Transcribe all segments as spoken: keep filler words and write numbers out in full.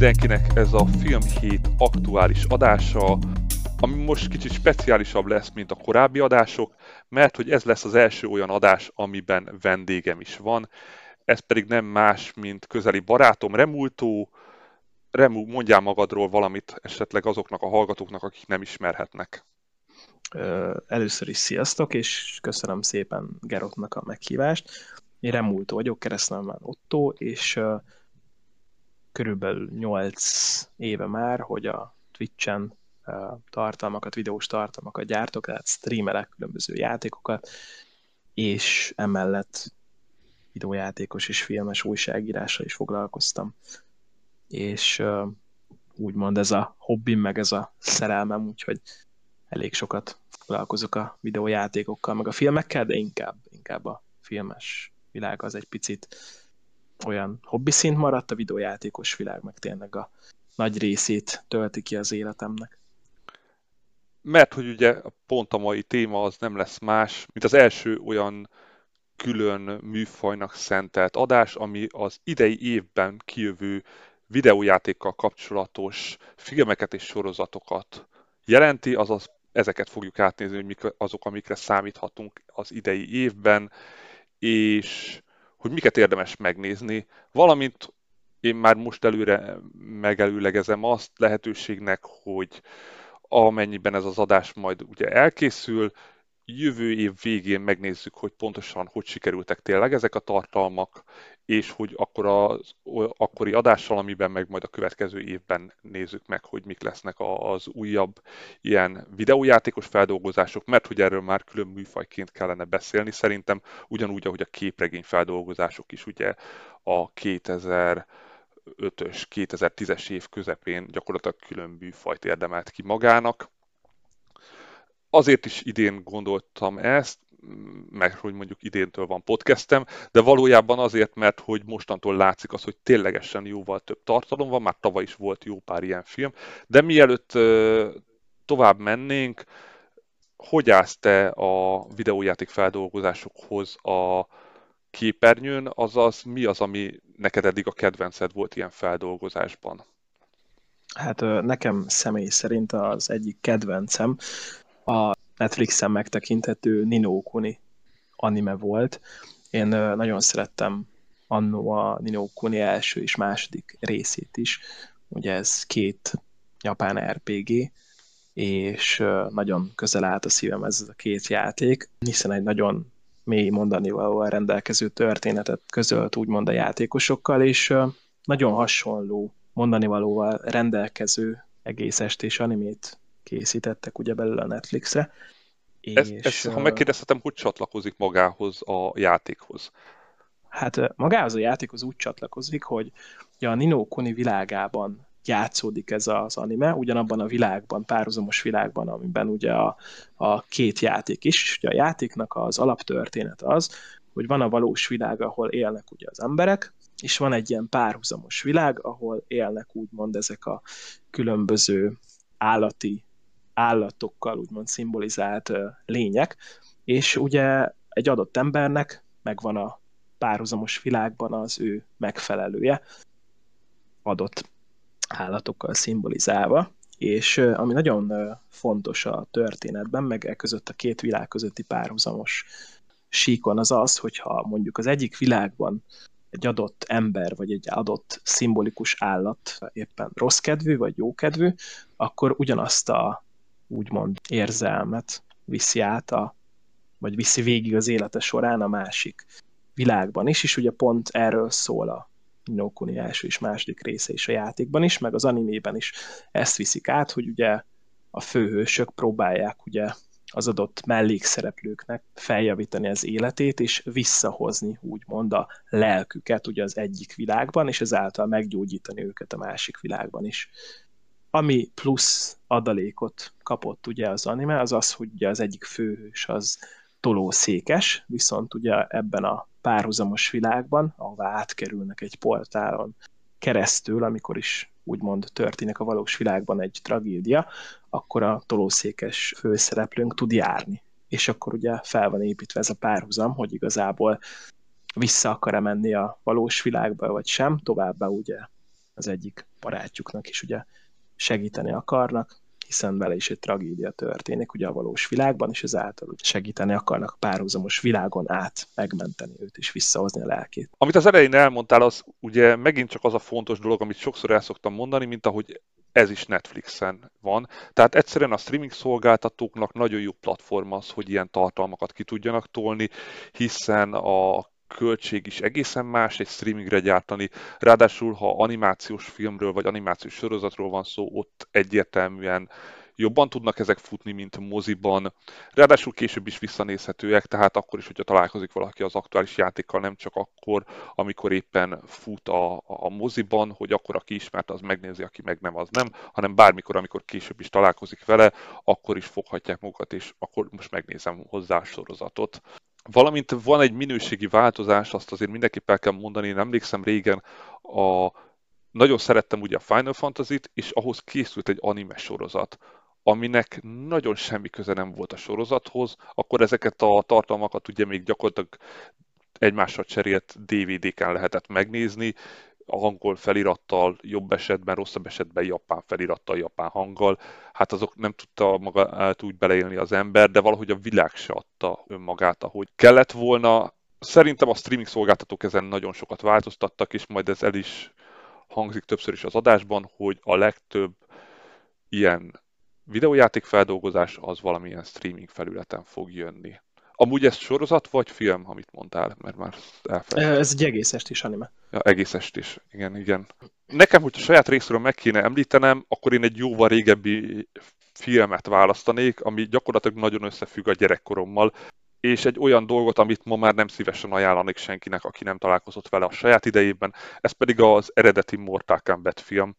mindenkinek ez a Filmhét aktuális adása, ami most kicsit speciálisabb lesz, mint a korábbi adások, mert hogy ez lesz az első olyan adás, amiben vendégem is van. Ez pedig nem más, mint közeli barátom Remultó. Remu, mondjál magadról valamit esetleg azoknak a hallgatóknak, akik nem ismerhetnek. Először is sziasztok, és köszönöm szépen Gerotnak a meghívást. Én Remultó vagyok, keresztnevem Otto, és uh, körülbelül nyolc éve már, hogy a Twitch-en uh, tartalmakat, videós tartalmakat gyártok, tehát streamelek különböző játékokat, és emellett videójátékos és filmes újságírással is foglalkoztam. És uh, úgymond ez a hobbim, meg ez a szerelmem, úgyhogy elég sokat foglalkozok a videójátékokkal, meg a filmekkel, de inkább, inkább a filmes világ az egy picit olyan hobbi szint maradt, a videójátékos világ meg tényleg a nagy részét tölti ki az életemnek. Mert hogy ugye pont a mai téma az nem lesz más, mint az első olyan külön műfajnak szentelt adás, ami az idei évben kijövő videójátékkal kapcsolatos filmeket és sorozatokat jelenti, azaz ezeket fogjuk átnézni, hogy mik azok, amikre számíthatunk az idei évben, és hogy miket érdemes megnézni, valamint én már most előre megelőlegezem azt lehetőségnek, hogy amennyiben ez az adás majd ugye elkészül, jövő év végén megnézzük, hogy pontosan hogy sikerültek tényleg ezek a tartalmak, és hogy akkor az akkori adással, amiben meg majd a következő évben nézzük meg, hogy mik lesznek az újabb ilyen videójátékos feldolgozások, mert hogy erről már külön műfajként kellene beszélni szerintem, ugyanúgy, ahogy a képregény feldolgozások is ugye a kétezer-ötös, kétezer-tízes év közepén gyakorlatilag külön műfajt érdemelt ki magának. Azért is idén gondoltam ezt, meg hogy mondjuk idéntől van podcastem, de valójában azért, mert hogy mostantól látszik az, hogy ténylegesen jóval több tartalom van, már tavaly is volt jó pár ilyen film, de mielőtt tovább mennénk, hogy állsz te a videójáték feldolgozásokhoz a képernyőn, azaz mi az, ami neked eddig a kedvenced volt ilyen feldolgozásban? Hát nekem személy szerint az egyik kedvencem a Netflixen megtekinthető Ni no Kuni anime volt. Én nagyon szerettem annó a Ni no Kuni első és második részét is. Ugye ez két japán er pé gé, és nagyon közel állt a szívem ez a két játék, hiszen egy nagyon mély mondanivalóval rendelkező történetet közölt úgymond a játékosokkal, és nagyon hasonló mondanivalóval rendelkező egész estés animét készítettek ugye belőle a Netflixre. Ez, és, ez, ha megkérdezhetem, hogy csatlakozik magához a játékhoz? Hát magához a játékhoz úgy csatlakozik, hogy a Ni no Kuni világában játszódik ez az anime, ugyanabban a világban, párhuzamos világban, amiben ugye a, a két játék is. Ugye a játéknak az alaptörténet az, hogy van a valós világ, ahol élnek ugye az emberek, és van egy ilyen párhuzamos világ, ahol élnek úgymond ezek a különböző állati állatokkal úgymond szimbolizált lények, és ugye egy adott embernek megvan a párhuzamos világban az ő megfelelője, adott állatokkal szimbolizálva, és ami nagyon fontos a történetben, meg e között a két világ közötti párhuzamos síkon az az, hogyha mondjuk az egyik világban egy adott ember, vagy egy adott szimbolikus állat éppen rossz kedvű, vagy jó kedvű, akkor ugyanazt a úgymond érzelmet viszi át, a, vagy viszi végig az élete során a másik világban is, és ugye pont erről szól a Ni no Kuni első és második része is a játékban is, meg az animében is ezt viszik át, hogy ugye a főhősök próbálják ugye az adott mellékszereplőknek feljavítani az életét, és visszahozni úgymond a lelküket ugye az egyik világban, és ezáltal meggyógyítani őket a másik világban is. Ami plusz adalékot kapott ugye az anime, az az, hogy ugye az egyik főhős az tolószékes, viszont ugye ebben a párhuzamos világban, ahová átkerülnek egy portálon keresztül, amikor is úgymond történik a valós világban egy tragédia, akkor a tolószékes főszereplőnk tud járni. És akkor ugye fel van építve ez a párhuzam, hogy igazából vissza akar-e menni a valós világba, vagy sem, továbbá ugye az egyik barátjuknak is ugye segíteni akarnak, hiszen vele is egy tragédia történik ugye a valós világban, és ezáltal segíteni akarnak a párhuzamos világon át megmenteni őt és visszahozni a lelkét. Amit az elején elmondtál, az ugye megint csak az a fontos dolog, amit sokszor el szoktam mondani, mint ahogy ez is Netflixen van. Tehát egyszerűen a streaming szolgáltatóknak nagyon jó platform az, hogy ilyen tartalmakat ki tudjanak tolni, hiszen a költség is egészen más egy streamingre gyártani. Ráadásul, ha animációs filmről vagy animációs sorozatról van szó, ott egyértelműen jobban tudnak ezek futni, mint moziban. Ráadásul később is visszanézhetőek, tehát akkor is, hogyha találkozik valaki az aktuális játékkal, nem csak akkor, amikor éppen fut a, a moziban, hogy akkor aki ismert, az megnézi, aki meg nem, az nem, hanem bármikor, amikor később is találkozik vele, akkor is foghatják magukat, és akkor most megnézem hozzá a sorozatot. Valamint van egy minőségi változás, azt azért mindenképp el kell mondani, én emlékszem régen, a, nagyon szerettem ugye a Final Fantasy-t, és ahhoz készült egy anime sorozat, aminek nagyon semmi köze nem volt a sorozathoz, akkor ezeket a tartalmakat ugye még gyakorlatilag egymással cserélt dé vé dé-ken lehetett megnézni, a angol felirattal, jobb esetben, rosszabb esetben japán felirattal, japán hanggal. Hát azok nem tudta magát úgy beleélni az ember, de valahogy a világ se adta önmagát, ahogy kellett volna. Szerintem a streaming szolgáltatók ezen nagyon sokat változtattak, és majd ez el is hangzik többször is az adásban, hogy a legtöbb ilyen videójáték feldolgozás az valamilyen streaming felületen fog jönni. Amúgy ez sorozat vagy film, amit mondtál, mert már elfelejtettem. Ez egy egész estés anime. Ja, egész estés, igen, igen. Nekem, hogy a saját részről meg kéne említenem, akkor én egy jóval régebbi filmet választanék, ami gyakorlatilag nagyon összefügg a gyerekkorommal, és egy olyan dolgot, amit ma már nem szívesen ajánlanék senkinek, aki nem találkozott vele a saját idejében, ez pedig az eredeti Mortal Kombat film,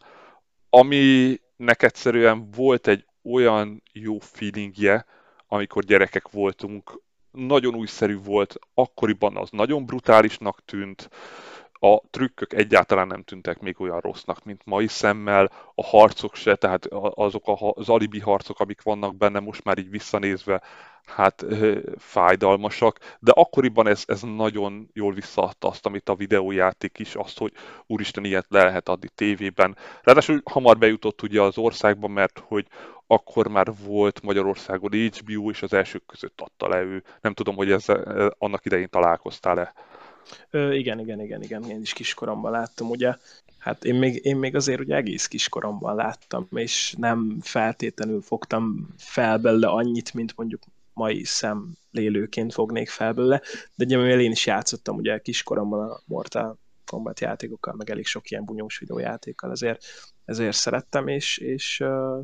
aminek egyszerűen volt egy olyan jó feelingje, amikor gyerekek voltunk, nagyon újszerű volt, akkoriban az nagyon brutálisnak tűnt, a trükkök egyáltalán nem tűntek még olyan rossznak, mint mai szemmel, a harcok se, tehát azok az alibi harcok, amik vannak benne, most már így visszanézve, hát fájdalmasak, de akkoriban ez, ez nagyon jól visszaadta azt, amit a videójáték is, azt, hogy úristen, ilyet le lehet adni tévében. Ráadásul hamar bejutott ugye az országba, mert hogy akkor már volt Magyarországon há bé ó, és az elsők között adta le ő. Nem tudom, hogy ezzel annak idején találkoztál-e. Ö, igen, igen, igen, igen, én is kiskoromban láttam, ugye. Hát én még, én még azért ugye egész kiskoromban láttam, és nem feltétlenül fogtam fel belőle annyit, mint mondjuk mai szemlélőként fognék fel belőle, de ugye mivel én is játszottam ugye kiskoromban a Mortal Kombat játékokkal, meg elég sok ilyen bunyós videójátékkal, ezért, ezért szerettem, és, és,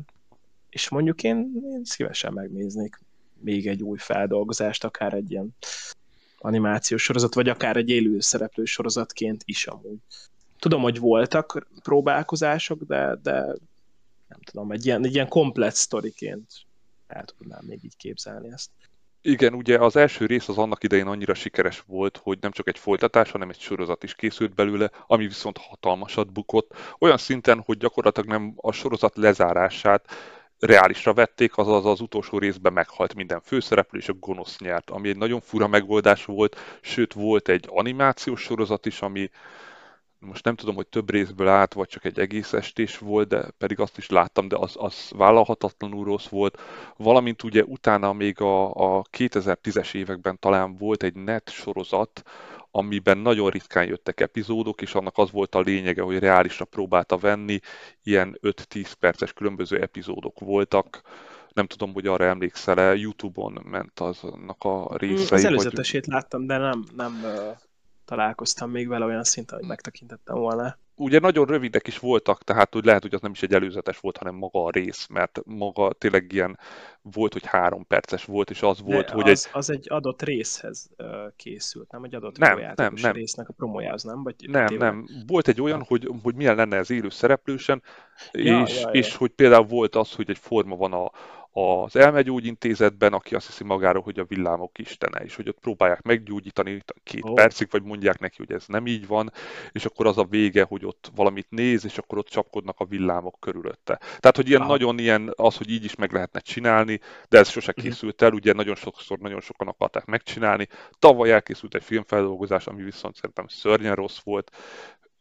és mondjuk én, én szívesen megnéznék még egy új feldolgozást, akár egy ilyen animációs sorozat, vagy akár egy élő szereplő sorozatként is amúgy. Tudom, hogy voltak próbálkozások, de, de nem tudom, egy ilyen, egy ilyen komplett sztoriként el tudnám még így képzelni ezt. Igen, ugye az első rész az annak idején annyira sikeres volt, hogy nem csak egy folytatás, hanem egy sorozat is készült belőle, ami viszont hatalmasat bukott. Olyan szinten, hogy gyakorlatilag nem a sorozat lezárását reálisra vették, azaz az utolsó részben meghalt minden főszereplő, és a gonosz nyert, ami egy nagyon fura megoldás volt, sőt volt egy animációs sorozat is, ami most nem tudom, hogy több részből állt, vagy csak egy egész estés volt, de pedig azt is láttam, de az, az vállalhatatlanul rossz volt. Valamint ugye utána még a, a kétezer-tízes években talán volt egy net sorozat, amiben nagyon ritkán jöttek epizódok, és annak az volt a lényege, hogy reálisra próbálta venni, ilyen öt-tíz perces különböző epizódok voltak. Nem tudom, hogy arra emlékszel-e, YouTube-on ment aznak a részei. Az előzetesét vagy... láttam, de nem, nem uh, találkoztam még vele olyan szinten, hogy megtekintettem volna. Ugye nagyon rövidek is voltak, tehát hogy lehet, hogy az nem is egy előzetes volt, hanem maga a rész, mert maga tényleg ilyen volt, hogy három perces volt, és az volt, de hogy az, egy... az egy adott részhez uh, készült, nem egy adott nem, videójátékos nem, nem. résznek a promójához, nem? Vagy nem, tényleg? nem. Volt egy olyan, hogy, hogy milyen lenne ez élő szereplősen, Ja, és, ja, ja. és hogy például volt az, hogy egy forma van a, az elmegyógyintézetben, aki azt hiszi magáról, hogy a villámok istene, és hogy ott próbálják meggyógyítani két Oh. percig, vagy mondják neki, hogy ez nem így van, és akkor az a vége, hogy ott valamit néz, és akkor ott csapkodnak a villámok körülötte. Tehát, hogy ilyen Aha. nagyon ilyen, az, hogy így is meg lehetne csinálni, de ez sose készült el, ugye nagyon sokszor, nagyon sokan akarták megcsinálni. Tavaly elkészült egy filmfeldolgozás, ami viszont szerintem szörnyen rossz volt,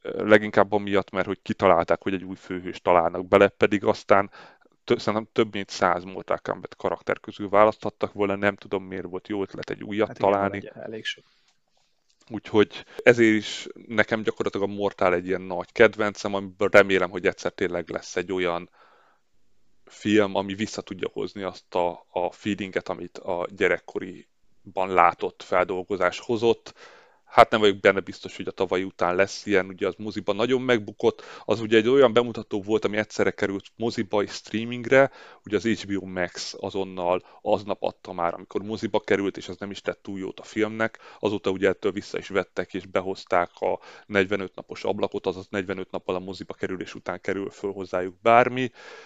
leginkább amiatt, mert hogy kitalálták, hogy egy új főhős találnak bele, pedig aztán tö- szerintem több mint száz Mortal Kombat karakter közül választhattak volna, nem tudom miért volt jó ötlet egy újat Hát igen, van találni. egy elég sok. Úgyhogy ezért is nekem gyakorlatilag a Mortal egy ilyen nagy kedvencem, amiből remélem, hogy egyszer tényleg lesz egy olyan film, ami vissza tudja hozni azt a, a feelinget, amit a gyerekkoriban látott feldolgozás hozott. Hát nem vagyok benne biztos, hogy a tavalyi után lesz ilyen, ugye az moziban nagyon megbukott, az ugye egy olyan bemutató volt, ami egyszerre került moziba és streamingre, ugye az há bé o Max azonnal aznap adta már, amikor moziba került, és az nem is tett túl jót a filmnek, azóta ugye ettől vissza is vettek, és behozták a negyvenöt napos ablakot, azaz negyvenöt nappal a moziba kerülés után kerül föl hozzájuk bármi,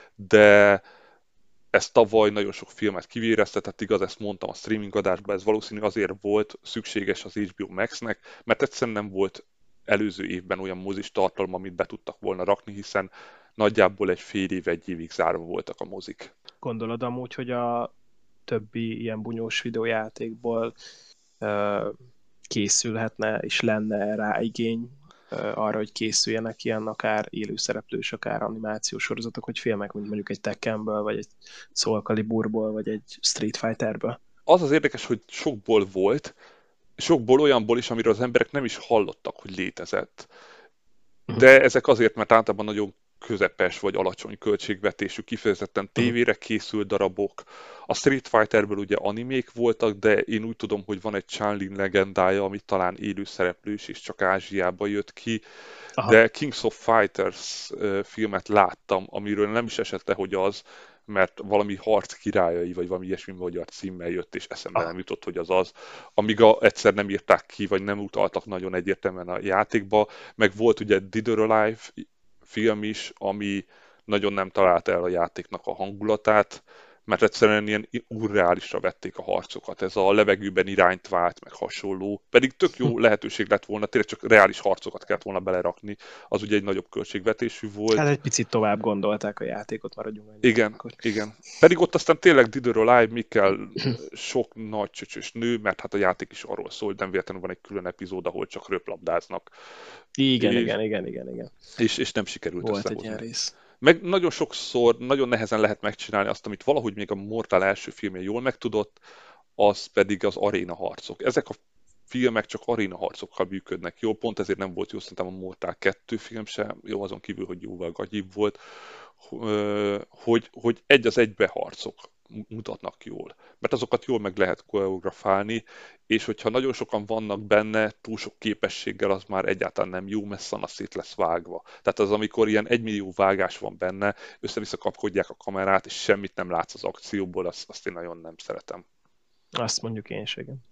de ez tavaly nagyon sok filmet kivéreztetett, igaz, ezt mondtam a streaming adásban, ez valószínű azért volt szükséges az há bé o Maxnek, mert egyszerűen nem volt előző évben olyan mozis tartalom, amit be tudtak volna rakni, hiszen nagyjából egy fél év, egy évig zárva voltak a mozik. Gondolod amúgy, hogy a többi ilyen bunyós videójátékból ö, készülhetne, és lenne rá igény ö, arra, hogy készüljenek ilyen akár élőszereplős, akár animációs sorozatok, hogy filmek, mint mondjuk egy Tekkenből, vagy egy Soul Caliburból, vagy egy Street Fighterből? Az az érdekes, hogy sokból volt, sokból olyanból is, amiről az emberek nem is hallottak, hogy létezett. Uh-huh. De ezek azért, mert általában nagyon közepes vagy alacsony költségvetésű, kifejezetten Uh-huh. tévére készült darabok. A Street Fighterből ugye animék voltak, de én úgy tudom, hogy van egy Chun-Li legendája, ami talán élő szereplős, és csak Ázsiába jött ki. Aha. De Kings of Fighters filmet láttam, amiről nem is esett le, hogy az, mert valami harc királyai, vagy valami ilyesmi magyar címmel jött, és eszembe Ah. nem jutott, hogy az az. Amíg a, egyszer nem írták ki, vagy nem utaltak nagyon egyértelműen a játékba, meg volt ugye Dead or Alive film is, ami nagyon nem találta el a játéknak a hangulatát, mert egyszerűen ilyen urreálisra vették a harcokat. Ez a levegőben irányt vált, meg hasonló. Pedig tök jó lehetőség lett volna, tényleg csak reális harcokat kellett volna belerakni. Az ugye egy nagyobb költségvetésű volt. Hát egy picit tovább gondolták a játékot, maradjunk ennyi. Igen, akkor. igen. Pedig ott aztán tényleg Dead or Alive, mi kell sok nagy csöcsös nő, mert hát a játék is arról szól, hogy nem véletlenül van egy külön epizód, ahol csak röplabdáznak. Igen, és, igen, igen, igen, igen. És, és nem sikerült Volt összehozni. egy ilyen rész. Meg nagyon sokszor, nagyon nehezen lehet megcsinálni azt, amit valahogy még a Mortal első filmje jól megtudott, az pedig az aréna harcok. Ezek a filmek csak aréna harcokkal működnek jól, pont ezért nem volt jó szerintem a Mortal kettő film sem, jó azon kívül, hogy jóval gagyibb volt, hogy, hogy egy az egybe harcok mutatnak jól. Mert azokat jól meg lehet koreografálni, és hogyha nagyon sokan vannak benne, túl sok képességgel, az már egyáltalán nem jó, mert szana szét lesz vágva. Tehát az, amikor ilyen egymillió vágás van benne, össze-vissza kapkodják a kamerát, és semmit nem látsz az akcióból, azt, azt én nagyon nem szeretem. Azt mondjuk én is, igen.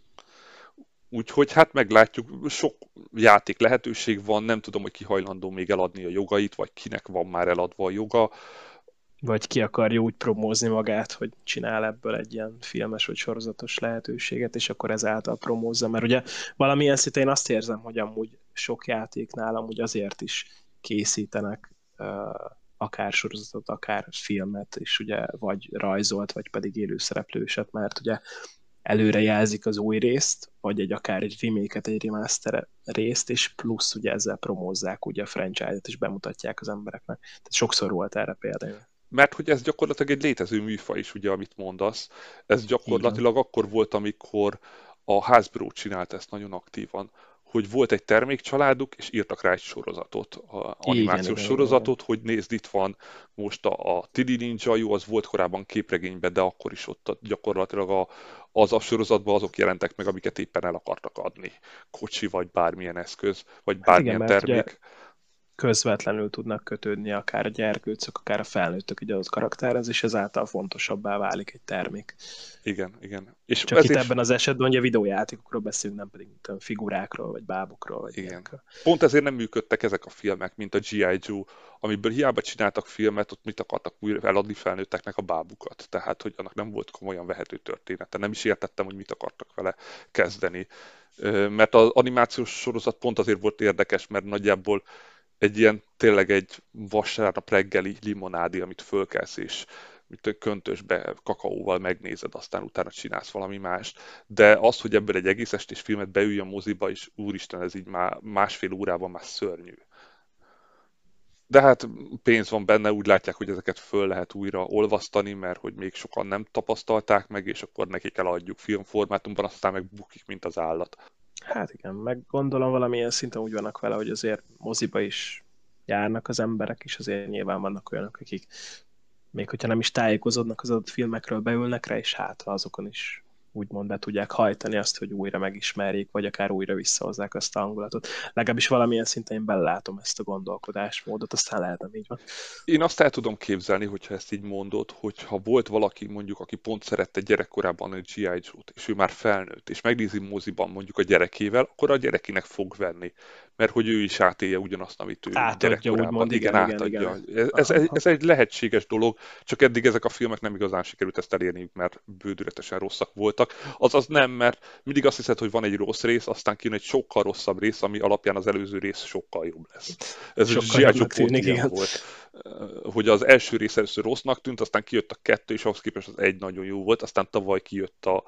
Úgyhogy hát meglátjuk, sok játék lehetőség van, nem tudom, hogy ki hajlandó még eladni a jogait, vagy kinek van már eladva a joga. Vagy ki akarja úgy promózni magát, hogy csinál ebből egy ilyen filmes vagy sorozatos lehetőséget, és akkor ezáltal promózza. Mert ugye valamilyen szinten én azt érzem, hogy amúgy sok játéknál amúgy azért is készítenek uh, akár sorozatot, akár filmet, és ugye vagy rajzolt, vagy pedig élőszereplőset, mert ugye előre jelzik az új részt, vagy egy akár egy remake-et, egy remaster részt, és plusz ugye ezzel promózzák ugye a franchise-et, és bemutatják az embereknek. Tehát sokszor volt erre például. Mert hogy ez gyakorlatilag egy létező műfaj is, ugye, amit mondasz. Ez gyakorlatilag akkor volt, amikor a Hasbro csinált ezt nagyon aktívan, hogy volt egy termékcsaláduk, és írtak rá egy sorozatot, a animációs igen, sorozatot, igen, hogy nézd, itt van most a, a Tidi Ninja, jó, az volt korábban képregényben, de akkor is ott gyakorlatilag a, az a sorozatban azok jelentek meg, amiket éppen el akartak adni. Kocsi, vagy bármilyen eszköz, vagy hát igen, bármilyen mert termék. ugye közvetlenül tudnak kötődni akár a gyerkőcök, akár a felnőttök egy adott karakterhez, és ezáltal fontosabbá válik egy termék. Igen, igen. És Csak ez itt is... ebben az esetben ugye videójátékokról beszélünk, nem pedig mint a figurákról, vagy bábokról, vagy Igen. ilyenkről. Pont ezért nem működtek ezek a filmek, mint a gé i. Joe, amiből hiába csináltak filmet, ott mit akartak újra eladni felnőtteknek a bábukat. Tehát, hogy annak nem volt komolyan vehető története. Nem is értettem, hogy mit akartak vele kezdeni. Mert az animációs sorozat pont azért volt érdekes, mert nagyjából egy ilyen, tényleg egy vasárnap reggeli limonádi, amit fölkelsz és mint a köntösbe kakaóval megnézed, aztán utána csinálsz valami mást. De az, hogy ebből egy egész estés filmet beülj a moziba, és úristen, ez így már másfél órában már szörnyű. De hát pénz van benne, úgy látják, hogy ezeket föl lehet újra olvasztani, mert hogy még sokan nem tapasztalták meg, és akkor nekik eladjuk filmformátumban, aztán meg bukik, mint az állat. Hát igen, meg gondolom valamilyen szinten úgy vannak vele, hogy azért moziba is járnak az emberek, és azért nyilván vannak olyanok, akik még hogyha nem is tájékozódnak az adott filmekről, beülnek rá, és hát azokon is úgymond be tudják hajtani azt, hogy újra megismerjék, vagy akár újra visszahozzák azt a hangulatot. Legalábbis valamilyen szinten én belelátom ezt a gondolkodásmódot, aztán lehet, nem így van. Én azt el tudom képzelni, hogyha ezt így mondod, hogyha volt valaki mondjuk, aki pont szerette gyerekkorában a gé i. Joe-t, és ő már felnőtt, és megnézi moziban mondjuk a gyerekével, akkor a gyerekének fog venni. Mert hogy ő is átélje ugyanazt, amit ő Átadja, gyerekkorában. úgymond, igen, igen, igen, átadja. igen. Ez, Aha, ez, aha. ez egy lehetséges dolog, csak eddig ezek a filmek nem igazán sikerült ezt elérniük, mert bődületesen rosszak voltak. Azaz nem, mert mindig azt hiszed, hogy van egy rossz rész, aztán kijön egy sokkal rosszabb rész, ami alapján az előző rész sokkal jobb lesz. Ez a Sokkal gé i. Joe jobbnak pont tűnik, ilyen igen. volt, hogy az első rész először rossznak tűnt, aztán kijött a kettő, és ahhoz képest az egy nagyon jó volt, aztán tavaly kijött a,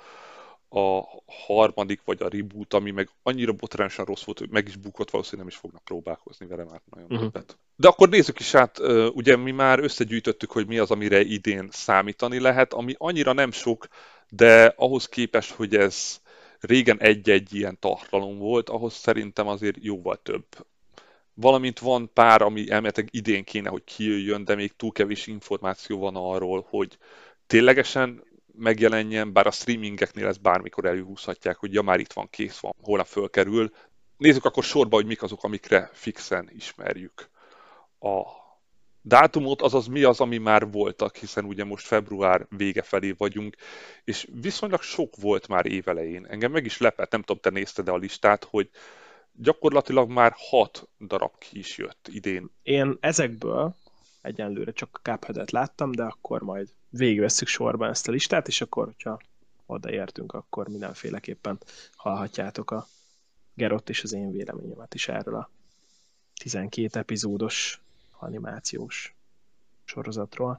a harmadik, vagy a reboot, ami meg annyira botrányosan rossz volt, hogy meg is bukott, valószínűleg nem is fognak próbálkozni vele már nagyon Uh-huh. többet. De akkor nézzük is át, ugye mi már összegyűjtöttük, hogy mi az, amire idén számítani lehet, ami annyira nem sok, de ahhoz képest, hogy ez régen egy-egy ilyen tartalom volt, ahhoz szerintem azért jóval több. Valamint van pár, ami elméletileg idén kéne, hogy kijöjjön, de még túl kevés információ van arról, hogy ténylegesen megjelenjen, bár a streamingeknél ezt bármikor előhúzhatják, hogy ja, már itt van, kész van, holnap fölkerül. Nézzük akkor sorba, hogy mik azok, amikre fixen ismerjük a dátumot, azaz mi az, ami már voltak, hiszen ugye most február vége felé vagyunk, és viszonylag sok volt már évelején. Engem meg is lepett, nem tudom, te nézted-e a listát, hogy gyakorlatilag már hat darab ki is jött idén. Én ezekből egyenlőre csak a Cupheadet láttam, de akkor majd végigvesszük sorban ezt a listát, és akkor, hogyha odaértünk, akkor mindenféleképpen hallhatjátok a Gerott és az én véleményemet is erről a tizenkét epizódos animációs sorozatról.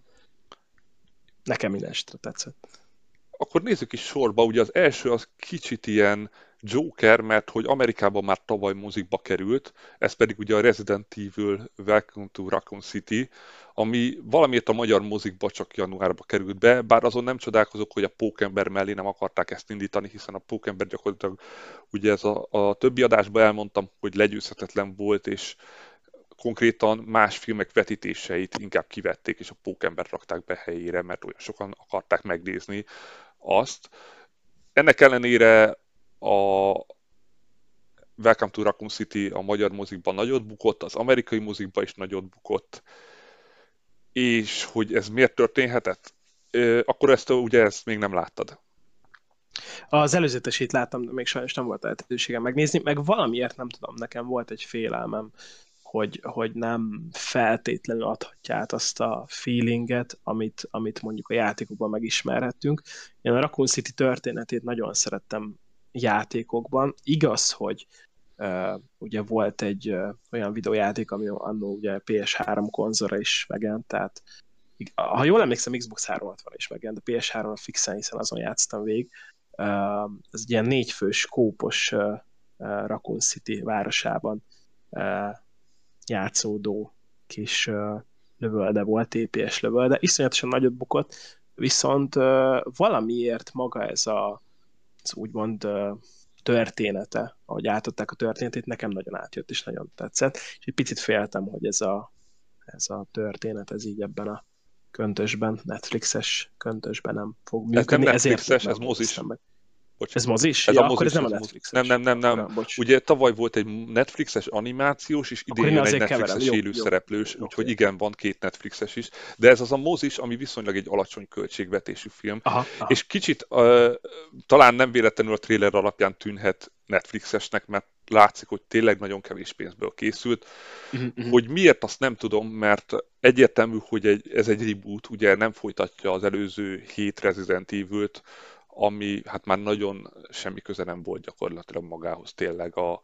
Nekem minden esetre tetszett. Akkor nézzük is sorba, ugye az első az kicsit ilyen Joker, mert hogy Amerikában már tavaly mozikba került, ez pedig ugye a Resident Evil Welcome to Raccoon City, ami valamiért a magyar mozikba csak januárba került be, bár azon nem csodálkozok, hogy a Pókember mellé nem akarták ezt indítani, hiszen a Pókember gyakorlatilag, ugye ez a, a többi adásban elmondtam, hogy legyőzhetetlen volt, és konkrétan más filmek vetítéseit inkább kivették, és a Pókembert rakták be helyére, mert olyan sokan akarták megnézni azt. Ennek ellenére a Welcome to Raccoon City a magyar mozikban nagyot bukott, az amerikai mozikban is nagyot bukott, és hogy ez miért történhetett? Akkor ezt ugye ezt még nem láttad. Az előzetesét láttam, de még sajnos nem volt lehetőségem megnézni, meg valamiért nem tudom, nekem volt egy félelmem, hogy, hogy nem feltétlenül adhatja át azt a feelinget, amit, amit mondjuk a játékokban megismerhettünk. Én a Raccoon City történetét nagyon szerettem játékokban. Igaz, hogy uh, ugye volt egy uh, olyan videójáték, ami annó ugye pé es három konzolra is megjelent, tehát ha jól emlékszem, Xbox háromszázhatvan is megjelent, de pé es háromra fixen, hiszen azon játszottam végig. Uh, ez egy ilyen négyfős, kópos uh, uh, Raccoon City városában uh, játszódó kis uh, lövölde volt, té pé es lövölde, iszonyatosan nagyot bukott, viszont uh, valamiért maga ez a az úgymond uh, története, ahogy átadták a történetét, nekem nagyon átjött, és nagyon tetszett, és egy picit féltem, hogy ez a, ez a történet, ez így ebben a köntösben, Netflixes köntösben nem fog működni. Ez nem ezért Netflixes, ez nem mozis. meg. Bocs. Ez mozis? Ez Ja, a akkor mozis, ez nem a ez Netflixes. Nem, nem, nem, nem. Akkor, bocs. Ugye tavaly volt egy Netflixes animációs, és idén jön egy Netflixes élőszereplős, úgyhogy okay. Igen, van két Netflixes is. De ez az a mozis, ami viszonylag egy alacsony költségvetésű film. Aha, aha. És kicsit uh, talán nem véletlenül a trailer alapján tűnhet Netflixesnek, mert látszik, hogy tényleg nagyon kevés pénzből készült. Uh-huh. Hogy miért, azt nem tudom, mert egyértelmű, hogy egy, ez egy reboot, ugye nem folytatja az előző hét Resident Evil-t, ami hát már nagyon semmi köze nem volt gyakorlatilag magához tényleg a,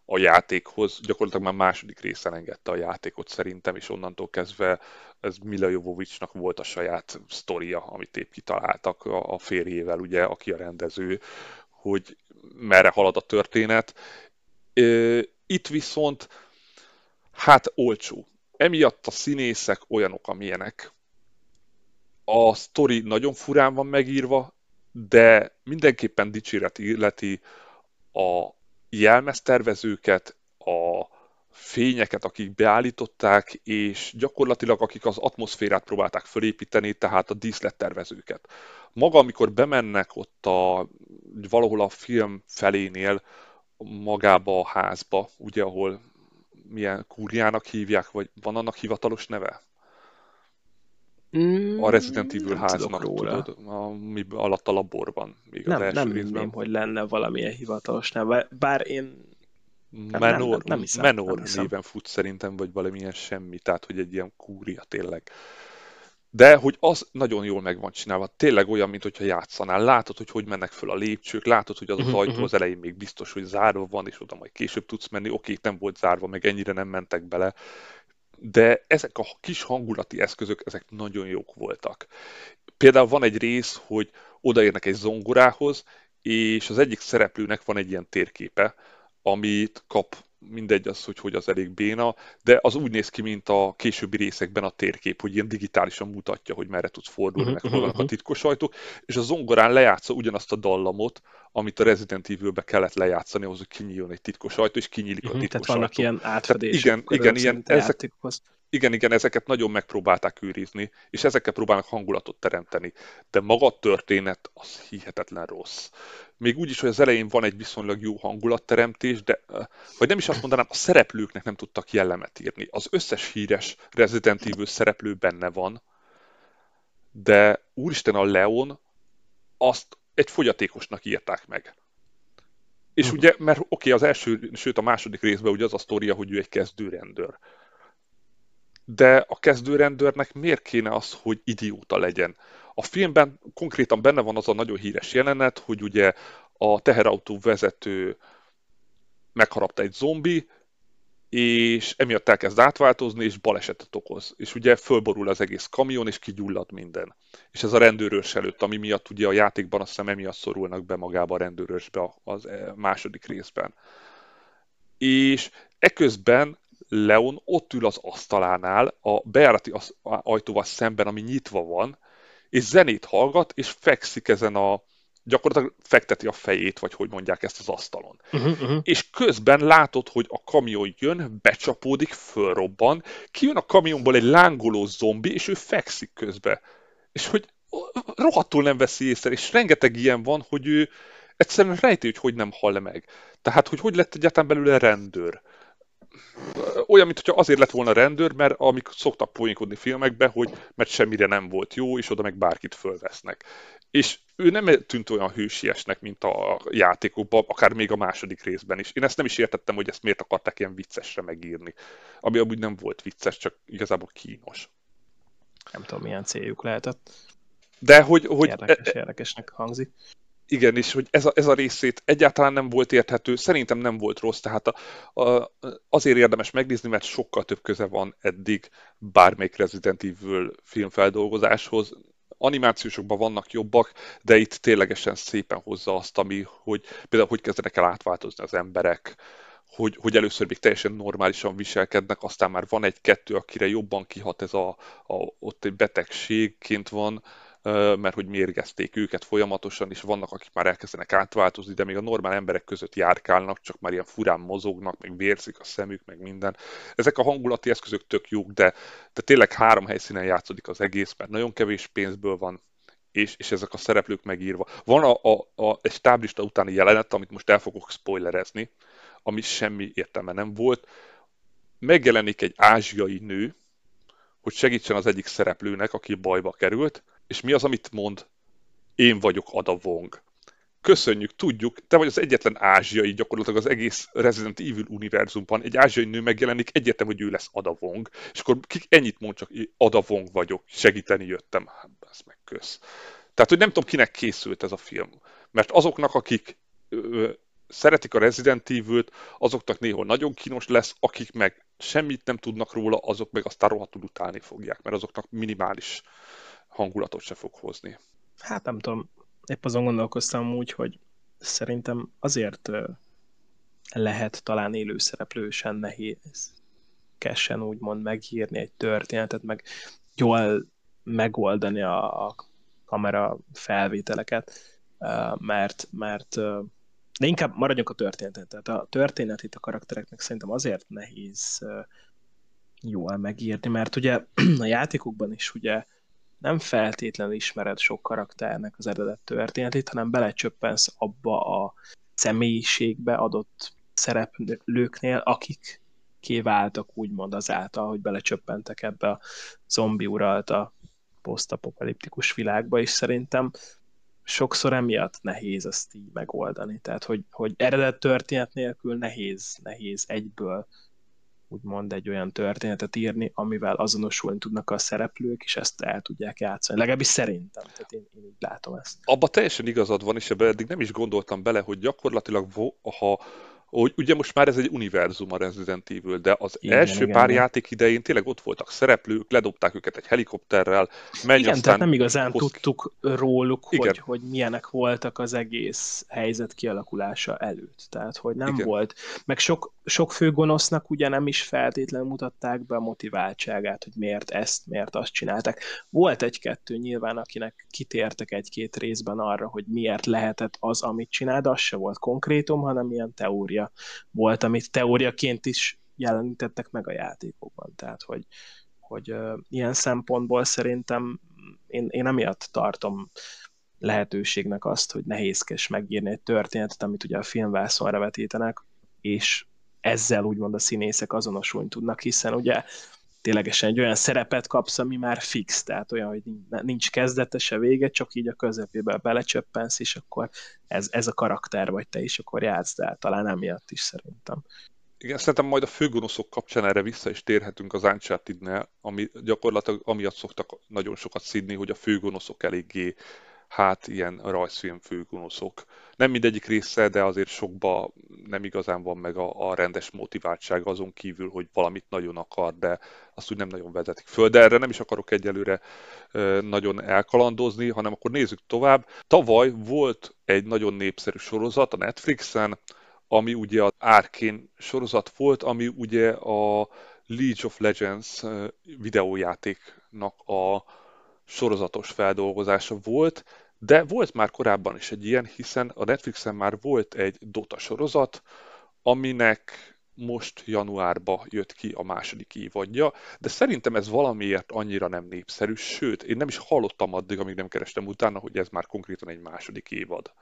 a játékhoz. Gyakorlatilag már második részen engedte a játékot szerintem, és onnantól kezdve ez Mila Jovovicsnak volt a saját sztoria, amit épp kitaláltak a férjével, ugye, aki a rendező, hogy merre halad a történet. Itt viszont, hát olcsó. Emiatt a színészek olyanok, amilyenek. A sztori nagyon furán van megírva, de mindenképpen dicséret illeti a jelmeztervezőket, a fényeket, akik beállították, és gyakorlatilag akik az atmoszférát próbálták fölépíteni, tehát a díszlettervezőket. Maga, amikor bemennek ott a, valahol a film felénél, magába a házba, ugye, ahol milyen kúriának hívják, vagy van annak hivatalos neve? A Resident Mm, Evil nem tudok háznak, róla. tudod, ami alatt a laborban, még az Nem, nem első hinném, részben. hogy lenne valamilyen hivatalos neve. Bár én nem, nem, nem, Menor, nem hiszem, nem Menor hiszem. néven fut szerintem, vagy valamilyen semmi, tehát hogy egy ilyen kúria tényleg. De hogy az nagyon jól meg van csinálva, tényleg olyan, mint hogyha játszanál. Látod, hogy hogy mennek föl a lépcsők, látod, hogy az az Uh-huh, ajtó uh-huh. az elején még biztos, hogy zárva van, és oda majd később tudsz menni. Oké, nem volt zárva, meg ennyire nem mentek bele. De ezek a kis hangulati eszközök, ezek nagyon jók voltak. Például van egy rész, hogy odaérnek egy zongorához, és az egyik szereplőnek van egy ilyen térképe, amit kap, mindegy az, hogy hogy az elég béna, de az úgy néz ki, mint a későbbi részekben a térkép, hogy ilyen digitálisan mutatja, hogy merre tudsz fordulni, Uh-huh, meg hol uh-huh, vannak a uh-huh. titkos ajtók, és a zongorán lejátsza ugyanazt a dallamot, amit a Resident Evil-be kellett lejátszani ahhoz, hogy kinyíljon egy titkos ajtó, és kinyílik a Uh-huh. Tehát titkos vannak ajtó. ilyen Tehát átfedések igen, akkor igen, ezek ilyen, szerint a ezek, játékhoz. igen, igen, ezeket nagyon megpróbálták őrizni, és ezekkel próbálnak hangulatot teremteni. De maga a történet az hihetetlen rossz. Még úgy is, hogy az elején van egy viszonylag jó hangulatteremtés, de, eh, vagy nem is azt mondanám, a szereplőknek nem tudtak jellemet írni. Az összes híres Resident Evil szereplő benne van, de úristen, a Leon, azt egy fogyatékosnak írták meg. És Uh-huh. ugye, mert oké, okay, az első, sőt a második részben ugye az a sztoria, hogy ő egy kezdőrendőr. De a kezdőrendőrnek miért kéne az, hogy idióta legyen? A filmben konkrétan benne van az a nagyon híres jelenet, hogy ugye a teherautó vezető megharapta egy zombi, és emiatt elkezd átváltozni, és balesetet okoz. És ugye fölborul az egész kamion, és kigyullad minden. És ez a rendőrös előtt, ami miatt ugye a játékban azt hiszem emiatt szorulnak be magába a rendőrösbe az második részben. És eközben Leon ott ül az asztalánál, a bejárati ajtóval szemben, ami nyitva van, és zenét hallgat, és fekszik ezen a, gyakorlatilag fekteti a fejét, vagy hogy mondják ezt az asztalon. Uh-huh, uh-huh. És közben látod, hogy a kamion jön, becsapódik, fölrobban, kijön a kamionból egy lángoló zombi, és ő fekszik közbe. És hogy rohadtul nem veszi észre, és rengeteg ilyen van, hogy ő egyszerűen rejti, hogy hogy nem hall meg. Tehát, hogy hogy lett egyáltalán belőle rendőr. Olyan, mintha azért lett volna rendőr, mert amik szoktak poénkodni filmekbe, hogy mert semmire nem volt jó, és oda meg bárkit fölvesznek. És ő nem tűnt olyan hősiesnek, mint a játékokban, akár még a második részben is. Én ezt nem is értettem, hogy ezt miért akarták ilyen viccesre megírni. Ami amúgy nem volt vicces, csak igazából kínos. Nem tudom, milyen céljuk lehetett. De hogy, hogy Érdekes, érdekesnek hangzik. igen, és hogy ez a, ez a részét egyáltalán nem volt érthető, szerintem nem volt rossz, tehát a, a, azért érdemes megnézni, mert sokkal több köze van eddig bármelyik Resident Evil filmfeldolgozáshoz. Animációsokban vannak jobbak, de itt ténylegesen szépen hozza azt, ami, hogy például hogy kezdenek el átváltozni az emberek, hogy, hogy először még teljesen normálisan viselkednek, aztán már van egy-kettő, akire jobban kihat ez a, a ott egy betegségként van, mert hogy mérgezték őket folyamatosan, és vannak, akik már elkezdenek átváltozni, de még a normál emberek között járkálnak, csak már ilyen furán mozognak, meg vérzik a szemük, meg minden. Ezek a hangulati eszközök tök jók, de, de tényleg három helyszínen játszódik az egész, mert nagyon kevés pénzből van, és, és ezek a szereplők megírva. Van a, a, a, egy stáblista utáni jelenet, amit most el fogok spoilerezni, ami semmi értelme nem volt. Megjelenik egy ázsiai nő, hogy segítsen az egyik szereplőnek, aki bajba került, és mi az, amit mond? Én vagyok Ada Wong. Köszönjük, tudjuk, te vagy az egyetlen ázsiai, gyakorlatilag az egész Resident Evil univerzumban. Egy ázsiai nő megjelenik, egyértelmű, hogy ő lesz Ada Wong. És akkor kik ennyit mond, csak Ada Wong vagyok, segíteni jöttem. Hát, ez meg kösz. Tehát, hogy nem tudom, kinek készült ez a film. Mert azoknak, akik ö, szeretik a Resident Evil-t, azoknak néhol nagyon kínos lesz, akik meg semmit nem tudnak róla, azok meg aztán rohadtul utálni fogják, mert azoknak minimális hangulatot se fog hozni. Hát nem tudom, épp azon gondolkoztam úgy, hogy szerintem azért lehet talán élőszereplősen nehéz kesen úgymond megírni egy történetet, meg jól megoldani a, a kamera felvételeket, mert, mert de inkább maradjunk a történeten. Tehát a történet itt a karaktereknek szerintem azért nehéz jól megírni, mert ugye a játékokban is ugye nem feltétlenül ismered sok karakternek az eredet történetét, hanem belecsöppensz abba a személyiségbe adott szereplőknél, akik kiváltak úgymond azáltal, hogy belecsöppentek ebbe a zombi uralta posztapokaliptikus világba, és szerintem sokszor emiatt nehéz azt így megoldani. Tehát, hogy, hogy eredet történet nélkül nehéz, nehéz egyből úgymond egy olyan történetet írni, amivel azonosulni tudnak a szereplők, és ezt el tudják játszani. Legalábbis szerintem. Tehát én, én így látom ezt. Abba teljesen igazad van, és ebben eddig nem is gondoltam bele, hogy gyakorlatilag, ha hogy ugye most már ez egy univerzum a Resident Evil, de az Igen, első igen, pár igen. játék idején tényleg ott voltak szereplők, ledobták őket egy helikopterrel, menj Igen, aztán... tehát nem igazán hoz... tudtuk róluk, Igen. hogy, hogy milyenek voltak az egész helyzet kialakulása előtt. Tehát, hogy nem Igen. volt. Meg sok, sok főgonosznak ugye nem is feltétlenül mutatták be a motiváltságát, hogy miért ezt, miért azt csinálták. Volt egy-kettő nyilván, akinek kitértek egy-két részben arra, hogy miért lehetett az, amit csinál, de az se volt konkrétum, hanem ilyen teória volt, amit teóriaként is jelenítettek meg a játékokban. Tehát, hogy hogy uh, ilyen szempontból szerintem én, én emiatt tartom lehetőségnek azt, hogy nehézkes megírni egy történetet, amit ugye a filmvászonra vetítenek, és ezzel úgymond a színészek azonosulni tudnak, hiszen ugye ténylegesen egy olyan szerepet kapsz, ami már fix, tehát olyan, hogy nincs kezdete se vége, csak így a közepébe belecsöppensz, és akkor ez, ez a karakter vagy te is, akkor játszd el, talán emiatt is szerintem. Igen, szerintem majd a főgonoszok kapcsán erre vissza is térhetünk az Uncharted-nél, ami gyakorlatilag amiatt szoktak nagyon sokat szidni, hogy a főgonoszok eléggé, hát ilyen rajzfilm főgonoszok. Nem mindegyik része, de azért sokba nem igazán van meg a, a rendes motiváltság azon kívül, hogy valamit nagyon akar, de azt úgy nem nagyon vezetik föl. De erre nem is akarok egyelőre ö, nagyon elkalandozni, hanem akkor nézzük tovább. Tavaly volt egy nagyon népszerű sorozat a Netflixen, ami ugye az Arcane sorozat volt, ami ugye a League of Legends videójátéknak a sorozatos feldolgozása volt, de volt már korábban is egy ilyen, hiszen a Netflixen már volt egy Dota sorozat, aminek most januárba jött ki a második évadja, de szerintem ez valamiért annyira nem népszerű, sőt, én nem is hallottam addig, amíg nem kerestem utána, hogy ez már konkrétan egy második évad.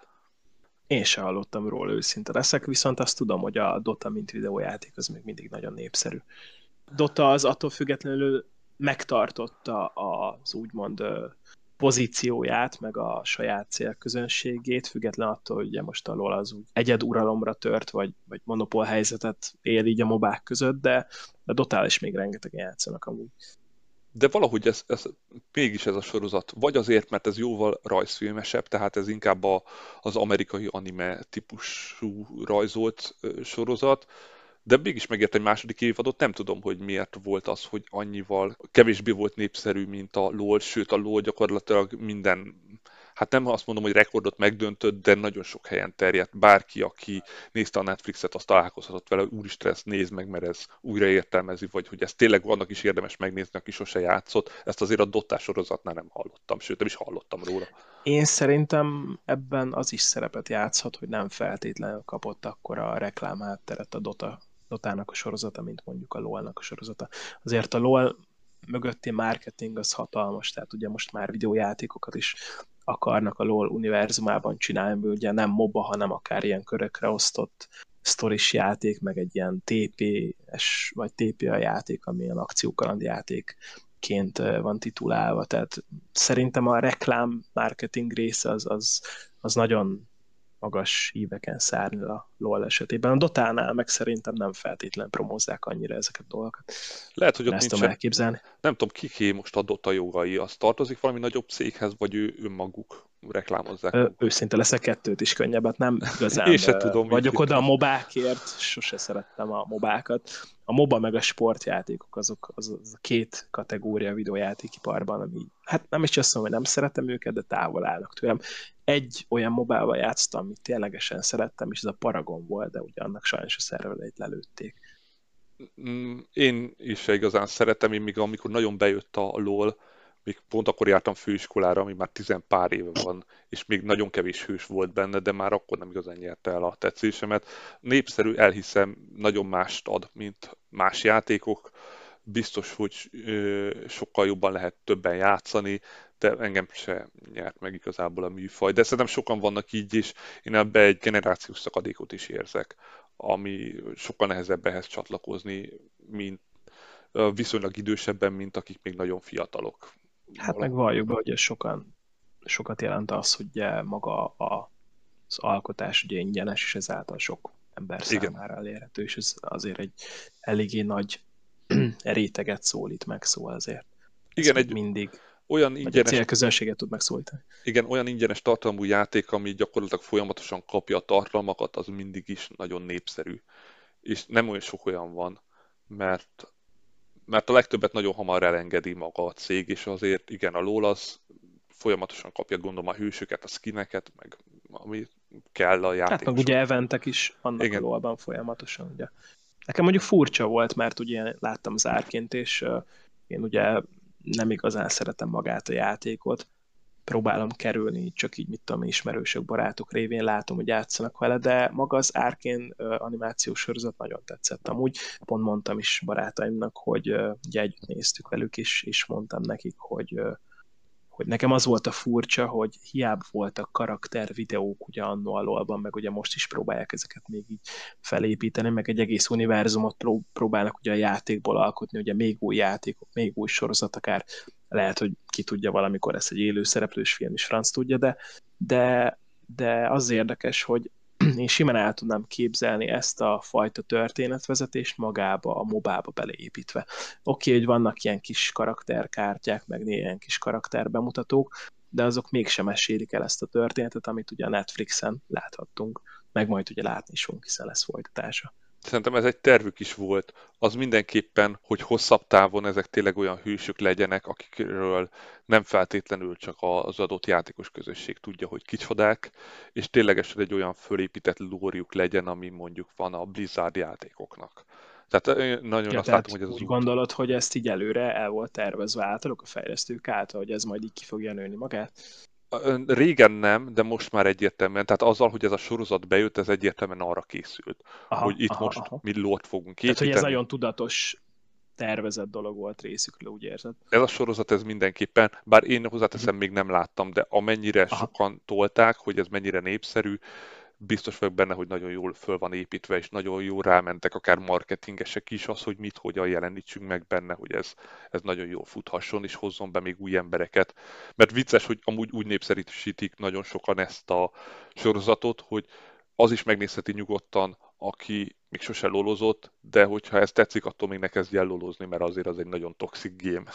Én se hallottam róla, őszinte leszek, viszont azt tudom, hogy a Dota mint videójáték az még mindig nagyon népszerű. Dota az attól függetlenül megtartotta az úgymond pozícióját, meg a saját célközönségét, független attól, hogy ugye most a LoL az úgy egyed uralomra tört, vagy, vagy monopól helyzetet él így a mobák között, de a Dotál is még rengeteg játszanak amúgy. De valahogy ez, ez, mégis ez a sorozat, vagy azért, mert ez jóval rajzfilmesebb, tehát ez inkább a, az amerikai anime típusú rajzolt sorozat, de mégis megért egy második évadot, nem tudom, hogy miért volt az, hogy annyival kevésbé volt népszerű, mint a LoL, sőt a LoL gyakorlatilag minden, hát nem azt mondom, hogy rekordot megdöntött, de nagyon sok helyen terjedt. Bárki, aki nézte a Netflixet, azt találkozhatott vele, hogy úristen, ezt nézd meg, mert ez újra értelmezi, vagy hogy ez tényleg vannak is érdemes megnézni, aki sose játszott. Ezt azért a Dotás sorozatnál nem hallottam, sőt nem is hallottam róla. Én szerintem ebben az is szerepet játszhat, hogy nem feltétlenül kapott akkor a reklám hátteret a Dota, Dotának a sorozata, mint mondjuk a LoL-nak a sorozata. Azért a LoL mögötti marketing az hatalmas, tehát ugye most már videójátékokat is akarnak a LoL univerzumában csinálni, ugye nem MOBA, hanem akár ilyen körökre osztott sztoris játék, meg egy ilyen té pé es vagy té pé á játék, ami ilyen akciókaland játékként van titulálva, tehát szerintem a reklám marketing része az, az, az nagyon magas híveken szárnyal a LoL esetében. A Dotánál meg szerintem nem feltétlenül promózzák annyira ezeket a dolgokat. Lehet, hogy ott ezt nincsen, elképzelni. nem tudom, kiké most a Dota jogai, az tartozik valami nagyobb céghez, vagy ő önmaguk? reklámozzák Ö, magukat. őszinte leszek, kettőt is könnyebbet, nem Én igazán se ö, tudom, mit vagyok oda a írtam. mobákért, sose szerettem a mobákat. A moba meg a sportjátékok, azok az, az a két kategória a videójátékiparban, ami, hát nem is azt mondom, hogy nem szeretem őket, de távol állnak tőlem. Egy olyan mobával játszottam, amit ténylegesen szerettem, és ez a Paragon volt, de ugye annak sajnos a szervereit lelőtték. Mm, Én is se igazán szeretem, én még amikor nagyon bejött a LOL, még pont akkor jártam főiskolára, ami már tizen pár éve van, és még nagyon kevés hős volt benne, de már akkor nem igazán nyerte el a tetszésemet. Népszerű, elhiszem, nagyon mást ad, mint más játékok. Biztos, hogy ö, sokkal jobban lehet többen játszani, de engem se nyert meg igazából a műfaj. De szerintem sokan vannak így, és én ebbe egy generációs szakadékot is érzek, ami sokkal nehezebb ehhez csatlakozni, mint ö, viszonylag idősebben, mint akik még nagyon fiatalok. Hát meg Valahol. valljuk be, hogy ez sokan, sokat jelent az, hogy ugye maga a, az alkotás ugye ingyenes, és ezáltal sok ember Igen. számára elérhető, és ez azért egy eléggé nagy réteget szólít meg, szóval azért ez Igen, még egy mindig, olyan vagy a ingyenes, célközönséget tud megszólítani. igen, olyan ingyenes tartalmú játék, ami gyakorlatilag folyamatosan kapja a tartalmakat, az mindig is nagyon népszerű. És nem olyan sok olyan van, mert mert a legtöbbet nagyon hamar elengedi maga a cég, és azért igen, a LoL az folyamatosan kapja, gondolom, a hősöket, a skineket, meg ami kell a Hát meg játékos. ugye eventek is vannak a Igen, lolban folyamatosan, ugye. Nekem mondjuk furcsa volt, mert ugye láttam az árként, és uh, én ugye nem igazán szeretem magát a játékot, próbálom kerülni, csak így, mit tudom, ismerősök, barátok révén látom, hogy játszanak vele, de maga az Arkane uh, animációs sorozat nagyon tetszett. Amúgy pont mondtam is barátaimnak, hogy uh, ugye együtt néztük velük, és, és mondtam nekik, hogy uh, hogy nekem az volt a furcsa, hogy hiába voltak karakter videók ugye annó a lolban, meg ugye most is próbálják ezeket még így felépíteni, meg egy egész univerzumot pró- próbálnak ugye a játékból alkotni, ugye még új játékok, még új sorozat, akár lehet, hogy ki tudja valamikor ezt egy élő szereplős film is, franc tudja, de, de, de az érdekes, hogy én simán el tudnám képzelni ezt a fajta történetvezetést magába, a mobába beleépítve. Oké, okay, hogy vannak ilyen kis karakterkártyák, meg ilyen kis karakterbemutatók, de azok mégsem mesélik el ezt a történetet, amit ugye a Netflixen láthattunk, meg majd ugye látni is fogunk, hiszen lesz folytatása. szerintem ez egy tervük is volt. Az mindenképpen, hogy hosszabb távon ezek tényleg olyan hősök legyenek, akikről nem feltétlenül csak az adott játékos közösség tudja, hogy kicsodák, és ténylegesen egy olyan fölépített lóriuk legyen, ami mondjuk van a Blizzard játékoknak. Tehát ö, nagyon Ja, azt látom, tehát hogy ez az úgy út. gondolod, hogy ezt így előre el volt tervezve általuk, a fejlesztők által, hogy ez majd így ki fogja nőni magát? Régen nem, de most már egyértelműen. Tehát azzal, hogy ez a sorozat bejött, ez egyértelműen arra készült, hogy Aha, itt aha, most aha. mi lót fogunk Tehát, hogy ez építeni. nagyon tudatos tervezett dolog volt részükről, úgy érzed? Ez a sorozat ez mindenképpen, bár én Uh-huh. hozzáteszem még nem láttam, de amennyire Aha. sokan tolták, hogy ez mennyire népszerű, biztos vagyok benne, hogy nagyon jól föl van építve, és nagyon jól rámentek akár marketingesek is az, hogy mit, hogyan jelenítsünk meg benne, hogy ez, ez nagyon jól futhasson, és hozzon be még új embereket. Mert vicces, hogy amúgy úgy népszerűsítik nagyon sokan ezt a sorozatot, hogy az is megnézheti nyugodtan, aki még sose lolozott, de hogyha ez tetszik, attól még ne kezdj el lolozni, mert azért az egy nagyon toxic game.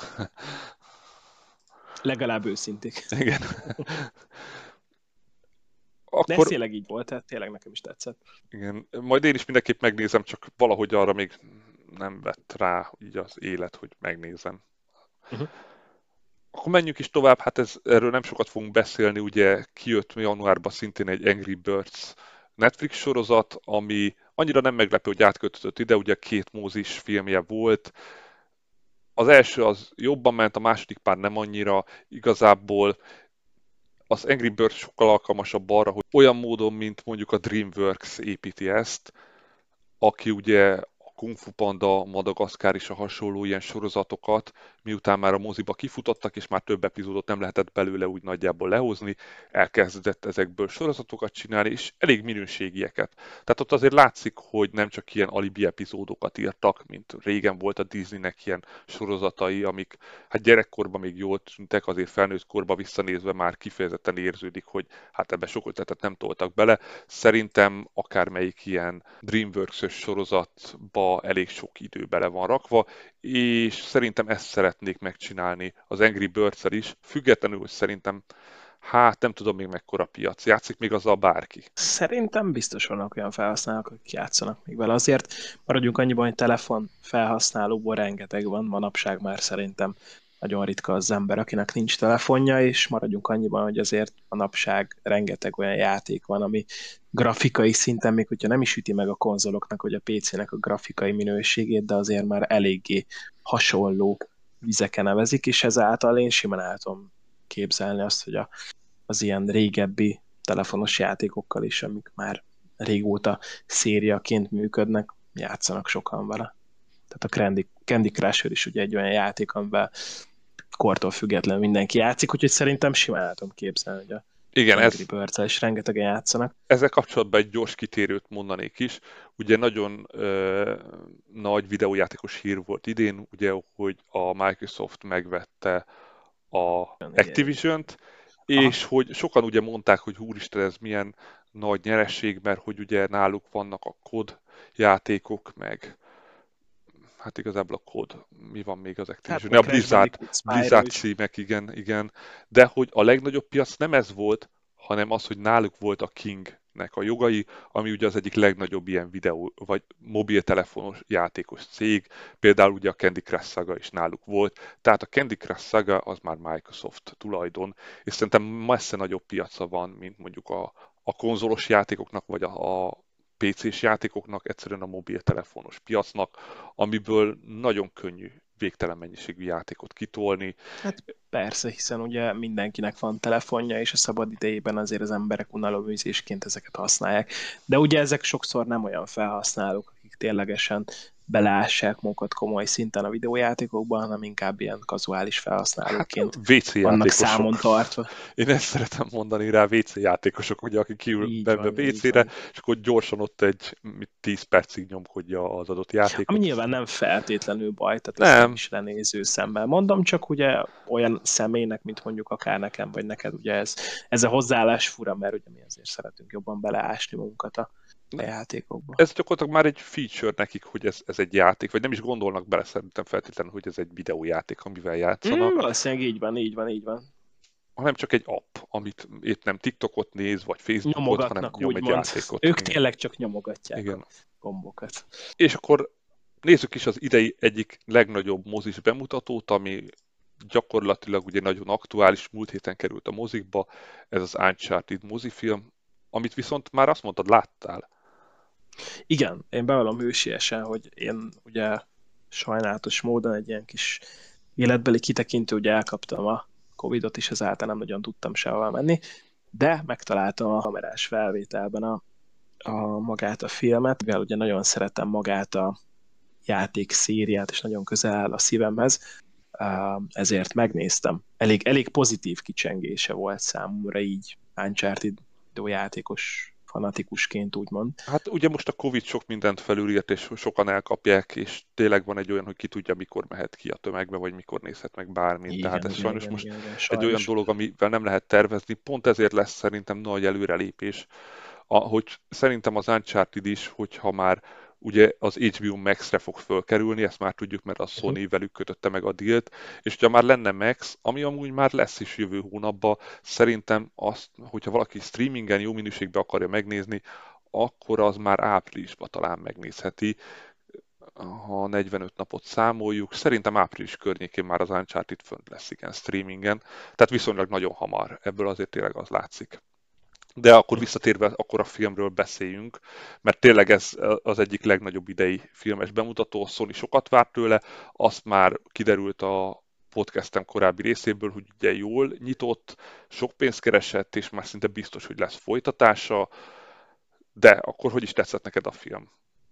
Legalább őszinték. Igen. De ez Akkor tényleg így volt, tehát tényleg nekem is tetszett. igen, majd én is mindenképp megnézem, csak valahogy arra még nem vett rá így az élet, hogy megnézem. Uh-huh. Akkor menjünk is tovább, hát ez, erről nem sokat fogunk beszélni, ugye kijött januárban szintén egy Angry Birds Netflix sorozat, ami annyira nem meglepő, hogy átkötött ide, ugye két mózis filmje volt. Az első az jobban ment, a második pár nem annyira, igazából az Angry Birds sokkal alkalmasabb arra, hogy olyan módon, mint mondjuk a DreamWorks építi ezt, aki ugye a Kung Fu Panda, Madagaszkár és a hasonló ilyen sorozatokat, miután már a moziba kifutottak, és már több epizódot nem lehetett belőle úgy nagyjából lehozni, elkezdett ezekből sorozatokat csinálni, és elég minőségieket. Tehát ott azért látszik, hogy nem csak ilyen alibi epizódokat írtak, mint régen volt a Disneynek ilyen sorozatai, amik hát gyerekkorban még jól tűntek, azért felnőtt korba visszanézve már kifejezetten érződik, hogy hát ebbe sok ötletet nem toltak bele. Szerintem akármelyik ilyen DreamWorks-ös sorozatba elég sok idő bele van rakva, és szerintem ezt szeretnék megcsinálni az Angry Birds-el is, függetlenül, hogy szerintem Hát nem tudom még mekkora piac. Játszik még azzal bárki. Szerintem biztos vannak olyan felhasználók, akik játszanak még vele. Azért maradjunk annyiban, hogy telefon felhasználóból rengeteg van manapság már szerintem. Nagyon ritka az ember, akinek nincs telefonja, és maradjunk annyiban, hogy azért manapság rengeteg olyan játék van, ami grafikai szinten, még hogyha nem is üti meg a konzoloknak, vagy a pé cének a grafikai minőségét, de azért már eléggé hasonló vizeken nevezik, és ezáltal én simán el tudom képzelni azt, hogy a, az ilyen régebbi telefonos játékokkal is, amik már régóta szériaként működnek, játszanak sokan vele. Tehát a Candy, Candy Crush is ugye egy olyan játék, amivel kortól független mindenki játszik, úgyhogy szerintem simán el tudom képzelni, hogy a Igen, Angry ez, Birds-el is rengetegen játszanak. ezzel kapcsolatban egy gyors kitérőt mondanék is. Ugye nagyon ö, nagy videójátékos hír volt idén, ugye, hogy a Microsoft megvette a Activision-t, és Aha. hogy sokan ugye mondták, hogy úristen, ez milyen nagy nyereség, mert hogy ugye náluk vannak a kod játékok, meg hát igazából a kód, mi van még az Hát Activision? a A Crash Blizzard, Bandicoot, Spyro Blizzard is. címek, igen, igen. De hogy a legnagyobb piac nem ez volt, hanem az, hogy náluk volt a Kingnek a jogai, ami ugye az egyik legnagyobb ilyen videó, vagy mobiltelefonos játékos cég, például ugye a Candy Crush Saga is náluk volt, tehát a Candy Crush Saga az már Microsoft tulajdon, és szerintem messze nagyobb piaca van, mint mondjuk a, a konzolos játékoknak, vagy a, a pé cés játékoknak, egyszerűen a mobiltelefonos piacnak, amiből nagyon könnyű végtelen mennyiségű játékot kitolni. Hát persze, hiszen ugye mindenkinek van telefonja, és a szabad idejében azért az emberek unaloműzésként ezeket használják. De ugye ezek sokszor nem olyan felhasználók, akik ténylegesen beleássák magukat komoly szinten a videójátékokban, hanem inkább ilyen kazuális Hát felhasználóként vé cé vannak játékosok. számon tartva. Én ezt szeretem mondani rá, vé cé játékosok, ugye, aki kiül Így benne van, így vé cére, van. és akkor gyorsan ott egy tíz percig nyomkodja az adott Ami játékot. nyilván nem feltétlenül baj, tehát ezt nem Nem, is lenéző szemmel mondom, csak ugye olyan személynek, mint mondjuk akár nekem, vagy neked, ugye ez, ez a hozzáállás fura, mert ugye mi azért szeretünk jobban beleásni magunkat a, a játékokba. ez gyakorlatilag már egy feature nekik, hogy ez, ez egy játék, vagy nem is gondolnak bele szerintem feltétlenül, hogy ez egy videójáték, amivel Mm, játszanak, valószínűleg így van, így van, így van. hanem csak egy app, amit épp nem TikTokot néz, vagy Facebookot, hanem Nyomogatnak, nyom egy úgymond. játékot. Ők Igen. tényleg csak nyomogatják Igen. a gombokat. És akkor nézzük is az idei egyik legnagyobb mozis bemutatót, ami gyakorlatilag ugye nagyon aktuális, múlt héten került a mozikba, ez az Uncharted mozifilm, amit viszont már azt mondtad, láttál. Igen, én bevallom hősiesen, hogy én ugye sajnálatos módon egy ilyen kis életbeli kitekintő, ugye elkaptam a Covidot is, ezáltal nem nagyon tudtam sehova menni, de megtaláltam a kamerás felvételben a, a magát a filmet, mivel ugye nagyon szeretem magát a játék szériát, és nagyon közel áll a szívemhez, ezért megnéztem. Elég, elég pozitív kicsengése volt számomra így Uncharted játékos fanatikusként, úgymond. Hát ugye most a Covid sok mindent felülírt, és sokan elkapják, és tényleg van egy olyan, hogy ki tudja, mikor mehet ki a tömegbe, vagy mikor nézhet meg bármit. Igen, Tehát ez igen, sajnos igen, most igen, igen, egy sajnos. olyan dolog, amivel nem lehet tervezni. Pont ezért lesz szerintem nagy előrelépés, hogy szerintem az Uncharted is, hogyha már ugye az há bé o Max-re fog fölkerülni, ezt már tudjuk, mert a Sony Uh-huh. velük kötötte meg a dealt, és hogyha már lenne Max, ami amúgy már lesz is jövő hónapban, szerintem azt, hogyha valaki streamingen jó minőségben akarja megnézni, akkor az már áprilisban talán megnézheti, ha negyvenöt napot számoljuk. Szerintem április környékén már az Uncharted fönt lesz, igen, streamingen, tehát viszonylag nagyon hamar, ebből azért tényleg az látszik. De akkor visszatérve, akkor a filmről beszéljünk, mert tényleg ez az egyik legnagyobb idei filmes bemutató, a Sony sokat várt tőle, azt már kiderült a podcastem korábbi részéből, hogy ugye jól nyitott, sok pénzt keresett, és már szinte biztos, hogy lesz folytatása, de akkor hogy is tetszett neked a film?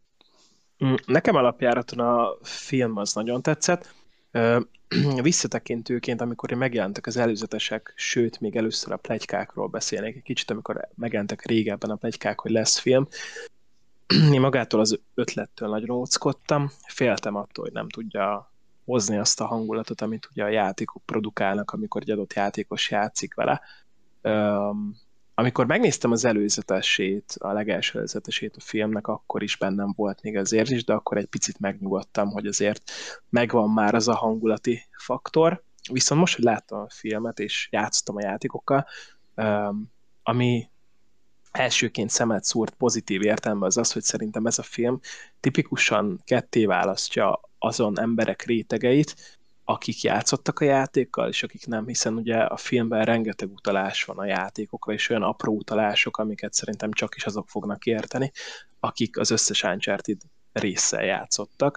Nekem alapjáraton a film az nagyon tetszett. Visszatekintőként, amikor megjelentek az előzetesek, sőt, még először a pletykákról beszélnék egy kicsit, amikor megjelentek régebben a pletykák, hogy lesz film, én magától az ötlettől nagyon óckodtam, féltem attól, hogy nem tudja hozni azt a hangulatot, amit ugye a játékok produkálnak, amikor egy adott játékos játszik vele. Um, amikor megnéztem az előzetesét, a legelső előzetesét a filmnek, akkor is bennem volt még az érzés, de akkor egy picit megnyugodtam, hogy azért megvan már az a hangulati faktor. Viszont most, hogy láttam a filmet és játszottam a játékokkal, ami elsőként szemet szúrt pozitív értelemben az az, hogy szerintem ez a film tipikusan ketté választja azon emberek rétegeit, akik játszottak a játékkal, és akik nem, hiszen ugye a filmben rengeteg utalás van a játékokra, és olyan apró utalások, amiket szerintem csak is azok fognak érteni, akik az összes Uncharted résszel játszottak,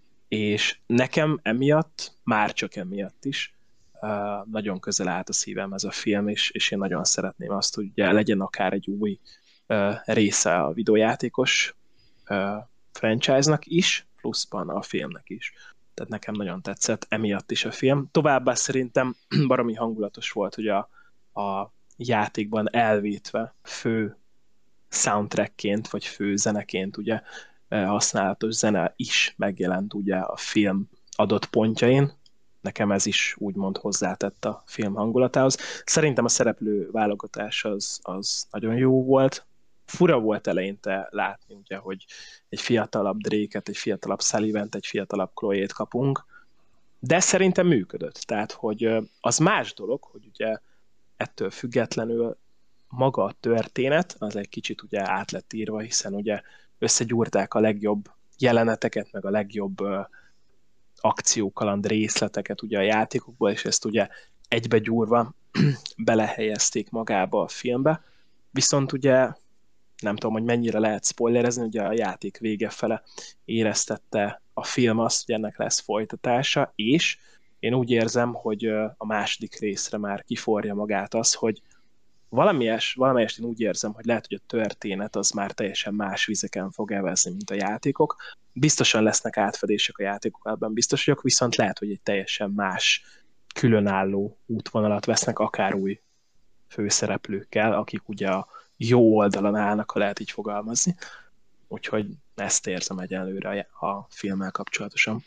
és nekem emiatt, már csak emiatt is, uh, nagyon közel állt a szívem ez a film, és, és én nagyon szeretném azt, hogy ugye legyen akár egy új uh, része a videójátékos uh, franchise-nak is, pluszban a filmnek is. Tehát nekem nagyon tetszett emiatt is a film. Továbbá szerintem baromi hangulatos volt, hogy a, a játékban elvétve fő soundtrackként, vagy fő zeneként ugye használatos zene is megjelent ugye a film adott pontjain. Nekem ez is úgymond hozzátett a film hangulatához. Szerintem a szereplő válogatás az, az nagyon jó volt. Fura volt eleinte látni, ugye, hogy egy fiatalabb Drake-et, egy fiatalabb Sullivan-t, egy fiatalabb Chloe-t kapunk, de szerintem működött. Tehát, hogy az más dolog, hogy ugye ettől függetlenül maga a történet, az egy kicsit ugye át lett írva, hiszen ugye összegyúrták a legjobb jeleneteket, meg a legjobb uh, akciókaland részleteket ugye a játékokból, és ezt ugye egybegyúrva belehelyezték magába a filmbe. Viszont ugye nem tudom, hogy mennyire lehet spoilerezni, ugye a játék vége fele éreztette a film azt, hogy ennek lesz folytatása, és én úgy érzem, hogy a második részre már kiforja magát az, hogy valamilyes, valamelyest én úgy érzem, hogy lehet, hogy a történet az már teljesen más vizeken fog evezni, mint a játékok. Biztosan lesznek átfedések a játékok, ebben biztos vagyok, viszont lehet, hogy egy teljesen más, különálló útvonalat vesznek, akár új főszereplőkkel, akik ugye a jó oldalon állnak, ha lehet így fogalmazni. Úgyhogy ezt érzem egyelőre a filmmel kapcsolatosan.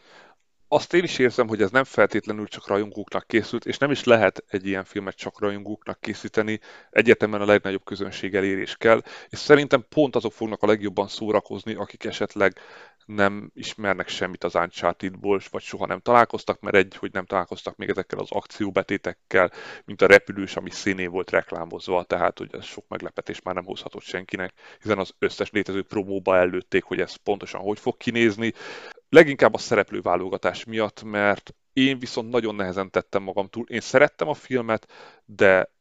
Azt én is érzem, hogy ez nem feltétlenül csak rajongóknak készült, és nem is lehet egy ilyen filmet csak rajongóknak készíteni, egyértelműen a legnagyobb közönség elérés kell, és szerintem pont azok fognak a legjobban szórakozni, akik esetleg nem ismernek semmit az Uncharted-ból, vagy soha nem találkoztak, mert egy, hogy nem találkoztak még ezekkel az akcióbetétekkel, mint a repülős, ami színé volt reklámozva, tehát hogy ez sok meglepetés már nem hozhatott senkinek, hiszen az összes létező promóba előtték, hogy ez pontosan hogy fog kinézni. Leginkább a szereplőválogatás miatt, mert én viszont nagyon nehezen tettem magam túl. Én szerettem a filmet, de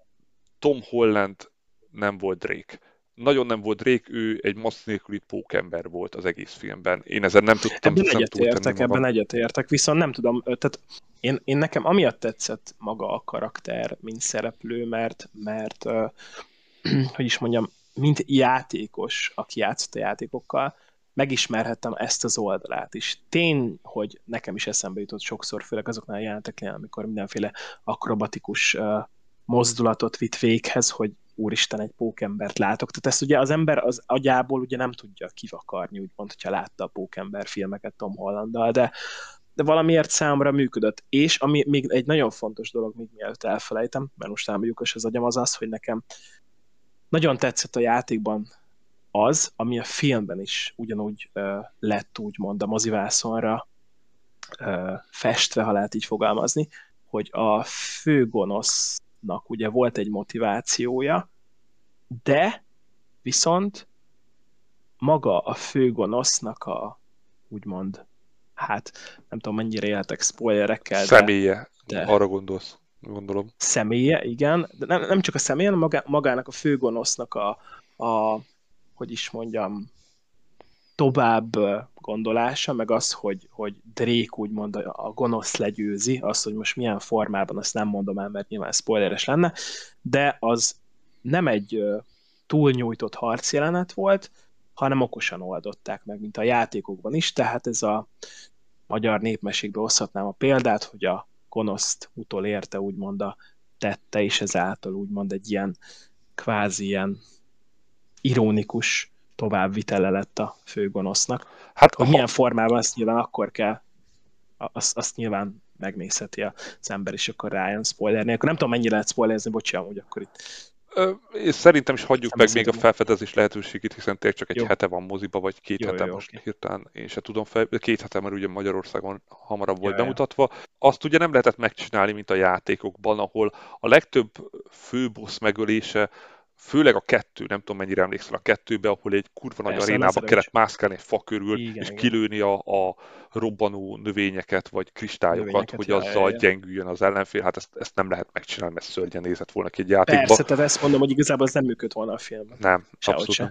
Tom Holland nem volt Drake. Nagyon nem volt Drake, ő egy maszk nélküli pókember volt az egész filmben. Én ezen nem tudtam Ebben sem túltenni egyetértek, magam. ebben egyetértek, viszont nem tudom, tehát én, én nekem amiatt tetszett maga a karakter, mint szereplő, mert, mert uh, hogy is mondjam, mint játékos, aki játszott a játékokkal, megismerhettem ezt az oldalát is. Tény, hogy nekem is eszembe jutott sokszor, főleg azoknál a jelenteknél, amikor mindenféle akrobatikus uh, mozdulatot vitt véghez, hogy úristen, egy pókembert látok. Tehát ezt ugye az ember az agyából ugye nem tudja kivakarni, úgymond, hogyha látta a pókember filmeket Tom Hollanddal, de, de valamiért számomra működött. És ami még egy nagyon fontos dolog, még mielőtt elfelejtem, mert most elmondjuk az agyam, az az, hogy nekem nagyon tetszett a játékban az, ami a filmben is ugyanúgy uh, lett úgymond a mozivászonra uh, festve, ha lehet így fogalmazni, hogy a főgonosznak ugye volt egy motivációja, de viszont maga a főgonosznak a úgymond, hát nem tudom mennyire éltek spoilerekkel, Személye, de, de arra gondolsz, gondolom. Személye, igen, de nem, nem csak a személye, hanem magá, magának a főgonosznak a, a hogy is mondjam, tovább gondolása, meg az, hogy, hogy Drake úgymond a, a gonosz legyőzi, az, hogy most milyen formában, azt nem mondom el, mert nyilván spoileres lenne, de az nem egy túlnyújtott harcjelenet volt, hanem okosan oldották meg, mint a játékokban is, tehát ez a magyar népmesékbe hozhatnám a példát, hogy a gonoszt utolérte úgymond a tette, és ezáltal úgymond egy ilyen kvázi ilyen ironikus továbbvitele lett a főgonosznak. Hát, hogy ha... milyen formában azt nyilván akkor kell, azt, azt nyilván megnézheti az ember, és akkor rájön spoiler nélkül. Nem tudom, mennyire lehet spoilerezni, bocsánat, hogy akkor itt Ö, és szerintem is hagyjuk Személy meg még a szerint felfedezés lehetőségét, hiszen tényleg csak egy jó, hete van moziba, vagy két jó, jó, hete jó, most oké. hirtelen, én se tudom fel, két hete, mert ugye Magyarországon hamarabb volt Ja, ja. bemutatva. Azt ugye nem lehetett megcsinálni, mint a játékokban, ahol a legtöbb főbossz megölése, főleg a kettő, nem tudom mennyire emlékszel a kettőbe, ahol egy kurva nagy Persze, a arénába kellett Lazarevics. mászkálni egy fa körül, és Igen, igen. kilőni a, a robbanó növényeket, vagy kristályokat, Növényeket, hogy ja, ja, azzal ja. gyengüljön az ellenfél. Hát ezt, ezt nem lehet megcsinálni, mert szörnyen nézett volna ki egy játékba. Persze, tehát ezt mondom, hogy igazából ez nem működött volna a filmben. Nem, Sehogy abszolút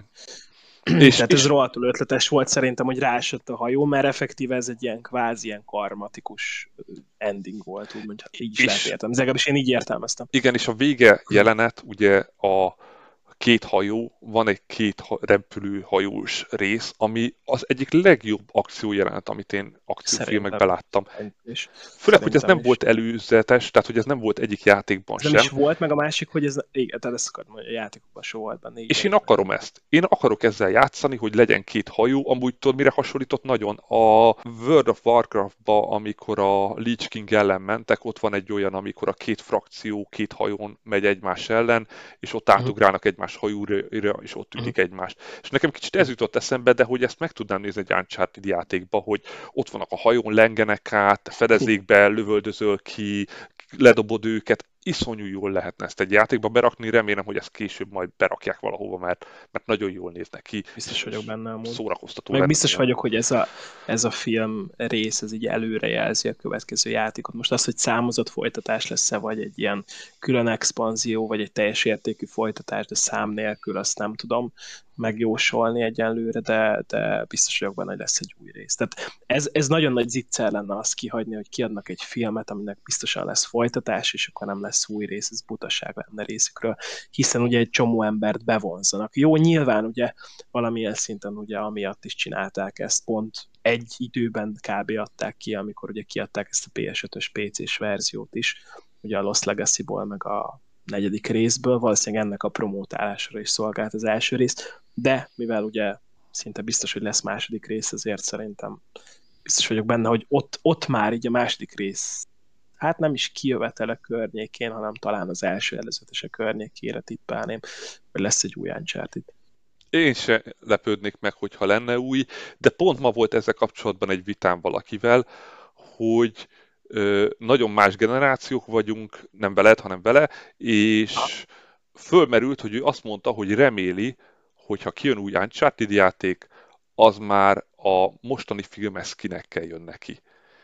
se. nem. És, Tehát ez és rohadtul ötletes volt szerintem, hogy ráesett a hajó, mert effektíve ez egy ilyen kvázi ilyen karmatikus ending volt, úgymond, hát így is lehet és értem. Legalábbis én így értelmeztem. igen, és a vége jelenet, ugye a két hajó, van egy két ha- repülő hajós rész, ami az egyik legjobb akciójelenet, amit én akciófilmekben Szerintem. láttam. És Főleg, hogy ez szerintem nem is. volt előzetes, tehát hogy ez nem volt egyik játékban Ez nem sem. is volt, meg a másik, hogy ez, igen, tehát ezt akartam, hogy a játékokban se volt benne. És Igen, én igen. akarom ezt. Én akarok ezzel játszani, hogy legyen két hajó. Amúgy tudod, mire hasonlított nagyon? A World of Warcraft-ba, amikor a Lich King ellen mentek, ott van egy olyan, amikor a két frakció két hajón megy egymás ellen, és ott Uh-huh. átugrálnak egymás hajóra, és ott Uh-huh. ütik egymást. És nekem kicsit ez jutott eszembe, de hogy ezt meg tudnám nézni egy Uncharted játékba, hogy ott vannak a hajón, lengenek át, fedezékbe lövöldözöl ki, ledobod őket, iszonyú jól lehetne ezt egy játékba berakni, remélem, hogy ezt később majd berakják valahova, mert, mert nagyon jól néznek ki. Biztos vagyok benne amúgy. Szórakoztató Meg lenne. biztos vagyok, hogy ez a, ez a film rész, ez így előrejelzi a következő játékot. Most az, hogy számozott folytatás lesz-e, vagy egy ilyen külön expanzió, vagy egy teljes értékű folytatás, de szám nélkül, azt nem tudom megjósolni egyenlőre, de, de biztos vagyok benne, hogy lesz egy új rész. Tehát ez, ez nagyon nagy zicser lenne azt kihagyni, hogy kiadnak egy filmet, aminek biztosan lesz folytatás, és akkor nem lesz új rész, ez butaság lenne részükről, hiszen ugye egy csomó embert bevonzanak. Jó, nyilván ugye valamilyen szinten ugye amiatt is csinálták ezt, pont egy időben kb. Adták ki, amikor ugye kiadták ezt a pé es ötös pé cés verziót is, ugye a Lost Legacy-ból, meg a negyedik részből, valószínűleg ennek a promótálásra is szolgált az első rész, de mivel ugye szinte biztos, hogy lesz második rész, ezért szerintem biztos vagyok benne, hogy ott, ott már így a második rész, hát nem is kijövetele környékén, hanem talán az első előzetese környékére tippelném, hogy lesz egy új Uncharted. Én se lepődnék meg, hogyha lenne új, de pont ma volt ezzel kapcsolatban egy vitám valakivel, hogy ö, nagyon más generációk vagyunk, nem veled, hanem vele, és fölmerült, hogy ő azt mondta, hogy reméli, hogyha kijön új Uncharted játék, az már a mostani filmes skinekkel jön neki.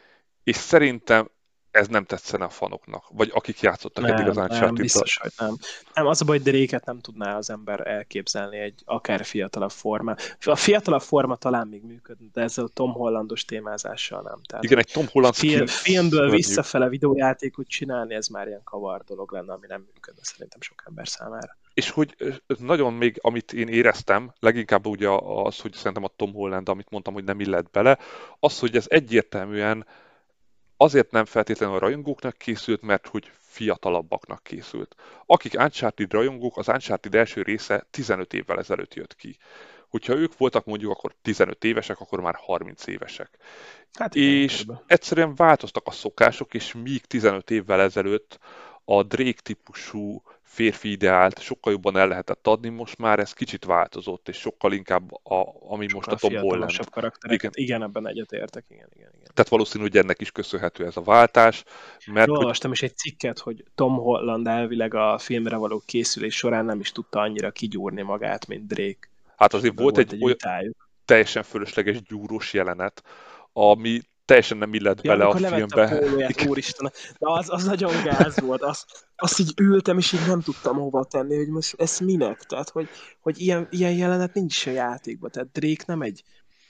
És szerintem ez nem tetszene a fanoknak, vagy akik játszottak eddig az Nem, nem, Uncharted-ba. biztos, hogy nem. Nem, az a baj, hogy Drake-et nem tudná az ember elképzelni egy akár fiatalabb forma. A fiatalabb forma talán még működne, de ezzel a Tom Hollandos témázással nem. Tehát, Igen, egy Tom Holland film, skin filmből szörnyű. visszafele videójátékot csinálni, ez már ilyen kavar dolog lenne, ami nem működne szerintem sok ember számára. És hogy nagyon még, amit én éreztem, leginkább ugye az, hogy szerintem a Tom Holland, amit mondtam, hogy nem illett bele, az, hogy ez egyértelműen azért nem feltétlenül a rajongóknak készült, mert hogy fiatalabbaknak készült. Akik Uncharted rajongók, az Uncharted első része tizenöt évvel ezelőtt jött ki. Hogyha ők voltak mondjuk akkor tizenöt évesek, akkor már harminc évesek. Hát igen, És körülbelül. egyszerűen változtak a szokások, és míg tizenöt évvel ezelőtt a Drake típusú férfi ideált sokkal jobban el lehetett adni, most már ez kicsit változott, és sokkal inkább, a, ami Sokkal most a Tom Holland. fiatalosabb karaktereket. Igen. Igen, ebben egyetértek, igen, igen, igen. Tehát valószínű, hogy ennek is köszönhető ez a váltás, mert Jól hogy olvastam is egy cikket, hogy Tom Holland elvileg a filmre való készülés során nem is tudta annyira kigyúrni magát, mint Drake. hát azért volt, Volt egy, egy olyan vitájuk. teljesen fölösleges gyúrós jelenet, ami teljesen nem illett Ja, bele a amikor levette a filmbe. pólóját, úristen, de az, az nagyon gáz volt, az, azt így ültem, és így nem tudtam hova tenni, hogy most ez minek, tehát, hogy, hogy ilyen, ilyen jelenet nincs is a játékban, tehát Drake nem egy,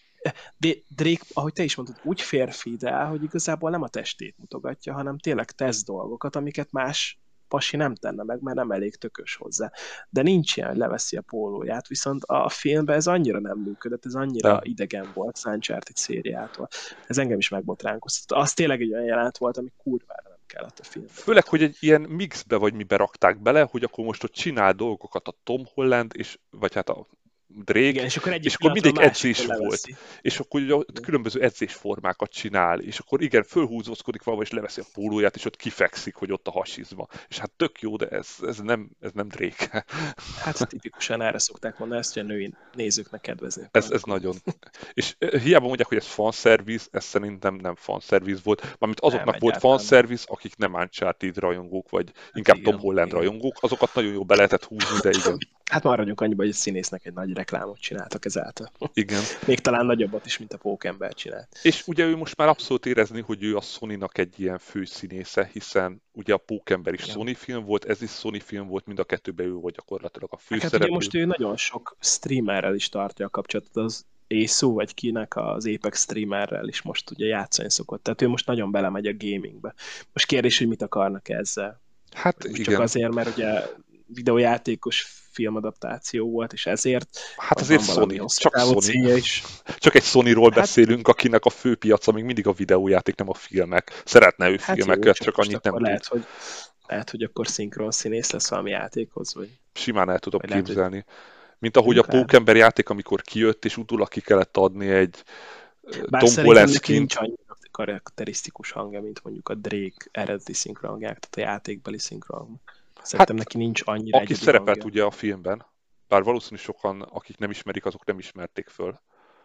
de Drake, ahogy te is mondtad, úgy férfi ideál, hogy igazából nem a testét mutogatja, hanem tényleg tesz dolgokat, amiket más pasi nem tenne meg, mert nem elég tökös hozzá. De nincs ilyen, hogy leveszi a pólóját, viszont a filmben ez annyira nem működött, ez annyira Nem. idegen volt az Uncharted szériától. Ez engem is megbotránkoztatott. Az tényleg egy olyan jelent volt, ami kurvára nem kellett a filmben. Főleg, hogy egy ilyen mixbe vagy mibe rakták bele, hogy akkor most ott csinál dolgokat a Tom Holland, és, vagy hát a Drake, Igen, és akkor egyik és akkor pillanatról mindig a másikra edzés volt. leveszi. És akkor ugye ott különböző edzésformákat csinál, és akkor igen, fölhúzózkodik valahol, és leveszi a pólóját, és ott kifekszik, hogy ott a hasizma. És hát tök jó, de ez, ez, nem, ez nem Drake. Hát tipikusan erre szokták mondani ezt, hogy a női nézőknek kedvezni Ez, ez akkor. nagyon. És eh, hiába mondják, hogy ez fanservice, ez szerintem nem fanservice volt. Mármint Nem, azoknak volt egyáltalán nem. fanservice, akik nem Uncharted rajongók, vagy Hát inkább Tom igen, Holland igen. rajongók, azokat nagyon jól be lehetett húzni, de igen. Hát maradjunk annyiba, hogy a színésznek egy nagy reklámot csináltak ezáltal. Igen. Még talán nagyobbat is, mint a Pókember csinált. És ugye ő most már abszolút érezni, hogy ő a Sony-nak egy ilyen főszínésze, hiszen ugye a Pókember is Igen. Sony film volt, ez is Sony film volt, mind a kettőben ő volt gyakorlatilag a Hát ugye főszereplő. most ő nagyon sok streamerrel is tartja a kapcsolatot, az Észú, vagy kinek az Apex streamerrel is most ugye játszani szokott. Tehát ő most nagyon belemegy a gamingbe. Most kérdés, hogy mit akarnak ezzel. Hát Most igen. csak azért, mert ugye videójátékos filmadaptáció volt, és ezért Hát azért Sony, csak Sony. Is. Csak egy Sonyról Hát, beszélünk, akinek a fő piaca még mindig a videójáték, nem a filmek. Szeretne ő hát filmeket, jó, csak, csak annyit nem lehet, tud. hogy, lehet, hogy akkor szinkron színész lesz valami játékhoz, vagy... Simán el tudom vagy lehet, képzelni. Hogy... Mint ahogy a Pókember játék, amikor kijött, és utólag ki kellett adni egy Bár Tom Holland neki skint. nincs annyira karakterisztikus hangja, mint mondjuk a Drake eredeti szinkronhangják, tehát a játékbeli szinkron. Szerintem hát, neki nincs annyira aki szerepelt hangja. ugye a filmben, bár valószínűleg sokan, akik nem ismerik, azok nem ismerték föl.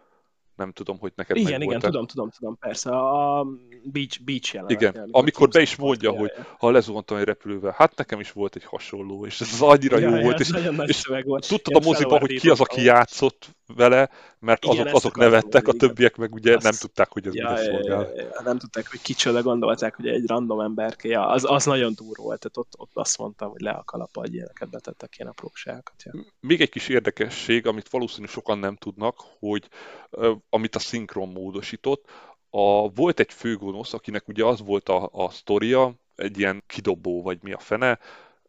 Nem tudom, hogy neked igen, meg igen, volt-e. tudom, tudom, tudom, persze. A Beach, beach jelenet. Igen, amikor, amikor be is mondja, hogy ha lezuhantam egy repülővel, hát nekem is volt egy hasonló, és ez annyira ja, jó ja, volt, és, nagyon nagy és volt. tudtad a moziban, hogy ki az, aki játszott vele, mert igen, azok, azok nevettek, a többiek meg ugye azt, nem tudták, hogy ez ja, mire ja, szolgál. Ja, ja, nem tudták, hogy kicsoda, gondolták, hogy egy random emberke, ja, az, az nagyon durva volt, tehát ott, ott azt mondtam, hogy le a kalapa, hogy ilyeneket betettek ilyen apróságokat. Ja. Még egy kis érdekesség, amit valószínűleg sokan nem tudnak, hogy uh, amit a szinkron módosított, a, volt egy főgonosz, akinek ugye az volt a, a sztoria, egy ilyen kidobó, vagy mi a fene,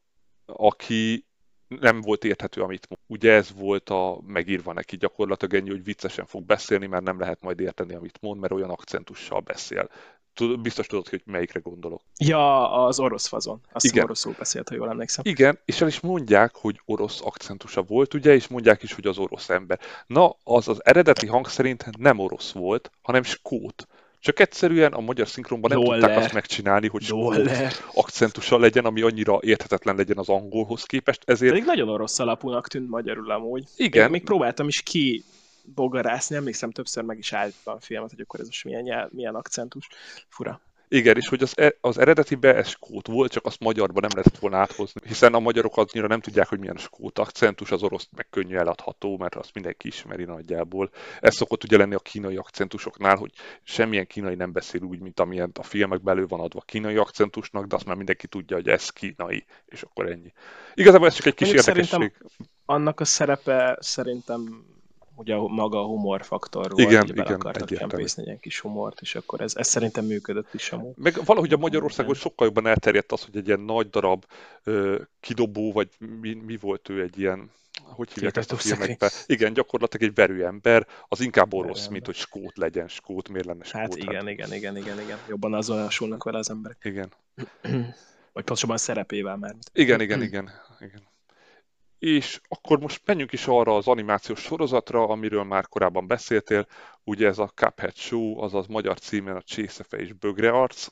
aki nem volt érthető, amit mond. Ugye ez volt a megírva neki gyakorlatilag ennyi, hogy viccesen fog beszélni, mert nem lehet majd érteni, amit mond, mert olyan akcentussal beszél. Biztos tudod, hogy melyikre gondolok. Ja, az orosz fazon. Azt Igen. oroszul beszélt, ha jól emlékszem. Igen, és el is mondják, hogy orosz akcentusa volt, ugye, és mondják is, hogy az orosz ember. Na, az az eredeti hang szerint nem orosz volt, hanem skót. Csak egyszerűen a magyar szinkronban nem Dollar. tudták azt megcsinálni, hogy skót akcentusa legyen, ami annyira érthetetlen legyen az angolhoz képest. Ezért... Pedig nagyon orosz alapúnak tűnt magyarul amúgy. Igen. Még, még próbáltam is ki bogarászni, emlékszem, többször meg is állítottam a filmet, hogy akkor ez most milyen, nyelv, milyen akcentus. Fura. Igen, és hogy az, e, az eredetiben ez skót volt, csak azt magyarban nem lehetett volna áthozni, hiszen a magyarok annyira nem tudják, hogy milyen skót akcentus, az orosz meg könnyű eladható, mert azt mindenki ismeri nagyjából. Ez szokott ugye lenni a kínai akcentusoknál, hogy semmilyen kínai nem beszél úgy, mint amilyen a filmekben elő van adva kínai akcentusnak, de azt már mindenki tudja, hogy ez kínai, és akkor ennyi. Igazából ez csak egy kis Mondjuk érdekesség. Annak a szerepe szerintem ugye maga a humorfaktor volt, igen, hogy bele igen, akartak kempészni egy ilyen kis humort, és akkor ez, ez szerintem működött is amúgy. Meg valahogy a Magyarországon sokkal jobban elterjedt az, hogy egy ilyen nagy darab ö, kidobó, vagy mi, mi volt ő egy ilyen, hogy hívják ezt a filmekbe? Igen, gyakorlatilag egy verőember, az inkább orosz, verőember. Mint hogy skót legyen, skót, miért lenne skót? Hát igen, hát. igen, igen, igen, igen. Jobban azonosulnak vele az emberek. Igen. Vagy pontosabban szerepével már. Igen, igen, igen, igen. És akkor most menjünk is arra az animációs sorozatra, amiről már korábban beszéltél. Ugye ez a Cuphead Show, azaz magyar címen a Csészefe és Bögrearc.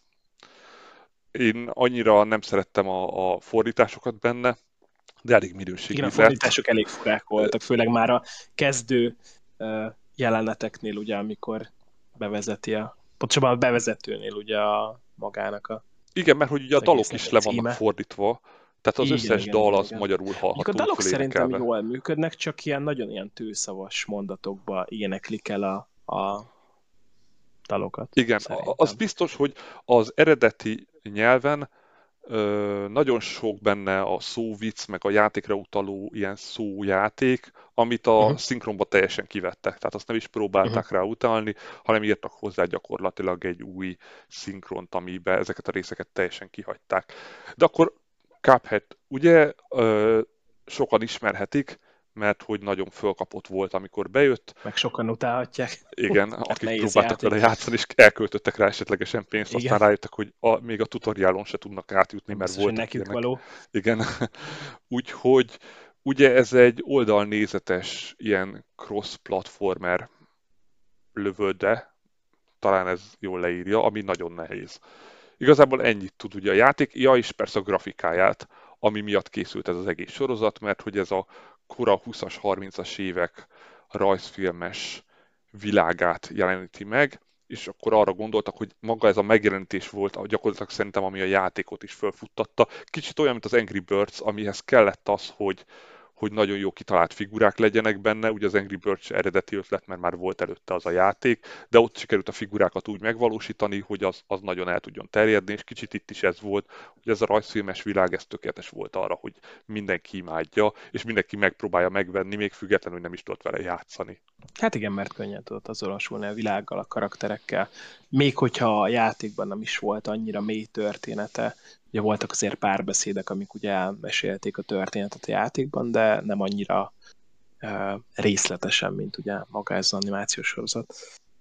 Én annyira nem szerettem a, a fordításokat benne, de elég minőségű. Igen, a fordítások elég furák voltak, főleg már a kezdő jeleneteknél, ugye, amikor bevezeti a... Pontosabban a bevezetőnél ugye a magának a... Igen, mert hogy ugye a dalok is le vannak fordítva, tehát az igen, összes igen, dal az igen. magyarul hallható. A dalok szerintem jól működnek, csak ilyen nagyon ilyen tőszavas mondatokba éneklik el a, a dalokat. Igen, szerintem. Az biztos, hogy az eredeti nyelven ö, nagyon sok benne a szóvic, meg a játékra utaló ilyen szójáték, amit a uh-huh. szinkronba teljesen kivettek. Tehát azt nem is próbálták uh-huh. rá utalni, hanem írtak hozzá gyakorlatilag egy új szinkront, amiben ezeket a részeket teljesen kihagyták. De akkor Cuphead, ugye ö, sokan ismerhetik, mert hogy nagyon fölkapott volt, amikor bejött. Meg sokan utálhatják. Igen, akik próbáltak játék. vele játszani, és elköltöttek rá esetlegesen pénzt, igen. Aztán rájöttek, hogy a, még a tutoriálon se tudnak átjutni, mert biztos, voltak nekik ilyenek. való. Igen, úgyhogy Ugye ez egy oldalnézetes, ilyen cross-platformer lövöldre, talán ez jól leírja, ami nagyon nehéz. Igazából ennyit tud ugye a játék, ja és persze a grafikáját, ami miatt készült ez az egész sorozat, mert hogy ez a kora húszas, harmincas évek rajzfilmes világát jeleníti meg, és akkor arra gondoltak, hogy maga ez a megjelenítés volt gyakorlatilag szerintem, ami a játékot is fölfuttatta. Kicsit olyan, mint az Angry Birds, amihez kellett az, hogy, hogy nagyon jó kitalált figurák legyenek benne, ugye az Angry Birds eredeti ötlet, mert már volt előtte az a játék, de ott sikerült a figurákat úgy megvalósítani, hogy az, az nagyon el tudjon terjedni, és kicsit itt is ez volt, hogy ez a rajzfilmes világ, ez tökéletes volt arra, hogy mindenki imádja, és mindenki megpróbálja megvenni, még függetlenül nem is tudott vele játszani. Hát igen, mert könnyen tudott azonosulni a világgal, a karakterekkel. Még hogyha a játékban nem is volt annyira mély története, ugye voltak azért párbeszédek, amik ugye elmesélték a történetet a játékban, de nem annyira uh, részletesen, mint ugye maga ez az animációs sorozat.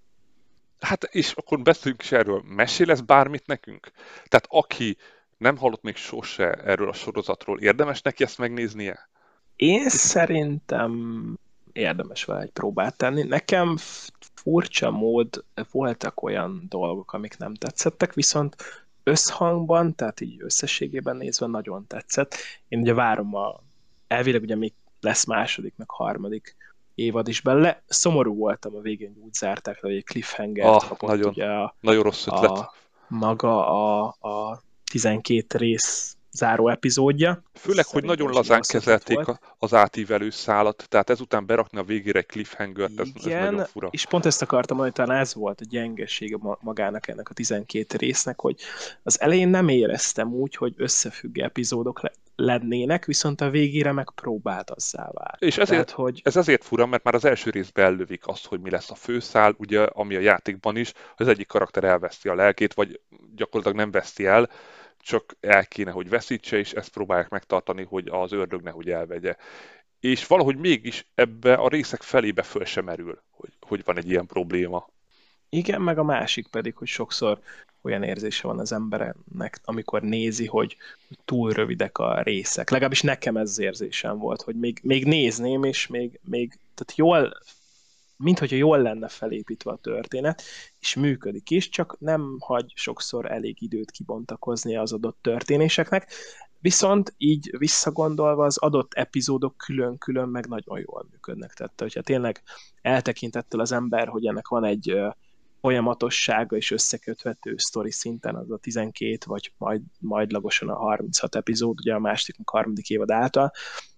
Hát és akkor beszéljünk is erről. Mesél ez bármit nekünk? Tehát aki nem hallott még sose erről a sorozatról, érdemes neki ezt megnéznie? Én szerintem érdemes vele egy próbát tenni. Nekem furcsa mód voltak olyan dolgok, amik nem tetszettek, viszont összhangban, tehát így összességében nézve nagyon tetszett. Én ugye várom a, elvileg ugye még lesz második, meg harmadik évad is belőle. Szomorú voltam a végén, úgy zárták le, hogy egy cliffhanger-t Ah, kapott nagyon, ugye a, nagyon rossz ötlet. a maga a, a tizenkét rész záró epizódja. Főleg, hogy nagyon lazán kezelték az átívelő szálat, tehát ezután berakni a végére egy cliffhanger-t, ez, ez nagyon fura. És pont ezt akartam mondani, talán ez volt a gyengesége magának ennek a tizenkét résznek, hogy az elején nem éreztem úgy, hogy összefüggő epizódok lennének, viszont a végére megpróbált azzá válni. És ezért, Tehát, hogy... ez azért fura, mert már az első részben ellövik azt, hogy mi lesz a főszál, ugye, ami a játékban is, az egyik karakter elveszti a lelkét, vagy gyakorlatilag nem veszti el, csak el kéne, hogy veszítse, és ezt próbálják megtartani, hogy az ördög nehogy elvegye. És valahogy mégis ebbe a részek felébe föl sem merül, hogy, hogy van egy ilyen probléma. Igen, meg a másik pedig, hogy sokszor olyan érzése van az embernek, amikor nézi, hogy túl rövidek a részek. Legalábbis nekem ez az érzésem volt, hogy még, még nézném, és még, még tehát jól, mint hogyha jól lenne felépítve a történet, és működik is, csak nem hagy sokszor elég időt kibontakozni az adott történéseknek. Viszont így visszagondolva az adott epizódok külön-külön meg nagyon jól működnek. Tehát, hogyha tényleg eltekintettől az ember, hogy ennek van egy folyamatossága és összeköthető sztori szinten, az a tizenkét, vagy majd, majdlagosan a harminchat epizód, ugye a második, a harmadik évad által,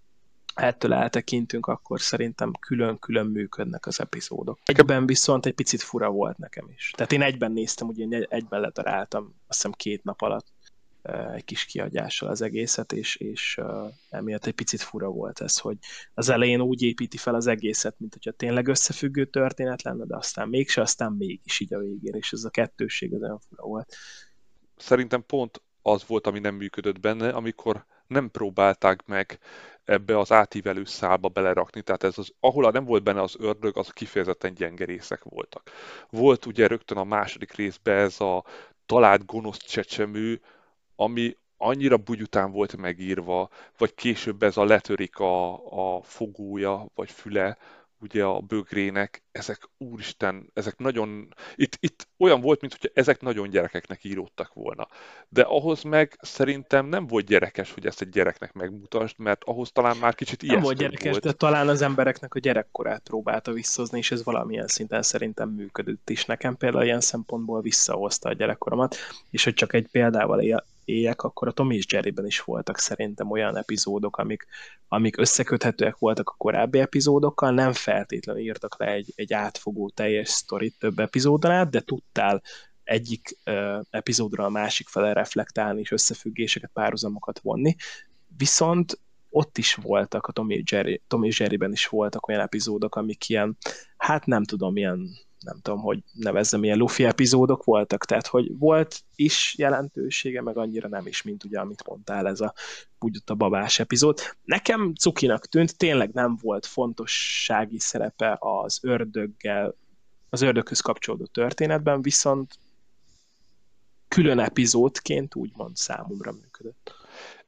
ettől eltekintünk, akkor szerintem külön-külön működnek az epizódok. Egyben viszont egy picit fura volt nekem is. Tehát én egyben néztem, ugye én egyben ledaráltam, azt hiszem két nap alatt egy kis kiadással az egészet, és, és uh, emiatt egy picit fura volt ez, hogy az elején úgy építi fel az egészet, mint hogyha tényleg összefüggő történet lenne, de aztán mégse, aztán mégis így a végén, és ez a kettősség az olyan fura volt. Szerintem pont az volt, ami nem működött benne, amikor nem próbálták meg ebbe az átívelő szálba belerakni, tehát ez az, ahol nem volt benne az ördög, az kifejezetten gyenge részek voltak. Volt ugye rögtön a második részben ez a talált gonosz csecsemő, ami annyira bugyután volt megírva, vagy később ez a letörik a, a fogója, vagy füle, ugye a bögrének, ezek úristen, ezek nagyon, itt, itt olyan volt, mintha ezek nagyon gyerekeknek íródtak volna. De ahhoz meg szerintem nem volt gyerekes, hogy ezt egy gyereknek megmutasd, mert ahhoz talán már kicsit ijesztő volt. Nem volt gyerekes, volt. De talán az embereknek a gyerekkorát próbálta visszahozni, és ez valamilyen szinten szerintem működött is. Nekem például ilyen szempontból visszahozta a gyerekkoromat, és hogy csak egy példával él, éljek, akkor a Tom és Jerryben is voltak szerintem olyan epizódok, amik, amik összeköthetőek voltak a korábbi epizódokkal, nem feltétlenül írtak le egy, egy átfogó teljes sztorit több epizódon át, de tudtál egyik uh, epizódra a másik fele reflektálni, és összefüggéseket, párhuzamokat vonni. Viszont ott is voltak, a Tom és, Jerry, Tom és Jerryben is voltak olyan epizódok, amik ilyen, hát nem tudom, ilyen nem tudom, hogy nevezzem, ilyen lufi epizódok voltak, tehát hogy volt is jelentősége, meg annyira nem is, mint ugye, amit mondtál, ez a bugyott a babás epizód. Nekem cukinak tűnt, tényleg nem volt fontossági szerepe az ördöggel, az ördöghöz kapcsolódó történetben, viszont külön epizódként úgymond számomra működött.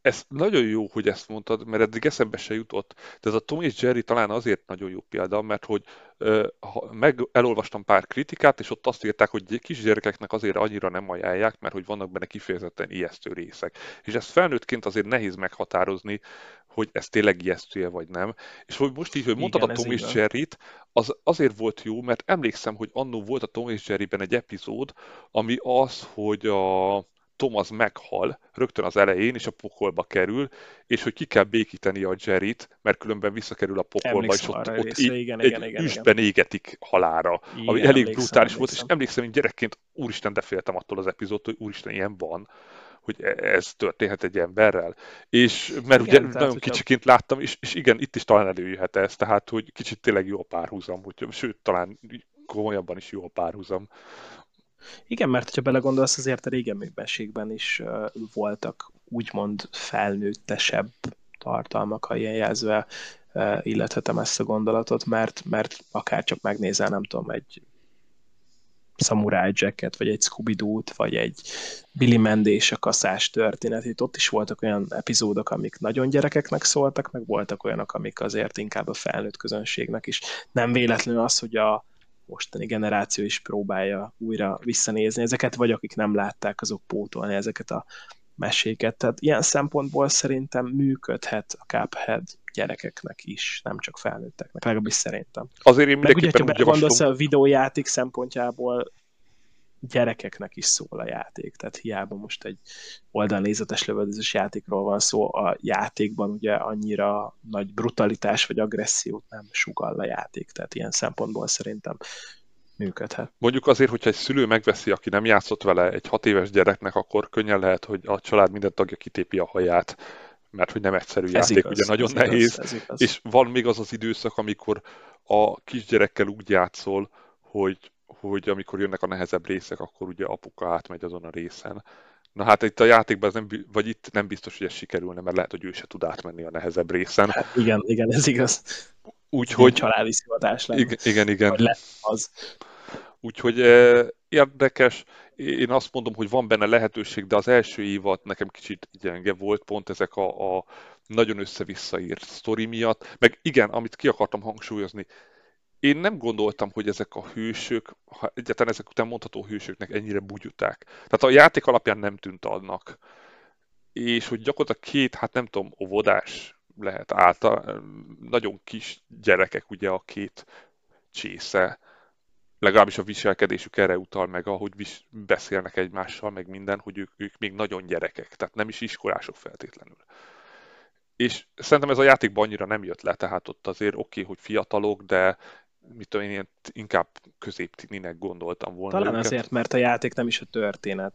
Ez nagyon jó, hogy ezt mondtad, mert eddig eszembe se jutott. De ez a Tom és Jerry talán azért nagyon jó példa, mert hogy ö, ha, meg elolvastam pár kritikát, és ott azt írták, hogy kisgyerekeknek azért annyira nem ajánlják, mert hogy vannak benne kifejezetten ijesztő részek. És ezt felnőttként azért nehéz meghatározni, hogy ez tényleg ijesztője vagy nem. És hogy most így, hogy mondtad a Igen, ez Tom és igaz. Jerryt, az azért volt jó, mert emlékszem, hogy annó volt a Tom és Jerryben egy epizód, ami az, hogy a Thomas meghal rögtön az elején, és a pokolba kerül, és hogy ki kell békíteni a Jerryt, mert különben visszakerül a pokolba, és Emlékszem ott, arra a ott részre, í- igen, igen, egy igen, igen. üstben égetik halára, ami Igen, elég emlékszem, brutális volt, és emlékszem. emlékszem, hogy gyerekként úristen, de féltem attól az epizódtól, hogy úristen, ilyen van, hogy e- ez történhet egy emberrel. És mert ugye Igen, tehát nagyon hogyha kicsiként láttam, és, és igen, itt is talán előjöhet ez, tehát hogy kicsit tényleg jó a párhuzam, hogy, sőt, talán komolyabban is jó a párhuzam. Igen, mert ha belegondolsz, azért a régen mesékben is uh, voltak úgymond felnőttesebb tartalmak, ha ilyen jelzve uh, illethetem ezt a gondolatot, mert, mert akár csak megnézel, nem tudom, egy Samurai Jacket, vagy egy Scooby-Doo-t, vagy egy Billy Mandy és a kaszás történetét. Ott is voltak olyan epizódok, amik nagyon gyerekeknek szóltak, meg voltak olyanok, amik azért inkább a felnőtt közönségnek is. Nem véletlenül az, hogy a mostani generáció is próbálja újra visszanézni ezeket, vagy akik nem látták, azok pótolni ezeket a meséket. Tehát ilyen szempontból szerintem működhet a Cuphead gyerekeknek is, nem csak felnőtteknek, legalábbis szerintem. Azért én Meg ugye, mindenképpen ha úgy belegondolsz, javaslom, a videójáték szempontjából gyerekeknek is szól a játék, tehát hiába most egy oldalnézetes lövöldözős játékról van szó, a játékban ugye annyira nagy brutalitás vagy agressziót nem sugall a játék, tehát ilyen szempontból szerintem működhet. mondjuk azért, hogyha egy szülő megveszi, aki nem játszott vele egy hat éves gyereknek, akkor könnyen lehet, hogy a család minden tagja kitépi a haját, mert hogy nem egyszerű Ez játék, ugye igaz, nagyon ez igaz, nehéz, ez igaz. és van még az az időszak, amikor a kisgyerekkel úgy játszol, hogy, hogy amikor jönnek a nehezebb részek, akkor ugye apuka átmegy azon a részen. Na hát itt a játékban, ez nem, bi- vagy itt nem biztos, hogy ez sikerülne, mert lehet, hogy ő se tud átmenni a nehezebb részen. Hát igen, igen, ez igaz. Ez egy ilyen Úgyhogy családi szivatás lenne. igen, igen, igen. Vagy lett az. Úgyhogy eh, érdekes. Én azt mondom, hogy van benne lehetőség, de az első évad nekem kicsit gyenge volt, pont ezek a, a nagyon össze-vissza írt sztori miatt. Meg igen, amit ki akartam hangsúlyozni, én nem gondoltam, hogy ezek a hősök, ha egyáltalán ezek után mondható hősöknek ennyire bugyuták. Tehát a játék alapján nem tűnt annak. És hogy gyakorlatilag két, hát nem tudom, óvodás lehet által, nagyon kis gyerekek ugye a két csésze, legalábbis a viselkedésük erre utal meg, ahogy vis- beszélnek egymással, meg minden, hogy ők, ők még nagyon gyerekek, tehát nem is iskolások feltétlenül. És szerintem ez a játékban annyira nem jött le, tehát ott azért oké, okay, hogy fiatalok, de mit tudom én, ilyen inkább középtininek gondoltam volna Talán őket. azért, mert a játék nem is a történet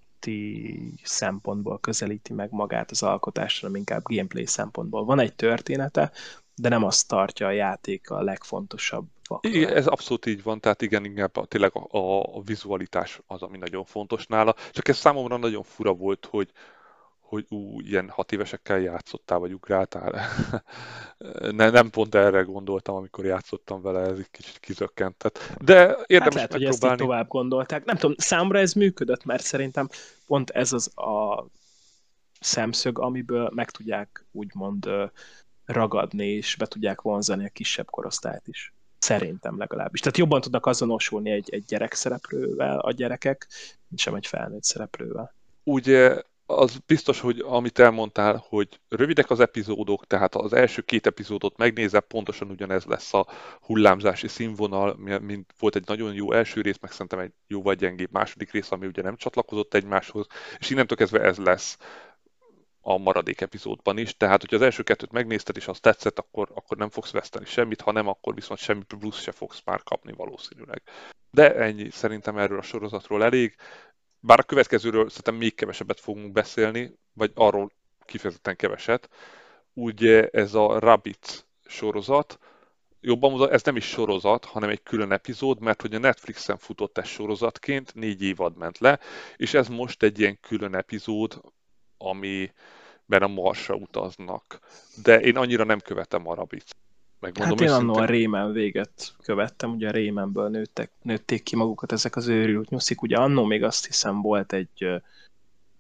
szempontból közelíti meg magát az alkotást, hanem inkább gameplay szempontból. Van egy története, de nem azt tartja a játék a legfontosabb Igen, ez faktorának. abszolút így van, tehát igen, inkább a, tényleg a, a, a vizualitás az, ami nagyon fontos nála. Csak ez számomra nagyon fura volt, hogy, hogy ú, ilyen hat évesekkel játszottál, vagy ugráltál. ne, nem pont erre gondoltam, amikor játszottam vele, ez egy kicsit kizökkentett. De Hát érdemes lehet, hogy ezt így megpróbálni. tovább gondolták. Nem tudom, számomra ez működött, mert szerintem pont ez az a szemszög, amiből meg tudják úgymond ö, ragadni, és be tudják vonzani a kisebb korosztályt is. Szerintem legalábbis. Tehát jobban tudnak azonosulni egy, egy gyerek szereplővel a gyerekek, mint sem egy felnőtt szereplővel. Ugye az biztos, hogy amit elmondtál, hogy rövidek az epizódok, tehát az első két epizódot megnézed, pontosan ugyanez lesz a hullámzási színvonal, mint volt egy nagyon jó első rész, meg szerintem egy jóval gyengébb második rész, ami ugye nem csatlakozott egymáshoz, és innentől kezdve ez lesz a maradék epizódban is, tehát hogyha az első kettőt megnézted és azt tetszett, akkor, akkor nem fogsz veszteni semmit, ha nem, akkor viszont semmi plusz se fogsz már kapni valószínűleg. De ennyi szerintem erről a sorozatról elég. Bár a következőről szerintem még kevesebbet fogunk beszélni, vagy arról kifejezetten keveset. Ugye ez a Rabbit sorozat, jobban mondom, ez nem is sorozat, hanem egy külön epizód, mert hogy a Netflixen futott ez sorozatként, négy évad ment le, és ez most egy ilyen külön epizód, amiben a Marsra utaznak. De én annyira nem követem a Rabbit. Megmondom Hát én annól a őszintén. Rémen véget követtem, ugye a Rémenből nőttek, nőtték ki magukat ezek az őrült nyuszik, ugye annó még azt hiszem volt egy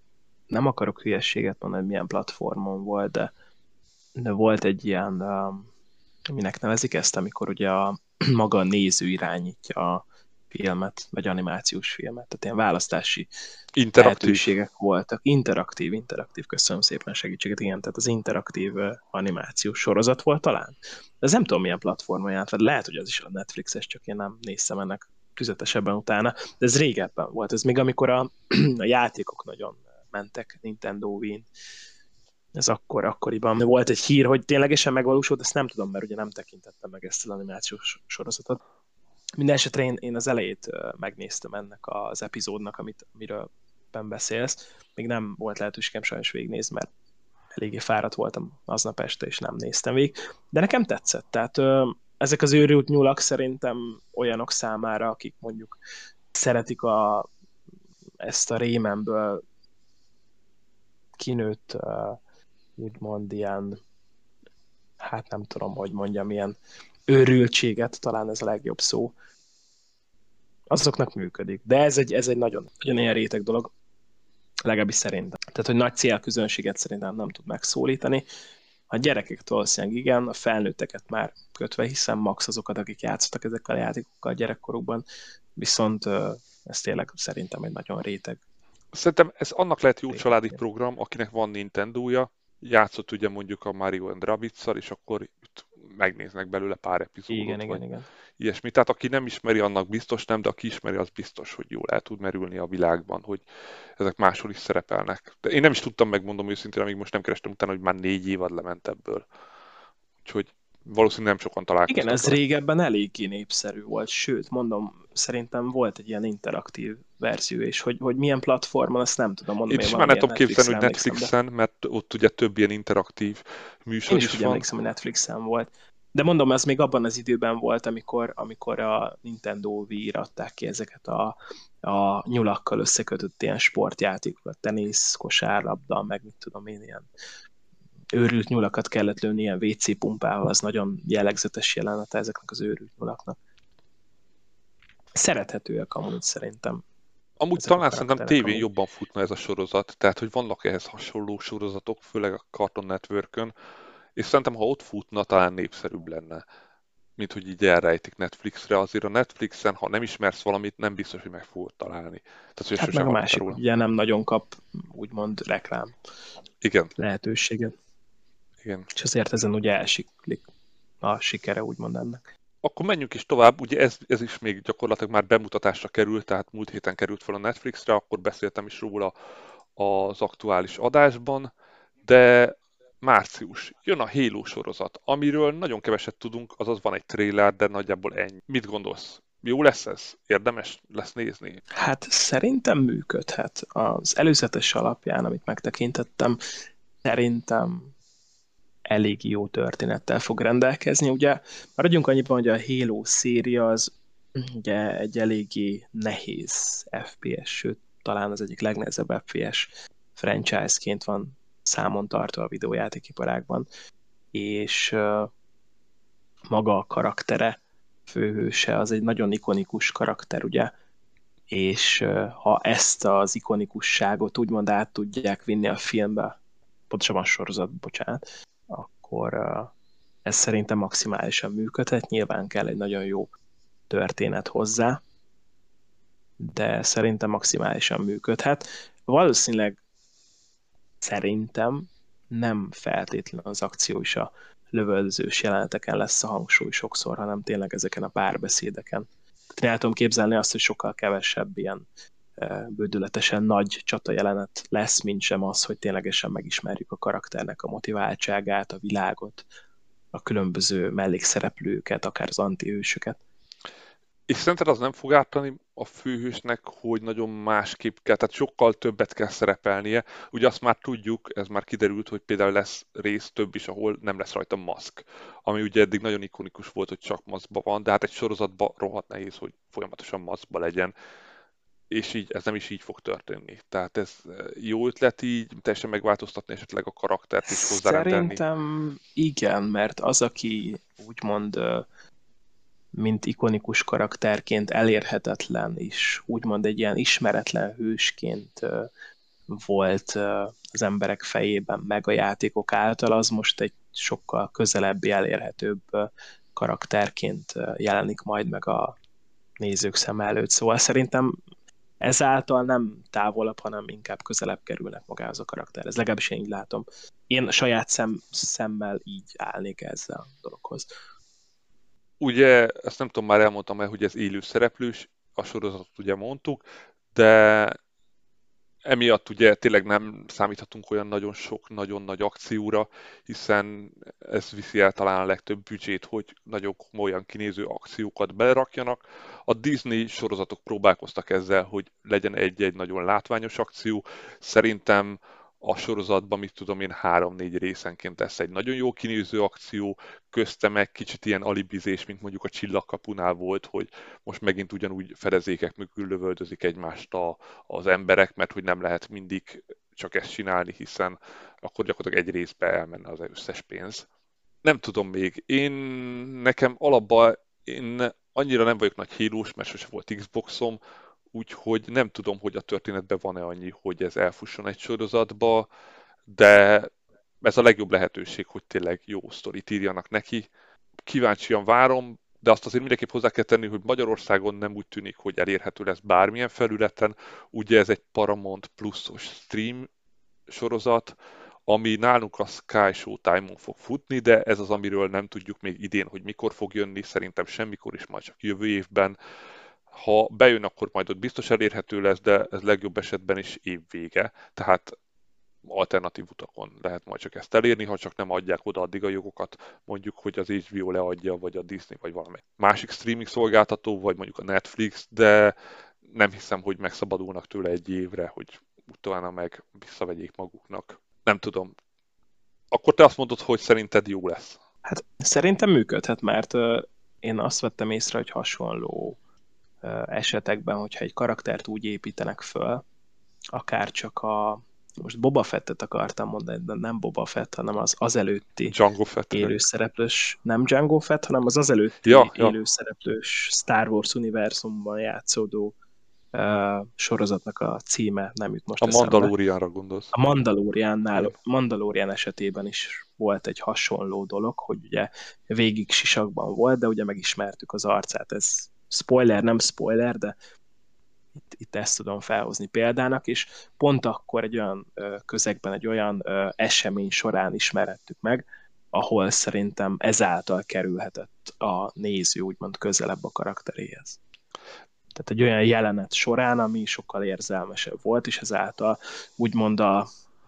nem akarok hülyességet mondani, hogy milyen platformon volt, de, de volt egy ilyen, um, minek nevezik ezt, amikor ugye a, maga a néző irányítja a filmet, vagy animációs filmet, tehát ilyen választási Interaktív. lehetőségek voltak. Interaktív, interaktív, köszönöm szépen a segítséget, igen, tehát az interaktív uh, animációs sorozat volt talán. De ez nem tudom, milyen platformon jelent, vagy lehet, hogy az is a Netflixes, csak én nem néztem ennek tüzetesebben utána, de ez régebben volt, ez még amikor a, a játékok nagyon mentek Nintendo Wii-n. Ez akkor, akkoriban volt egy hír, hogy ténylegesen megvalósult, ezt nem tudom, mert ugye nem tekintettem meg ezt az animációs sorozatot. Minden esetre én, én az elejét megnéztem ennek az epizódnak, amit, amiről beszélsz. Még nem volt lehetőségem sajnos végignézni, mert eléggé fáradt voltam aznap este, és nem néztem végig. De nekem tetszett. Tehát ö, ezek az őrült nyulak szerintem olyanok számára, akik mondjuk szeretik a, ezt a rémemből kinőtt uh, úgymond ilyen, hát nem tudom, hogy mondjam, ilyen őrültséget, talán ez a legjobb szó, azoknak működik. De ez egy, ez egy nagyon, nagyon ilyen réteg dolog, legalábbis szerintem. Tehát, hogy nagy célközönséget szerintem nem tud megszólítani. A gyerekeket valószínűleg igen, a felnőtteket már kötve, hiszen max azokat, akik játszottak ezekkel a játékokkal gyerekkorukban, viszont ez tényleg szerintem egy nagyon réteg. Szerintem ez annak lehet jó családi program, akinek van Nintendója, játszott ugye mondjuk a Mario and Rabbids-szal, és akkor itt megnéznek belőle pár epizódot. Igen, igen, igen. Ilyesmi. Tehát aki nem ismeri, annak biztos nem, de aki ismeri, az biztos, hogy jól el tud merülni a világban, hogy ezek máshol is szerepelnek. De én nem is tudtam, megmondom őszintén, amíg most nem kerestem utána, hogy már négy évad lement ebből. Úgyhogy valószínűleg nem sokan találkoztak. Igen, ez vele. Régebben eléggé népszerű volt, sőt, mondom, szerintem volt egy ilyen interaktív verzió, és hogy, hogy milyen platformon, azt nem tudom mondani. Én is már nem tudom képzelni, hogy Netflixen, de... mert ott ugye több ilyen interaktív műsor is, is, is van. Emlékszem, hogy Netflixen volt. De mondom, ez még abban az időben volt, amikor, amikor a Nintendo Wii-ra adták ki ezeket a, a nyulakkal összekötött ilyen sportjátékokat, tenisz, kosárlabda, meg mit tudom én, ilyen őrült nyulakat kellett lőni ilyen vé cé pumpával, az nagyon jellegzetes jelenete ezeknek az őrült nyulaknak. Szerethetőek amúgy szerintem. Amúgy talán szerintem tévén amúgy. Jobban futna ez a sorozat, tehát hogy vannak ehhez hasonló sorozatok, főleg a Cartoon Networkön, és szerintem ha ott futna, talán népszerűbb lenne, mint hogy így elrejtik Netflixre. Azért a Netflixen, ha nem ismersz valamit, nem biztos, hogy meg fogod találni. Tehát, hogy hát meg a másik, róla. Ugye nem nagyon kap úgymond reklám Igen. lehetőséget. Igen. És azért ezen ugye elsiklik a sikere, úgymond ennek. Akkor menjünk is tovább, ugye ez, ez is még gyakorlatilag már bemutatásra került, tehát múlt héten került fel a Netflixre, akkor beszéltem is róla az aktuális adásban, de március, jön a Halo sorozat, amiről nagyon keveset tudunk, azaz van egy trailer, de nagyjából ennyi. Mit gondolsz? Jó lesz ez? Érdemes lesz nézni? Hát szerintem működhet. Az előzetes alapján, amit megtekintettem, szerintem elég jó történettel fog rendelkezni. Ugye maradjunk annyiban, hogy a Halo széria az ugye egy eléggé nehéz ef pé es, sőt, talán az egyik legnehezebb ef pé es franchise-ként van számon tartva a videójátékiparágban, és uh, maga a karaktere, főhőse, az egy nagyon ikonikus karakter, ugye, és uh, ha ezt az ikonikusságot úgymond át tudják vinni a filmbe, pontosabban a sorozat, bocsánat, akkor uh, ez szerintem maximálisan működhet. Nyilván kell egy nagyon jó történet hozzá, de szerintem maximálisan működhet. Valószínűleg szerintem nem feltétlenül az akció és a lövöldözős jeleneteken lesz a hangsúly sokszor, hanem tényleg ezeken a párbeszédeken. Tehát én el tudom képzelni azt, hogy sokkal kevesebb ilyen bődületesen nagy csata jelenet lesz, mint sem az, hogy ténylegesen megismerjük a karakternek a motiváltságát, a világot, a különböző mellékszereplőket, akár az antihősöket. És szerinted az nem fog ártani a főhősnek, hogy nagyon másképp kell, tehát sokkal többet kell szerepelnie. Ugye azt már tudjuk, ez már kiderült, hogy például lesz rész több is, ahol nem lesz rajta maszk. Ami ugye eddig nagyon ikonikus volt, hogy csak maszkban van, de hát egy sorozatban rohadt nehéz, hogy folyamatosan maszkban legyen. És így, ez nem is így fog történni. Tehát ez jó ötlet így, teljesen megváltoztatni esetleg a karaktert és hozzárendelni. Szerintem igen, mert az, aki úgymond mint ikonikus karakterként elérhetetlen is, úgymond egy ilyen ismeretlen hősként volt az emberek fejében meg a játékok által, az most egy sokkal közelebbi, elérhetőbb karakterként jelenik majd meg a nézők szem előtt. Szóval szerintem ezáltal nem távolabb, hanem inkább közelebb kerülnek magához a karakter. Ez legalábbis én így látom. Én a saját szem, szemmel így állnék ezzel a dologhoz. Ugye, ezt nem tudom, már elmondtam el, hogy ez élő szereplős, a sorozatot ugye mondtuk, de emiatt ugye tényleg nem számíthatunk olyan nagyon sok, nagyon nagy akcióra, hiszen ez viszi el talán a legtöbb büdzsét, hogy nagyon komolyan kinéző akciókat belerakjanak. A Disney sorozatok próbálkoztak ezzel, hogy legyen egy-egy nagyon látványos akció. Szerintem a sorozatban, mit tudom én, három-négy részenként lesz egy nagyon jó kinéző akció, közte meg kicsit ilyen alibizés, mint mondjuk a Csillagkapunál volt, hogy most megint ugyanúgy fedezékek mögül lövöldözik egymást a, az emberek, mert hogy nem lehet mindig csak ezt csinálni, hiszen akkor gyakorlatilag egy részbe elmenne az összes pénz. Nem tudom még, én nekem alapban én annyira nem vagyok nagy hálós, mert sose volt Xboxom, úgyhogy nem tudom, hogy a történetben van-e annyi, hogy ez elfusson egy sorozatba, de ez a legjobb lehetőség, hogy tényleg jó sztorit írjanak neki. Kíváncsian várom, de azt azért mindenképp hozzá kell tenni, hogy Magyarországon nem úgy tűnik, hogy elérhető lesz bármilyen felületen. Ugye ez egy Paramount Plus-os stream sorozat, ami nálunk a Sky Showtime-on fog futni, de ez az, amiről nem tudjuk még idén, hogy mikor fog jönni, szerintem semmikor is, majd csak jövő évben. Ha bejön, akkor majd ott biztos elérhető lesz, de ez legjobb esetben is évvége, tehát alternatív utakon lehet majd csak ezt elérni, ha csak nem adják oda addig a jogokat, mondjuk, hogy az há bé o leadja, vagy a Disney, vagy valami másik streaming szolgáltató, vagy mondjuk a Netflix, de nem hiszem, hogy megszabadulnak tőle egy évre, hogy utána meg visszavegyék maguknak. Nem tudom. Akkor te azt mondod, hogy szerinted jó lesz? Hát szerintem működhet, mert uh, én azt vettem észre, hogy hasonló uh, esetekben, hogyha egy karaktert úgy építenek föl, akár csak a most Boba Fettet akartam mondani, de nem Boba Fett, hanem az az előtti Django Fett. élőszereplős, nem Django Fett, hanem az az előtti ja, ja. élőszereplős Star Wars univerzumban játszódó uh, sorozatnak a címe nem jut most A eszembe. Mandalorianra gondolsz. A Mandaloriannál, Mandalorian esetében is volt egy hasonló dolog, hogy ugye végig sisakban volt, de ugye megismertük az arcát. Ez spoiler, nem spoiler, de itt, itt ezt tudom felhozni példának, és pont akkor egy olyan ö, közegben, egy olyan ö, esemény során ismerhettük meg, ahol szerintem ezáltal kerülhetett a néző úgymond közelebb a karakteréhez. Tehát egy olyan jelenet során, ami sokkal érzelmesebb volt, és ezáltal úgymond a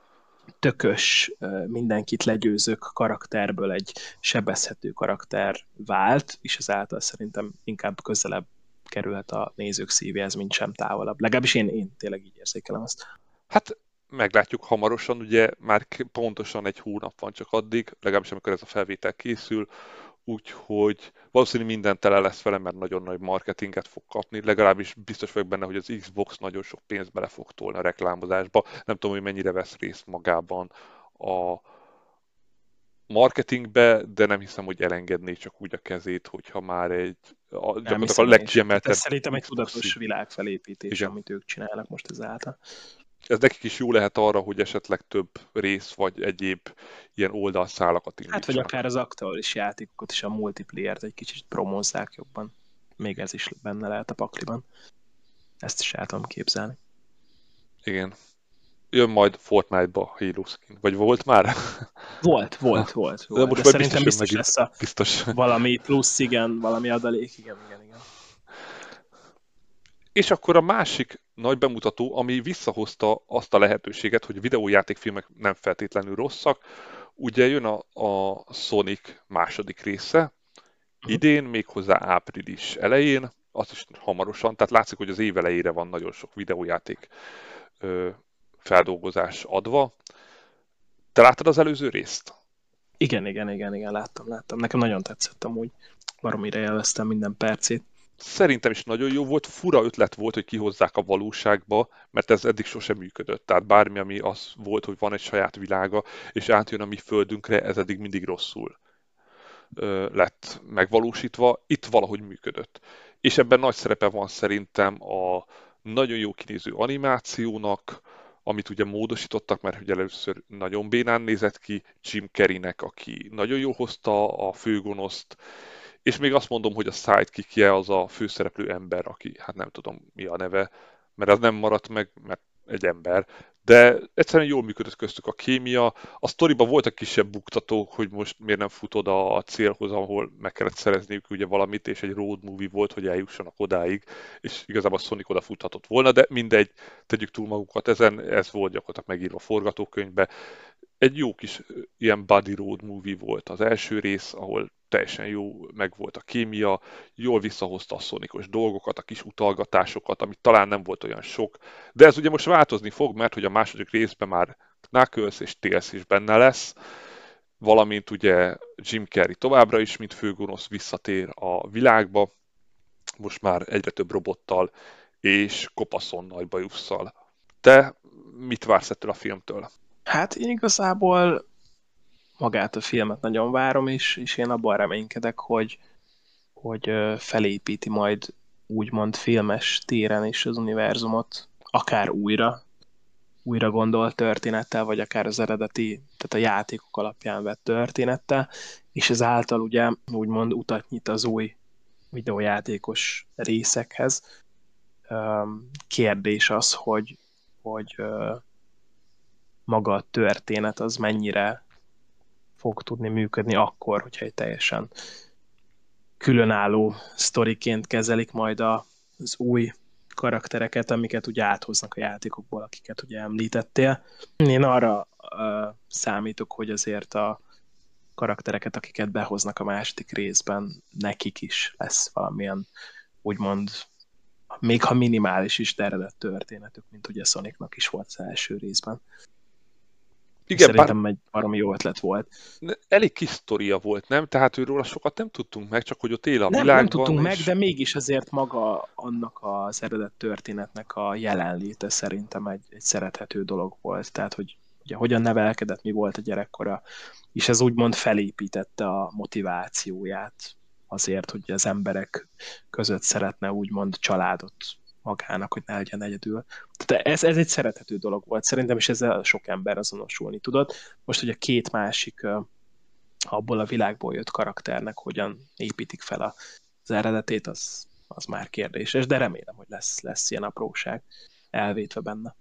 tökös, mindenkit legyőzők karakterből egy sebezhető karakter vált, és ezáltal szerintem inkább közelebb kerülhet a nézők szívéhez, mint sem távolabb. Legalábbis én, én tényleg így érzékelem azt. Hát meglátjuk hamarosan, ugye már pontosan egy hónap van csak addig, legalábbis amikor ez a felvétel készül, úgyhogy valószínűleg minden tele lesz vele, mert nagyon nagy marketinget fog kapni, legalábbis biztos vagyok benne, hogy az Xbox nagyon sok pénzt bele fog tolni a reklámozásba, nem tudom, hogy mennyire vesz részt magában a marketingbe, de nem hiszem, hogy elengedné csak úgy a kezét, hogyha már egy a, gyakorlatilag a legkiemeltebb... Ez szerintem egy tudatos világfelépítés, igen, amit ők csinálnak most ezáltal. Ez nekik is jó lehet arra, hogy esetleg több rész vagy egyéb ilyen oldalszálakat indítsanak. Hát vagy akár az aktuális játékokat is, a multiplayer-t egy kicsit promózzák jobban. Még ez is benne lehet a pakliban. Ezt is el tudom képzelni. Igen. Jön majd Fortnite-ba Halo skin. Vagy volt már? Volt, volt, volt. volt. De, de szerintem biztos, biztos lesz a biztos. Valami plusz, igen, valami adalék, igen, igen, igen. És akkor a másik nagy bemutató, ami visszahozta azt a lehetőséget, hogy videójátékfilmek nem feltétlenül rosszak, ugye jön a, a Sonic második része, idén, méghozzá április elején, az is hamarosan, tehát látszik, hogy az év elejére van nagyon sok videójáték ö, feldolgozás adva. Te láttad az előző részt? Igen, igen, igen, igen, láttam, láttam. Nekem nagyon tetszett amúgy. Baromira élveztem minden percét. Szerintem is nagyon jó volt, fura ötlet volt, hogy kihozzák a valóságba, mert ez eddig sosem működött. Tehát bármi, ami az volt, hogy van egy saját világa, és átjön a mi földünkre, ez eddig mindig rosszul ö, lett megvalósítva. Itt valahogy működött. És ebben nagy szerepe van szerintem a nagyon jó kinéző animációnak, amit ugye módosítottak, mert ugye először nagyon bénán nézett ki Jim Carreynek, aki nagyon jól hozta a főgonoszt, és még azt mondom, hogy a sidekickje az a főszereplő ember, aki, hát nem tudom mi a neve, mert az nem maradt meg, mert egy ember, de egyszerűen jól működött köztük a kémia. A sztoriban voltak kisebb buktatók, hogy most miért nem fut oda a célhoz, ahol meg kellett szerezniük ugye valamit, és egy road movie volt, hogy eljussanak odáig, és igazából Sonic oda futhatott volna, de mindegy, tegyük túl magukat ezen, ez volt gyakorlatilag megírva a forgatókönyvbe. Egy jó kis ilyen buddy road movie volt az első rész, ahol teljesen jó meg volt a kémia, jól visszahozta a Sonicos dolgokat, a kis utalgatásokat, amit talán nem volt olyan sok, de ez ugye most változni fog, mert hogy a második részben már Knuckles és Tails is benne lesz, valamint ugye Jim Carrey továbbra is, mint főgonosz visszatér a világba, most már egyre több robottal és kopaszon nagy bajusszal. Te mit vársz ettől a filmtől? Hát én igazából magát a filmet nagyon várom, és, és én abban reménykedek, hogy, hogy felépíti majd úgymond filmes téren is az univerzumot, akár újra, újra gondolt történettel, vagy akár az eredeti, tehát a játékok alapján vett történettel, és ezáltal ugye úgymond utat nyit az új videójátékos részekhez. Kérdés az, hogy, hogy maga a történet az mennyire fog tudni működni akkor, hogyha egy teljesen különálló sztoriként kezelik majd az új karaktereket, amiket ugye áthoznak a játékokból, akiket ugye említettél. Én arra uh, számítok, hogy azért a karaktereket, akiket behoznak a második részben, nekik is lesz valamilyen, úgymond, még ha minimális is, de eredet történetük, mint ugye Sonicnak is volt az első részben. Igen, Szerintem bár egy valami jó ötlet volt. elég kis sztoria volt, nem? Tehát őről sokat nem tudtunk meg, csak hogy ott él a Nem, nem világban, tudtunk meg, és de mégis azért maga annak az eredet történetnek a jelenléte szerintem egy, egy szerethető dolog volt. Tehát, hogy ugye hogyan nevelkedett, mi volt a gyerekkora, és ez úgymond felépítette a motivációját azért, hogy az emberek között szeretne úgymond családot magának, hogy ne legyen egyedül. Tehát ez, ez egy szerethető dolog volt szerintem, és ezzel sok ember azonosulni tudott. Most ugye két másik abból a világból jött karakternek hogyan építik fel az eredetét, az, az már kérdéses, de remélem, hogy lesz, lesz ilyen apróság elvétve benne.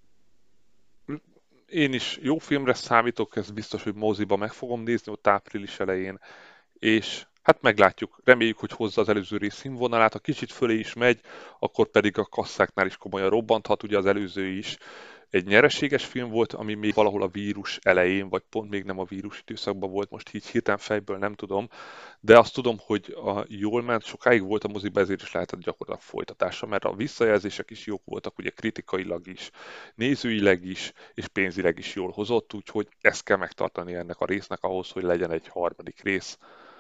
én is jó filmre számítok, ez biztos, hogy moziba meg fogom nézni ott április elején, és hát meglátjuk. Reméljük, hogy hozza az előző rész színvonalát, ha kicsit fölé is megy, akkor pedig a kasszáknál is komolyan robbanthat, ugye az előző is egy nyereséges film volt, ami még valahol a vírus elején, vagy pont még nem a vírus időszakban volt, most így hirtelen fejből nem tudom, de azt tudom, hogy a jól ment, sokáig volt a moziba, ezért is lehetett gyakorlatilag folytatása, mert a visszajelzések is jók voltak, ugye kritikailag is, nézőileg is, és pénzileg is jól hozott, úgyhogy ezt kell megtartani ennek a résznek ahhoz, hogy legyen egy harmadik rész.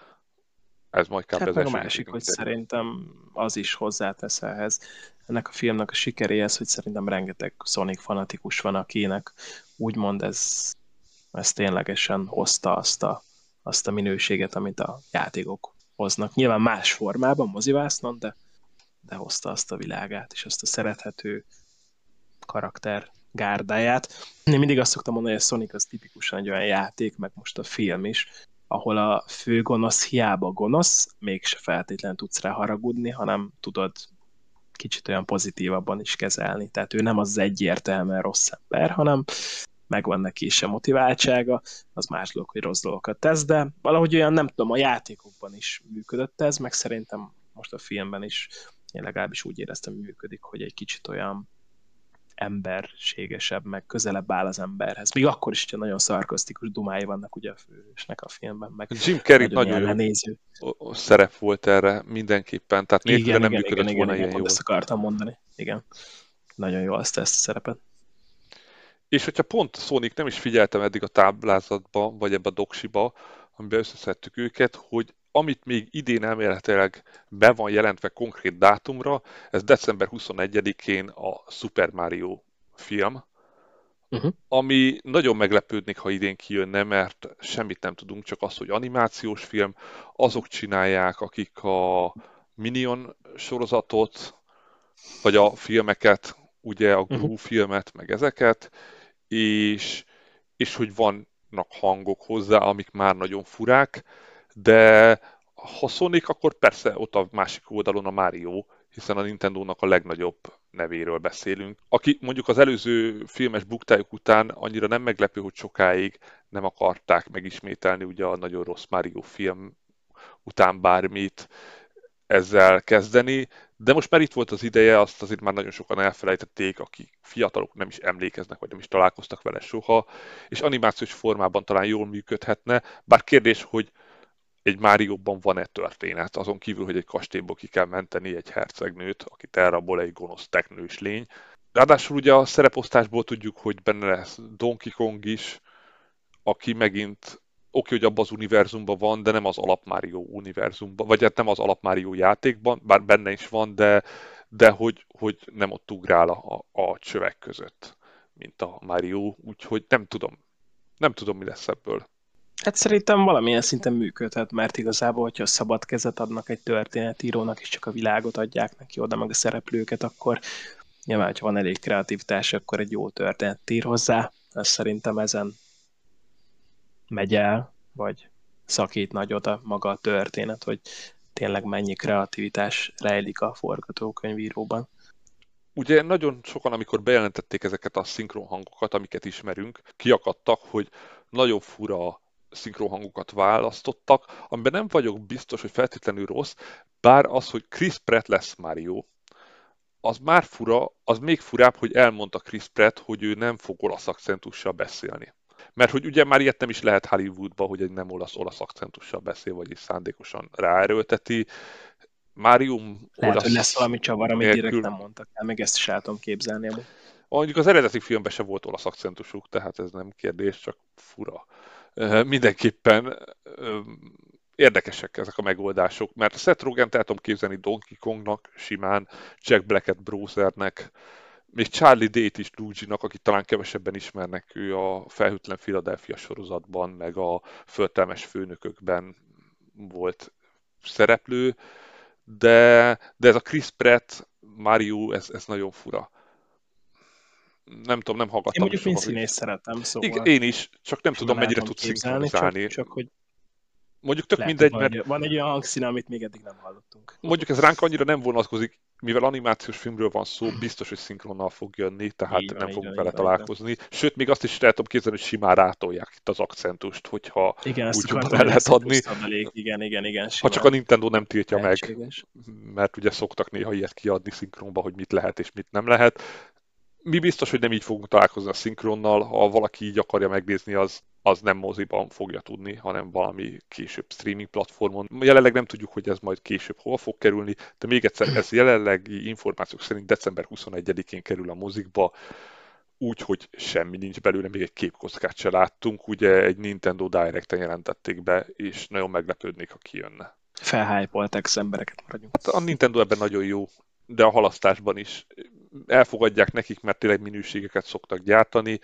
Ez majd kb. Hát Az meg a első másik, hetében hogy kiderül. szerintem az is hozzátesz ehhez, ennek a filmnek a sikeréhez, hogy szerintem rengeteg Sonic fanatikus van, akinek úgymond ez, ez ténylegesen hozta azt a, azt a minőséget, amit a játékok hoznak. Nyilván más formában, mozivásznon, de, de hozta azt a világát, és azt a szerethető karakter gárdáját. Én mindig azt szoktam mondani, hogy a Sonic az tipikusan egy olyan játék, meg most a film is, ahol a fő gonosz hiába gonosz, mégse feltétlenül tudsz rá haragudni, hanem tudod kicsit olyan pozitívabban is kezelni. Tehát ő nem az egyértelműen rossz ember, hanem megvan neki is a motiváltsága, az más dolog, hogy rossz dolgokat tesz, de valahogy olyan, nem tudom, a játékokban is működött ez, meg szerintem most a filmben is én legalábbis úgy éreztem, hogy működik, hogy egy kicsit olyan emberségesebb, meg közelebb áll az emberhez. Még akkor is, hogyha nagyon szarkasztikus dumái vannak ugye a főhősnek a filmben, meg Jim Carrey nagyon nagyon ilyen jó lenéző. szerep volt erre mindenképpen, tehát nélküle Igen, nem igen, igen, működött igen, volna igen, ilyen pont jól. ezt akartam mondani. Igen, nagyon jó azt ezt a szerepet. És hogyha pont Sonic, nem is figyeltem eddig a táblázatba, vagy ebbe a doksiba, amiben összeszedtük őket, hogy amit még idén elméletileg be van jelentve konkrét dátumra, ez december huszonegyedikén a Super Mario film, Uh-huh. ami nagyon meglepődnék, ha idén kijönne, mert semmit nem tudunk, csak az, hogy animációs film, azok csinálják, akik a Minion sorozatot, vagy a filmeket, ugye a Uh-huh. Gru filmet, meg ezeket, és, és hogy vannak hangok hozzá, amik már nagyon furák, de ha Sonic, akkor persze ott a másik oldalon a Mario, hiszen a Nintendónak a legnagyobb nevéről beszélünk. Aki mondjuk az előző filmes buktájuk után annyira nem meglepő, hogy sokáig nem akarták megismételni ugye a nagyon rossz Mario film után bármit ezzel kezdeni, de most már itt volt az ideje, azt azért már nagyon sokan elfelejtették, akik fiatalok nem is emlékeznek, vagy nem is találkoztak vele soha, és animációs formában talán jól működhetne, bár kérdés, hogy egy Márióban van-e történet, azon kívül, hogy egy kastélyból ki kell menteni egy hercegnőt, akit elrabol egy gonosz teknős lény. Ráadásul ugye a szereposztásból tudjuk, hogy benne lesz Donkey Kong is, aki megint oké, hogy abban az univerzumban van, de nem az alap Mario univerzumban, vagy hát nem az alap Mario játékban, bár benne is van, de, de hogy, hogy nem ott ugrál a, a csövek között, mint a Mario, úgyhogy nem tudom. Nem tudom, mi lesz ebből. Hát szerintem valamilyen szinten működhet, mert igazából, hogyha szabad kezet adnak egy történetírónak, és csak a világot adják neki oda, meg a szereplőket, akkor nyilván, hogyha van elég kreativitás, akkor egy jó történet ír hozzá. Ez szerintem ezen megy el, vagy szakít nagyot a maga a történet, hogy tényleg mennyi kreativitás rejlik a forgatókönyvíróban. Ugye nagyon sokan, amikor bejelentették ezeket a szinkron hangokat, amiket ismerünk, kiakadtak, hogy nagyon fura szinkron hangokat választottak, amiben nem vagyok biztos, hogy feltétlenül rossz, bár az, hogy Chris Pratt lesz Mario, az már fura, az még furább, hogy elmondta Chris Pratt, hogy ő nem fog olasz akcentussal beszélni. Mert hogy ugye már ilyet nem is lehet Hollywoodban, hogy egy nem olasz-olasz akcentussal beszél, vagyis szándékosan ráerőlteti. Márium Lehet, hogy lesz olasz valami csavar, amit direkt nélkül. nem mondtak el, még ezt is el tudom képzelni. Amúgy. Mondjuk az eredeti filmben se volt olasz akcentusuk, tehát ez nem kérdés, csak fura. Mindenképpen érdekesek ezek a megoldások, mert Seth Rogen-t el tudom képzelni Donkey Kongnak, simán, Jack Black-et Browsernek, még Charlie Day-t is Luigi-nak, akit talán kevesebben ismernek, ő a Felhőtlen Philadelphia sorozatban, meg a Förtelmes főnökökben volt szereplő, de, de ez a Chris Pratt, Mario, ez, ez nagyon fura. Nem tudom, nem Én hallgattam mondjuk mint soha, hogy... színész szeretem, Igen, szóval én is, csak nem tudom, simán el mennyire tudom tudsz képzelni, csak, szinkronizálni. csak hogy Mondjuk tök lehet, hogy mindegy, van mert egy, van egy olyan hangszín, amit még eddig nem hallottunk. mondjuk ez ránk annyira nem vonatkozik, mivel animációs filmről van szó, biztos, hogy szinkronnal fog jönni, tehát Így van, nem így fogunk van, vele így van, így van. találkozni. Sőt, még azt is el tudom képzelni, hogy simán rátolják itt az akcentust, hogyha Igen, ezt úgy jobban akartam, el hogy lehet lesz egy adni. plusz adalék. Igen, igen, igen, Ha csak a simán. Nintendo nem tiltja meg, Lehetséges. mert ugye szoktak néha ilyet kiadni szinkronba, hogy mit lehet és mit nem lehet. Mi biztos, hogy nem így fogunk találkozni a szinkronnal, ha valaki így akarja megnézni, az, az nem moziban fogja tudni, hanem valami később streaming platformon. Jelenleg nem tudjuk, hogy ez majd később hol fog kerülni, de még egyszer, ez jelenlegi információk szerint december huszonegyedikén kerül a mozikba, úgy, hogy semmi nincs belőle, még egy képkockát se láttunk, ugye egy Nintendo Direct-en jelentették be, és nagyon meglepődnék, ha kijönne. Felhájpolták az embereket, maradjunk. Hát a Nintendo ebben nagyon jó, de a halasztásban is elfogadják nekik, mert tényleg minőségeket szoktak gyártani,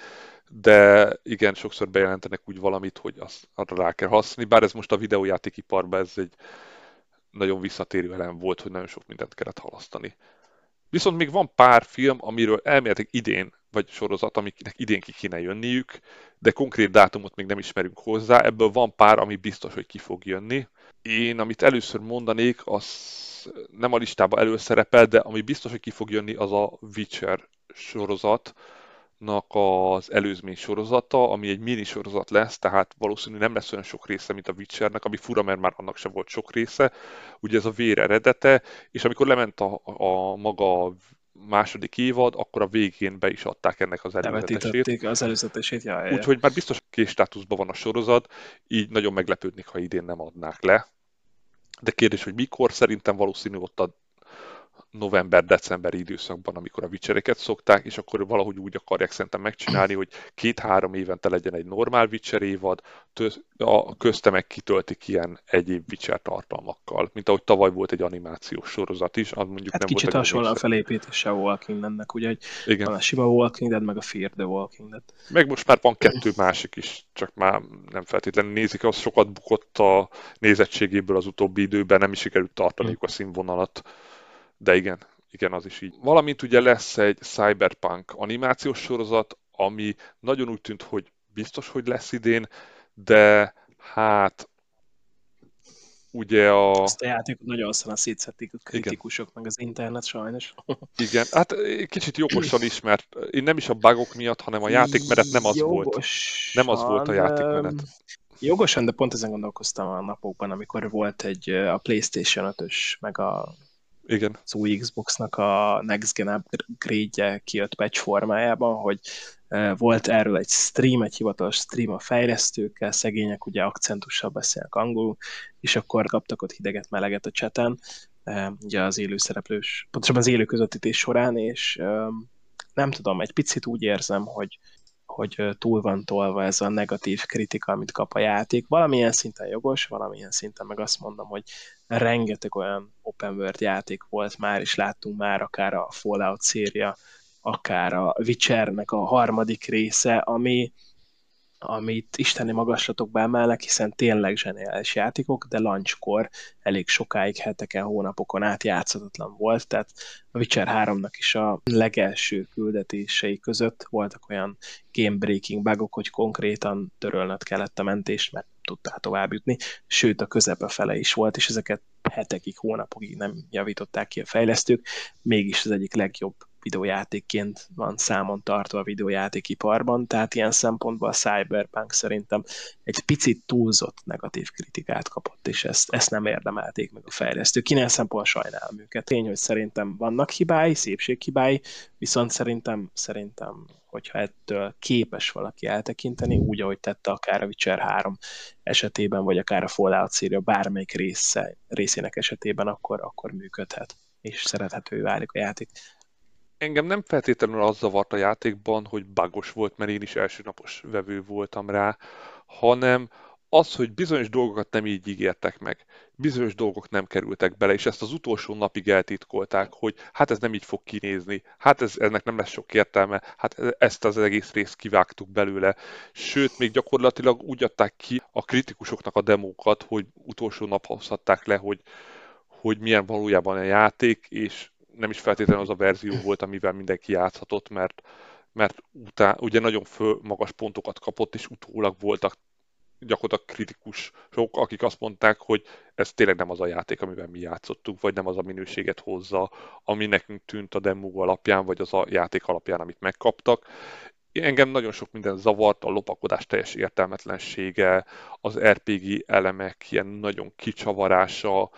de igen, sokszor bejelentenek úgy valamit, hogy azt arra rá kell használni, bár ez most a videójátékiparban ez egy nagyon visszatérő elem volt, hogy nagyon sok mindent kellett halasztani. Viszont még van pár film, amiről elméletileg idén, vagy sorozat, amiknek idén ki kéne jönniük, de konkrét dátumot még nem ismerünk hozzá, ebből van pár, ami biztos, hogy ki fog jönni. Én, amit először mondanék, az nem a listában előszerepel, de ami biztos, hogy ki fog jönni, az a Witcher sorozatnak az előzmény sorozata, ami egy mini sorozat lesz, tehát valószínűleg nem lesz olyan sok része, mint a Witchernek, ami fura, mert már annak sem volt sok része. Ugye ez a vér eredete, és amikor lement a, a maga második évad, akkor a végén be is adták ennek az előzetesét. Levetítették az előzetesét, jaj, jaj. Úgyhogy már biztos késstátuszban van a sorozat, így nagyon meglepődnék, ha idén nem adnák le. De kérdés, hogy mikor, szerintem valószínű ott a november-decemberi időszakban, amikor a Witchereket szokták, és akkor valahogy úgy akarják szerintem megcsinálni, hogy két-három évente legyen egy normál Witcher évad, a közte meg kitöltik ilyen egyéb Witcher tartalmakkal, mint ahogy tavaly volt egy animációs sorozat is, az mondjuk Hát nem kicsit volt egy hasonló a népszerű. felépítése a Walking Deadnek, ugye, hogy Igen. van a sima Walking Dead, meg a Fear the Walking Dead. Meg most már van kettő másik is, csak már nem feltétlenül nézik, az sokat bukott a nézettségéből az utóbbi időben, nem is sikerült tartaniuk a színvonalat, de igen, igen, az is így. Valamint ugye lesz egy Cyberpunk animációs sorozat, ami nagyon úgy tűnt, hogy biztos, hogy lesz idén, de hát ugye a... Ezt a játékot nagyon szana szétszették a Igen, kritikusok, meg az internet sajnos. igen. Hát kicsit jogosan is, mert én nem is a bugok miatt, hanem a játékmenet nem az volt. Nem az volt a Jogosan, öm, játékmenet. jogosan, de pont ezen gondolkoztam a napokban, amikor volt egy ö, a PlayStation ötös, meg a Igen. az új Xbox-nak a Next Gen upgrade-je kijött patch formájában, hogy uh, volt erről egy stream, egy hivatalos stream a fejlesztőkkel, szegények ugye akcentussal beszélnek angolul, és akkor kaptak ott hideget, meleget a chaten, uh, ugye az élő szereplős, pontosabban az élő közvetítés során, és um, nem tudom, egy picit úgy érzem, hogy hogy túl van tolva ez a negatív kritika, amit kap a játék. Valamilyen szinten jogos, valamilyen szinten meg azt mondom, hogy rengeteg olyan open world játék volt már, és láttunk már akár a Fallout széria, akár a Witchernek a harmadik része, ami, amit isteni magaslatokba emelnek, hiszen tényleg zseniális játékok, de launchkor elég sokáig, heteken, hónapokon át játszhatatlan volt, tehát a Witcher háromnak is a legelső küldetései között voltak olyan game-breaking bugok, hogy konkrétan törölnöd kellett a mentést, mert tudtál tovább jutni, sőt a közepe fele is volt, és ezeket hetekig, hónapokig nem javították ki a fejlesztők, mégis az egyik legjobb videójátékként van számon tartva a videójátékiparban, tehát ilyen szempontból a Cyberpunk szerintem egy picit túlzott negatív kritikát kapott, és ezt, ezt nem érdemelték meg a fejlesztők. Ilyen szempontból sajnálom őket. Tény, hogy szerintem vannak hibái, szépséghibái, viszont szerintem, szerintem hogyha ettől képes valaki eltekinteni, úgy, ahogy tette akár a Witcher három esetében, vagy akár a Fallout széria bármelyik része, részének esetében, akkor, akkor működhet, és szerethető válik a játék. Engem nem feltétlenül az zavart a játékban, hogy bugos volt, mert én is elsőnapos vevő voltam rá, hanem az, hogy bizonyos dolgokat nem így ígértek meg, bizonyos dolgok nem kerültek bele, és ezt az utolsó napig eltitkolták, hogy hát ez nem így fog kinézni, hát ez, ennek nem lesz sok értelme, hát e- ezt az egész részt kivágtuk belőle. Sőt, még gyakorlatilag úgy adták ki a kritikusoknak a demókat, hogy utolsó nap hozhatták le, hogy, hogy milyen valójában a játék, és nem is feltétlenül az a verzió volt, amivel mindenki játszhatott, mert, mert után, ugye nagyon föl, magas pontokat kapott, és utólag voltak gyakorlatilag kritikusok, akik azt mondták, hogy ez tényleg nem az a játék, amivel mi játszottunk, vagy nem az a minőséget hozza, ami nekünk tűnt a demo alapján, vagy az a játék alapján, amit megkaptak. Engem nagyon sok minden zavart, a lopakodás teljes értelmetlensége, az er pé gé elemek ilyen nagyon kicsavarása,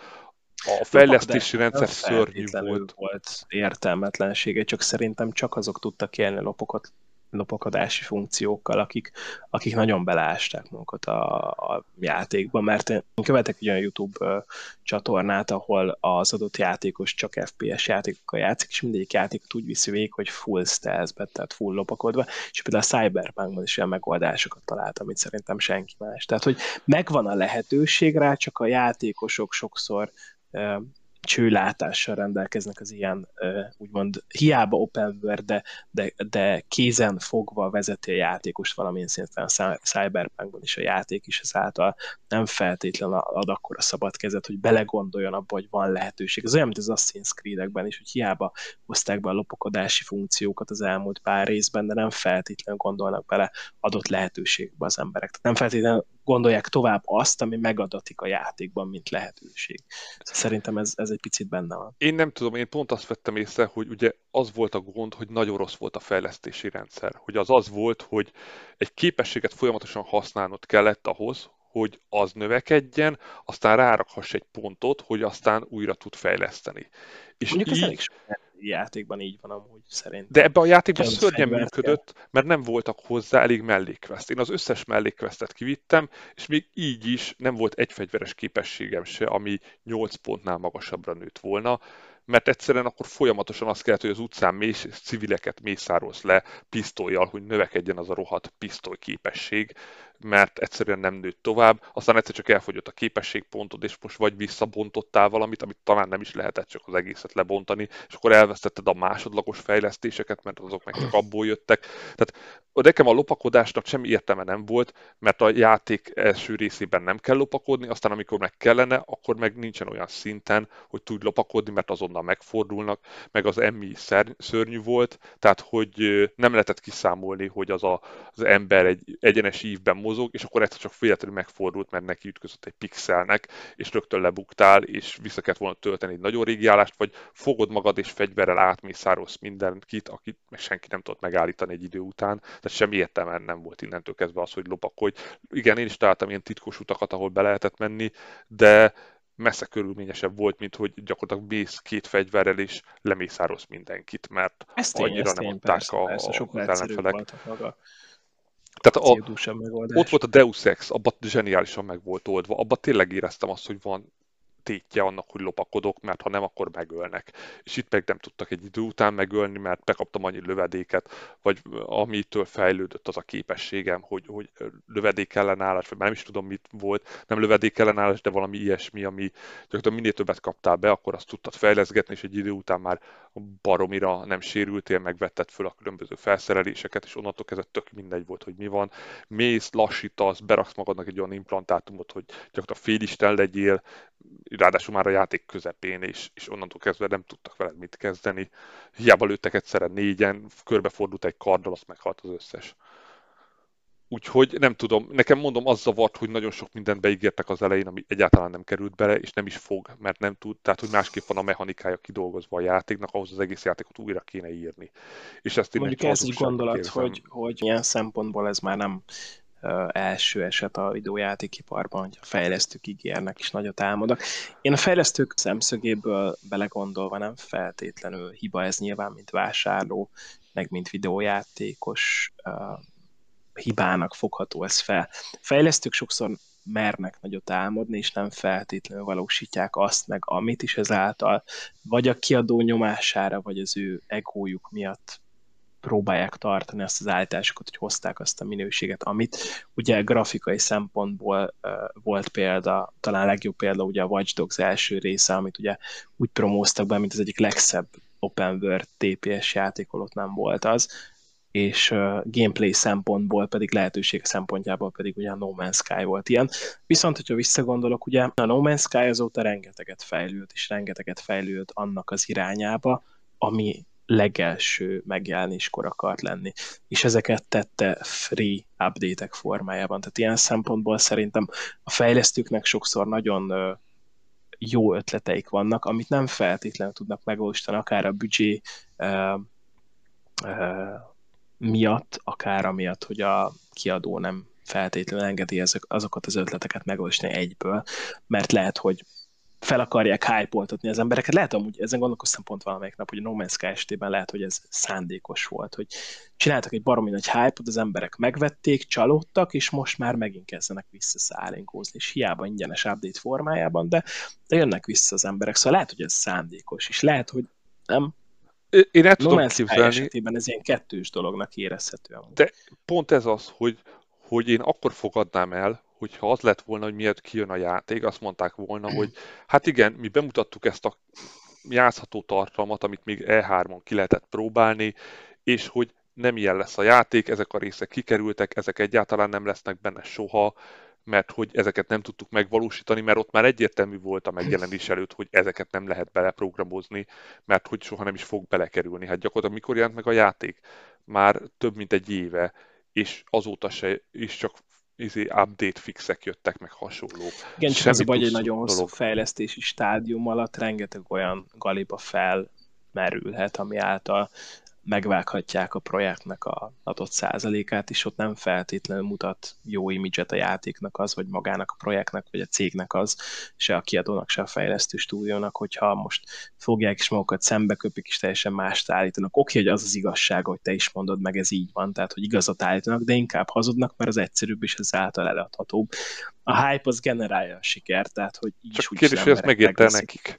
a fejlesztési Lopakodásnak nem rendszer szörnyű feltétlenül volt. volt értelmetlensége, csak szerintem csak azok tudtak élni lopokat, lopakodási funkciókkal, akik, akik nagyon beleásták magukat a, a játékba, mert én követek egy olyan YouTube uh, csatornát, ahol az adott játékos csak ef pé es játékokkal játszik, és mindegyik játékot úgy viszi végig, hogy full stealth-be, tehát full lopakodva, és például a Cyberpunkban is olyan megoldásokat talált, amit szerintem senki más. Tehát, hogy megvan a lehetőség rá, csak a játékosok sokszor uh, csőlátással rendelkeznek az ilyen, úgymond hiába open world, de, de, de kézen fogva vezeti a játékost valamilyen szinten a Cyberpunkban is a játék is ezáltal nem feltétlenül ad akkora szabad kezet, hogy belegondoljon abba, hogy van lehetőség. Ez olyan, mint az Assassin's Creed-ekben is, hogy hiába hozták be a lopakodási funkciókat az elmúlt pár részben, de nem feltétlenül gondolnak bele adott lehetőségbe az emberek. Tehát nem feltétlenül gondolják tovább azt, ami megadatik a játékban, mint lehetőség. Szerintem ez, ez egy picit benne van. Én nem tudom, én pont azt vettem észre, hogy ugye az volt a gond, hogy nagyon rossz volt a fejlesztési rendszer. Hogy az az volt, hogy egy képességet folyamatosan használnod kellett ahhoz, hogy az növekedjen, aztán rárakhass egy pontot, hogy aztán újra tud fejleszteni. És Mondjuk ez elég így, sok játékban így van amúgy de szerintem. ebben a játékban Több szörnyen fegyvert kell. működött, mert nem voltak hozzá elég mellékquest. Én az összes mellékquestet kivittem, és még így is nem volt egy fegyveres képességem se, ami nyolc pontnál magasabbra nőtt volna, mert egyszerűen akkor folyamatosan azt kellett, hogy az utcán mész, civileket mészárolsz le pisztolyjal, hogy növekedjen az a rohadt pisztoly képesség, mert egyszerűen nem nőtt tovább, aztán egyszer csak elfogyott a képességpontod, és most vagy visszabontottál valamit, amit talán nem is lehetett csak az egészet lebontani, és akkor elvesztetted a másodlagos fejlesztéseket, mert azok meg csak abból jöttek. Tehát nekem a lopakodásnak semmi értelme nem volt, mert a játék első részében nem kell lopakodni, aztán amikor meg kellene, akkor meg nincsen olyan szinten, hogy tudj lopakodni, mert azonnal megfordulnak, meg az emmi szörnyű volt, tehát hogy nem lehetett kiszámolni, hogy az a, az ember egy egyenes ívben mozog, és akkor egyszer csak véletlenül megfordult, mert neki ütközött egy pixelnek, és rögtön lebuktál, és vissza kellett volna tölteni egy nagyon régi állást, vagy fogod magad és fegyverrel átmészárolsz mindenkit, akit meg senki nem tudott megállítani egy idő után, tehát semmi értelme nem volt innentől kezdve az, hogy lopakodj. Igen, én is találtam ilyen titkos utakat, ahol be lehetett menni, de messze körülményesebb volt, mint hogy gyakorlatilag mész két fegyverrel és lemészárolsz mindenkit, mert Ez tény, annyira ez nem tény, adták persze, a, persze, a, sokkal az egyszerűbb ellenfelek. volt a maga Tehát a, céldúsabb ott megoldás. volt a Deus Ex, abban zseniálisan meg volt oldva, abban tényleg éreztem azt, hogy van tétje annak, hogy lopakodok, mert ha nem, akkor megölnek. És itt meg nem tudtak egy idő után megölni, mert bekaptam annyi lövedéket, vagy amitől fejlődött az a képességem, hogy, hogy lövedék ellenállás, vagy már nem is tudom, mit volt, nem lövedék ellenállás, de valami ilyesmi, ami gyakorlatilag minél többet kaptál be, akkor azt tudtad fejleszgetni, és egy idő után már baromira nem sérültél, megvetted föl a különböző felszereléseket, és onnantól kezdve tök mindegy volt, hogy mi van. Mész, lassítasz, beraksz magadnak egy olyan implantátumot, hogy gyakorlatilag félisten legyél, ráadásul már a játék közepén, és, és onnantól kezdve nem tudtak veled mit kezdeni. Hiába lőttek egyszerre négyen, körbefordult egy karddal, azt meghalt az összes. Úgyhogy nem tudom, nekem mondom, az zavart, hogy nagyon sok mindent beígértek az elején, ami egyáltalán nem került bele, és nem is fog, mert nem tud, tehát hogy másképp van a mechanikája kidolgozva a játéknak, ahhoz az egész játékot újra kéne írni. És ezt én egy Mondjuk ez egy hazugságnak gondolat, érzem. hogy, hogy ilyen szempontból ez már nem uh, első eset a videójátékiparban, hogy a fejlesztők ígérnek és nagyot álmodnak. Én a fejlesztők szemszögéből belegondolva nem feltétlenül hiba ez nyilván, mint vásárló, meg mint videójátékos uh, hibának fogható ez fel. A fejlesztők sokszor mernek nagyot álmodni, és nem feltétlenül valósítják azt meg, amit is ezáltal, vagy a kiadó nyomására, vagy az ő egójuk miatt próbálják tartani azt az állításokat, hogy hozták azt a minőséget, amit ugye grafikai szempontból uh, volt példa, talán legjobb példa ugye a Watch Dogs első része, amit ugye úgy promóztak be, mint az egyik legszebb open world té pé es játék, holott nem volt az, és uh, gameplay szempontból pedig lehetőség szempontjából pedig ugye a No Man's Sky volt ilyen. Viszont, hogyha visszagondolok, ugye a No Man's Sky azóta rengeteget fejlődött, és rengeteget fejlődött annak az irányába, ami legelső megjelenéskor akart lenni. És ezeket tette free update-ek formájában. Tehát ilyen szempontból szerintem a fejlesztőknek sokszor nagyon uh, jó ötleteik vannak, amit nem feltétlenül tudnak megvalósítani, akár a büdzsé uh, uh, miatt, akár amiatt, hogy a kiadó nem feltétlenül engedi ezek, azokat az ötleteket megvalósítani egyből, mert lehet, hogy fel akarják hype-oltatni az embereket. Lehet amúgy, ezen gondolkoztam pont valamelyik nap, hogy a No Man's Sky esetében lehet, hogy ez szándékos volt, hogy csináltak egy baromi nagy hype-ot, az emberek megvették, csalódtak, és most már megint kezdenek visszaszállingózni, és hiába ingyenes update formájában, de, de jönnek vissza az emberek. Szóval lehet, hogy ez szándékos, és lehet, hogy nem. Én el No tudom Man's Sky képzelni, esetében ez ilyen kettős dolognak érezhető. Amúgy. de pont ez az, hogy, hogy én akkor fogadnám el, hogyha az lett volna, hogy miért kijön a játék, azt mondták volna, hogy hát igen, mi bemutattuk ezt a játszható tartalmat, amit még E hármon ki lehetett próbálni, és hogy nem ilyen lesz a játék, ezek a részek kikerültek, ezek egyáltalán nem lesznek benne soha, mert hogy ezeket nem tudtuk megvalósítani, mert ott már egyértelmű volt a megjelenés előtt, hogy ezeket nem lehet beleprogramozni, mert hogy soha nem is fog belekerülni. Hát gyakorlatilag mikor jelent meg a játék? Már több mint egy éve, és azóta se is csak izé, update fixek jöttek, meg hasonlók. Igen, csak az a Semmi baj, egy plusz nagyon hosszú dolog. fejlesztési stádium alatt rengeteg olyan galiba felmerülhet, ami által megvághatják a projektnek a adott százalékát, és ott nem feltétlenül mutat jó imidzset a játéknak az, vagy magának a projektnek, vagy a cégnek az, se a kiadónak, se a fejlesztő stúdiónak, hogyha most fogják és magukat szembeköpik, és teljesen mást állítanak. Oké, hogy az az igazság, hogy te is mondod, meg ez így van, tehát hogy igazat állítanak, de inkább hazudnak, mert az egyszerűbb és ezáltal eladhatóbb. A hype az generálja a sikert, tehát hogy így Csak is úgy kérdés, hogy ezt megérte nekik,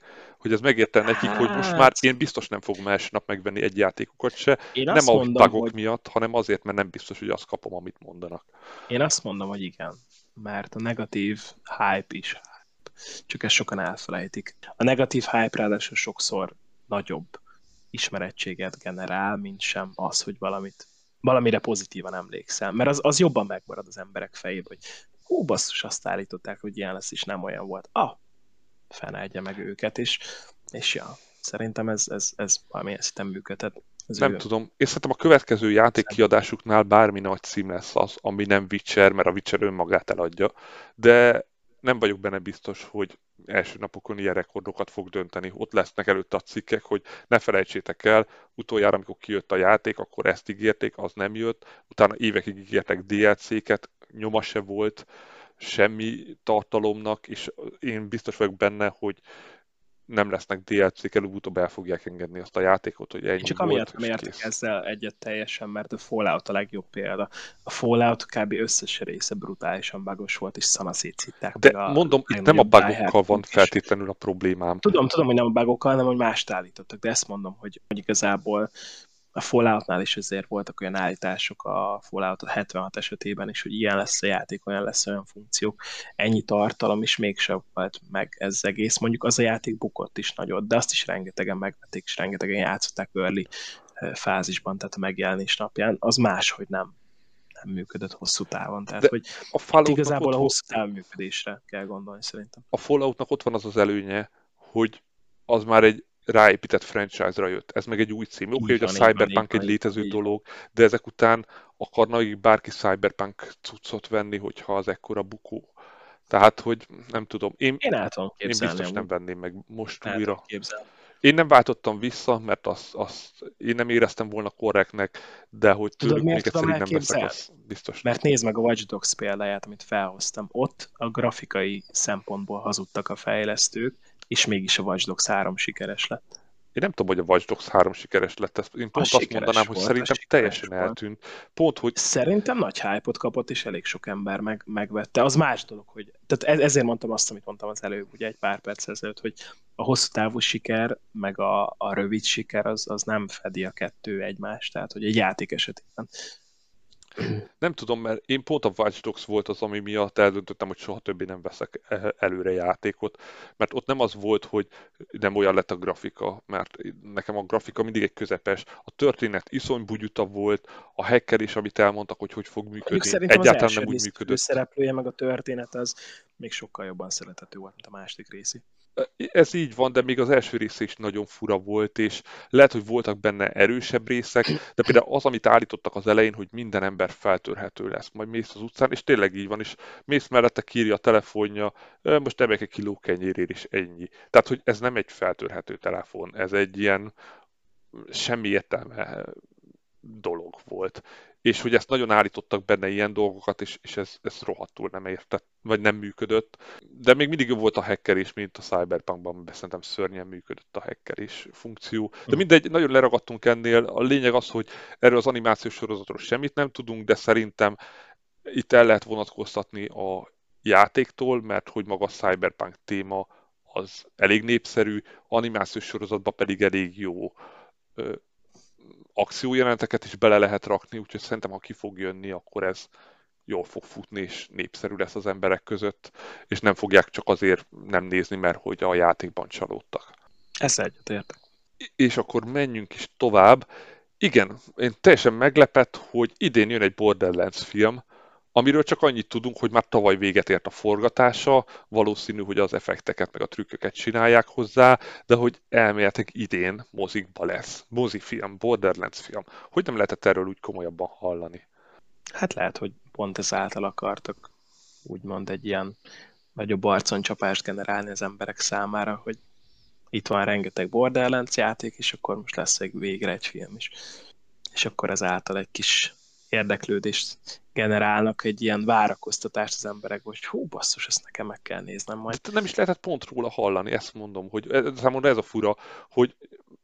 hogy ez megérte nekik, hogy most már Hát, én biztos nem fogom első nap megvenni egy játékokat se, én nem azt a mondom, bugok hogy miatt, hanem azért, mert nem biztos, hogy azt kapom, amit mondanak. én azt mondom, hogy igen. Mert a negatív hype is hype. Csak ezt sokan elfelejtik. A negatív hype ráadásul sokszor nagyobb ismerettséget generál, mint sem az, hogy valamit, valamire pozitívan emlékszel. Mert az, az jobban megmarad az emberek fejében, hogy hú, basszus, azt állították, hogy ilyen lesz, és nem olyan volt. Ah, fenelje meg őket, és, és ja, szerintem ez, ez, ez valamilyen szinten működhet. Az Nem ő tudom. És szerintem a következő játék kiadásuknál bármi nagy cím lesz az, ami nem Witcher, mert a Witcher önmagát eladja, de nem vagyok benne biztos, hogy első napokon ilyen rekordokat fog dönteni. Ott lesznek előtte a cikkek, hogy ne felejtsétek el, utoljára, amikor kijött a játék, akkor ezt ígérték, az nem jött, utána évekig ígértek dé el cé-ket, nyoma se volt semmi tartalomnak, és én biztos vagyok benne, hogy nem lesznek dé el cé-k, előbb-utóbb el fogják engedni azt a játékot, hogy Én ennyi csak volt, amiatt nem és értek kész. ezzel egyet teljesen, mert a Fallout a legjobb példa. A Fallout kb. Összes része brutálisan bugos volt, és szanaszét szitták meg De a mondom, itt nem a legnagyobb bugokkal van diehardok is. feltétlenül a problémám. Tudom, tudom, hogy nem a bugokkal, hanem hogy mást állítottak, de ezt mondom, hogy, hogy igazából a Falloutnál is azért voltak olyan állítások a Fallout hetvenhat esetében is, hogy ilyen lesz a játék, olyan lesz, olyan funkciók, ennyi tartalom, és mégsem volt meg ez egész. Mondjuk az a játék bukott is nagyot, de azt is rengetegen megvették, és rengetegen játszották early fázisban, tehát a megjelenés napján. Az máshogy nem, nem működött hosszú távon. Tehát, De hogy a itt Falloutnak igazából ott, a vo- hosszú távú működésre kell gondolni szerintem. a Falloutnak ott van az az előnye, hogy az már egy ráépített franchise-ra jött. Ez meg egy új cím. Oké, Így hogy a van, így van, így Cyberpunk egy van, így van. létező Így van. dolog, de ezek után akarna bárki Cyberpunk cuccot venni, hogyha az ekkora bukó. Tehát, hogy nem tudom, én, Én el tudom én képzelni biztos nem amúgy. venném meg most El tudom újra. képzelni. Én nem váltottam vissza, mert azt, azt én nem éreztem volna korrektnek, de hogy Tudod, tőlük miért még egyszer tudom így nem veszek, elképzelni? az biztos nem. Mert nézd meg a Watch Dogs példáját, amit felhoztam. Ott a grafikai szempontból hazudtak a fejlesztők, és mégis a Watch Dogs három sikeres lett. Én nem tudom, hogy a Watch Dogs három sikeres lett. Ezt én Az pont azt sikeres mondanám, hogy volt, az szerintem sikeres teljesen volt. eltűnt. Pont, hogy Szerintem nagy hype-ot kapott, és elég sok ember meg, megvette. Az más dolog, hogy... Tehát ez, ezért mondtam azt, amit mondtam az előbb, ugye egy pár perc ezelőtt, hogy a hosszú távú siker, meg a, a rövid siker, az, az nem fedi a kettő egymást. Tehát, hogy egy játék esetében. nem tudom, mert én pont a Watch Dogs volt az, ami miatt eldöntöttem, hogy soha többé nem veszek e- előre játékot. Mert ott nem az volt, hogy nem olyan lett a grafika, mert nekem a grafika mindig egy közepes. A történet iszony bugyuta volt, a hacker is, amit elmondtak, hogy hogy fog Mondjuk működni, szerintem az egyáltalán első nem úgy rész működött. főszereplője, meg a történet az még sokkal jobban szerethető volt, mint a második részi. Ez így van, de még az első rész is nagyon fura volt, és lehet, hogy voltak benne erősebb részek, de például az, amit állítottak az elején, hogy minden ember feltörhető lesz, majd mész az utcán, és tényleg így van, és mész mellette, kírja a telefonja, "Ö, most emelj egy kiló kenyérért, és ennyi. Tehát, hogy ez nem egy feltörhető telefon, ez egy ilyen semmi értelme dolog volt. És hogy ezt nagyon állítottak benne ilyen dolgokat, és, és ez, ez rohadtul nem értett, vagy nem működött. De még mindig jobb volt a hacker is, mint a Cyberpunkban, amiben szerintem szörnyen működött a hacker is funkció. De mindegy, nagyon leragadtunk ennél. A lényeg az, hogy erről az animációs sorozatról semmit nem tudunk, de szerintem itt el lehet vonatkoztatni a játéktól, mert hogy maga a Cyberpunk téma az elég népszerű, animációs sorozatban pedig elég jó akciójeleneteket is bele lehet rakni, úgyhogy szerintem, ha ki fog jönni, akkor ez jól fog futni, és népszerű lesz az emberek között, és nem fogják csak azért nem nézni, mert hogy a játékban csalódtak. Ezzel egyetértek. És akkor menjünk is tovább. Igen, én teljesen meglepett, hogy idén jön egy Borderlands film, amiről csak annyit tudunk, hogy már tavaly véget ért a forgatása, valószínű, hogy az effekteket meg a trükköket csinálják hozzá, de hogy elméletek idén mozikba lesz. Mozifilm, Borderlands film. Hogy nem lehetett erről úgy komolyabban hallani? Hát lehet, hogy pont ezáltal akartak úgymond egy ilyen nagyobb arconcsapást generálni az emberek számára, hogy itt van rengeteg Borderlands játék, és akkor most lesz egy végre egy film is. És akkor ezáltal egy kis érdeklődést generálnak, egy ilyen várakoztatást az emberek, hogy hú, basszus, ezt nekem meg kell néznem majd. De nem is lehetett pont róla hallani, ezt mondom, hogy ez, számomra ez a fura, hogy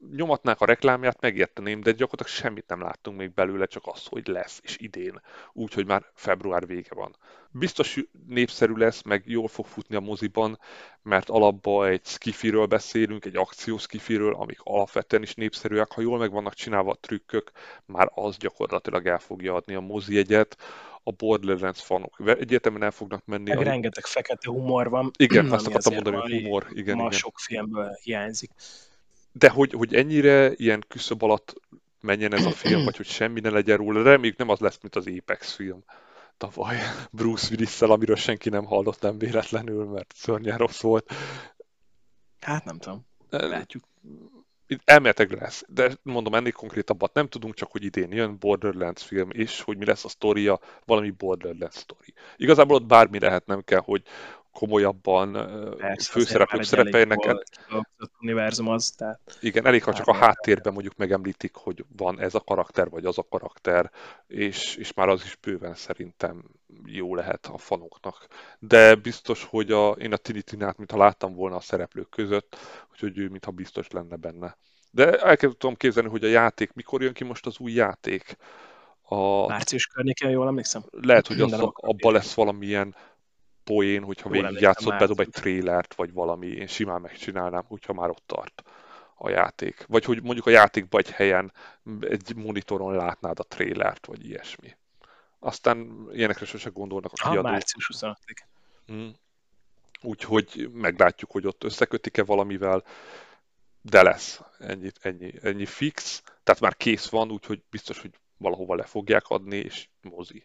nyomatnák a reklámját, megérteném, de gyakorlatilag semmit nem láttunk még belőle, csak az, hogy lesz, és idén. Úgyhogy már február vége van. Biztos népszerű lesz, meg jól fog futni a moziban, mert alapban egy skifiről beszélünk, egy akció skifiről, amik alapvetően is népszerűek. Ha jól meg vannak csinálva a trükkök, már az gyakorlatilag el fogja adni a mozijegyet. A Borderlands fanok egyértelműen el fognak menni. Meg A... rengeteg fekete humor van, Igen, azt ami akartam azért mondani, hogy mai, humor. Igen, ma igen. sok filmből hiányzik. De hogy, hogy ennyire ilyen küszöb alatt menjen ez a film, vagy hogy semmi ne legyen róla, reméljük nem az lesz, mint az Apex film tavaly Bruce Willis-szel, amiről senki nem hallott, nem véletlenül, mert szörnyen rossz volt. Hát nem tudom, látjuk. Elméletileg lesz, de mondom, ennél konkrétabbat nem tudunk, csak hogy idén jön Borderlands film, és hogy mi lesz a sztoria, valami Borderlands sztori. Igazából ott bármi lehet, nem kell, hogy komolyabban Persze, azért már főszereplők egy elég szerepeljenek. jól kidolgozott univerzum az, tehát Igen, elég, ha csak a bármilyen háttérben mondjuk megemlítik, hogy van ez a karakter, vagy az a karakter, és, és már az is bőven szerintem jó lehet a fanoknak. De biztos, hogy a, én a Tini Tinát, mintha láttam volna a szereplők között, úgyhogy ő mintha biztos lenne benne. De el kell tudom képzelni, hogy a játék, mikor jön ki most az új játék? A, március környékén, jól emlékszem? lehet, hogy De az, nem akarok abba írni. lesz valamilyen poén, hogyha Jól emlékszem, végigjátszott, bedob egy március. trélert, vagy valami, én simán megcsinálnám, hogyha már ott tart a játék. Vagy hogy mondjuk a játékban egy helyen, egy monitoron látnád a trélert, vagy ilyesmi. Aztán ilyenekre sose gondolnak a Ha, kiadók. március huszonötödike. Hmm. Úgyhogy meglátjuk, hogy ott összekötik-e valamivel, de lesz. Ennyi, ennyi, ennyi fix. Tehát már kész van, úgyhogy biztos, hogy valahova le fogják adni, és mozi.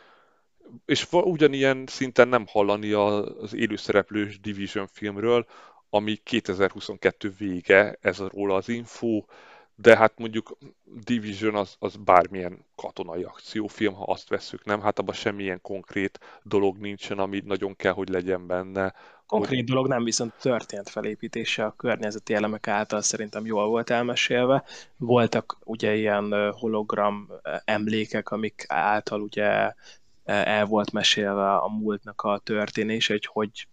És ugyanilyen szinten nem hallani az élőszereplős Division filmről, ami kétezer-huszonkettő vége, ez róla az info, de hát mondjuk Division az, az bármilyen katonai akciófilm, ha azt vesszük, nem? Hát abban semmilyen konkrét dolog nincsen, ami nagyon kell, hogy legyen benne, hogy Konkrét dolog nem, viszont történt felépítése a környezeti elemek által szerintem jól volt elmesélve. Voltak ugye ilyen hologram emlékek, amik által ugye el volt mesélve a múltnak a történése, hogy hogy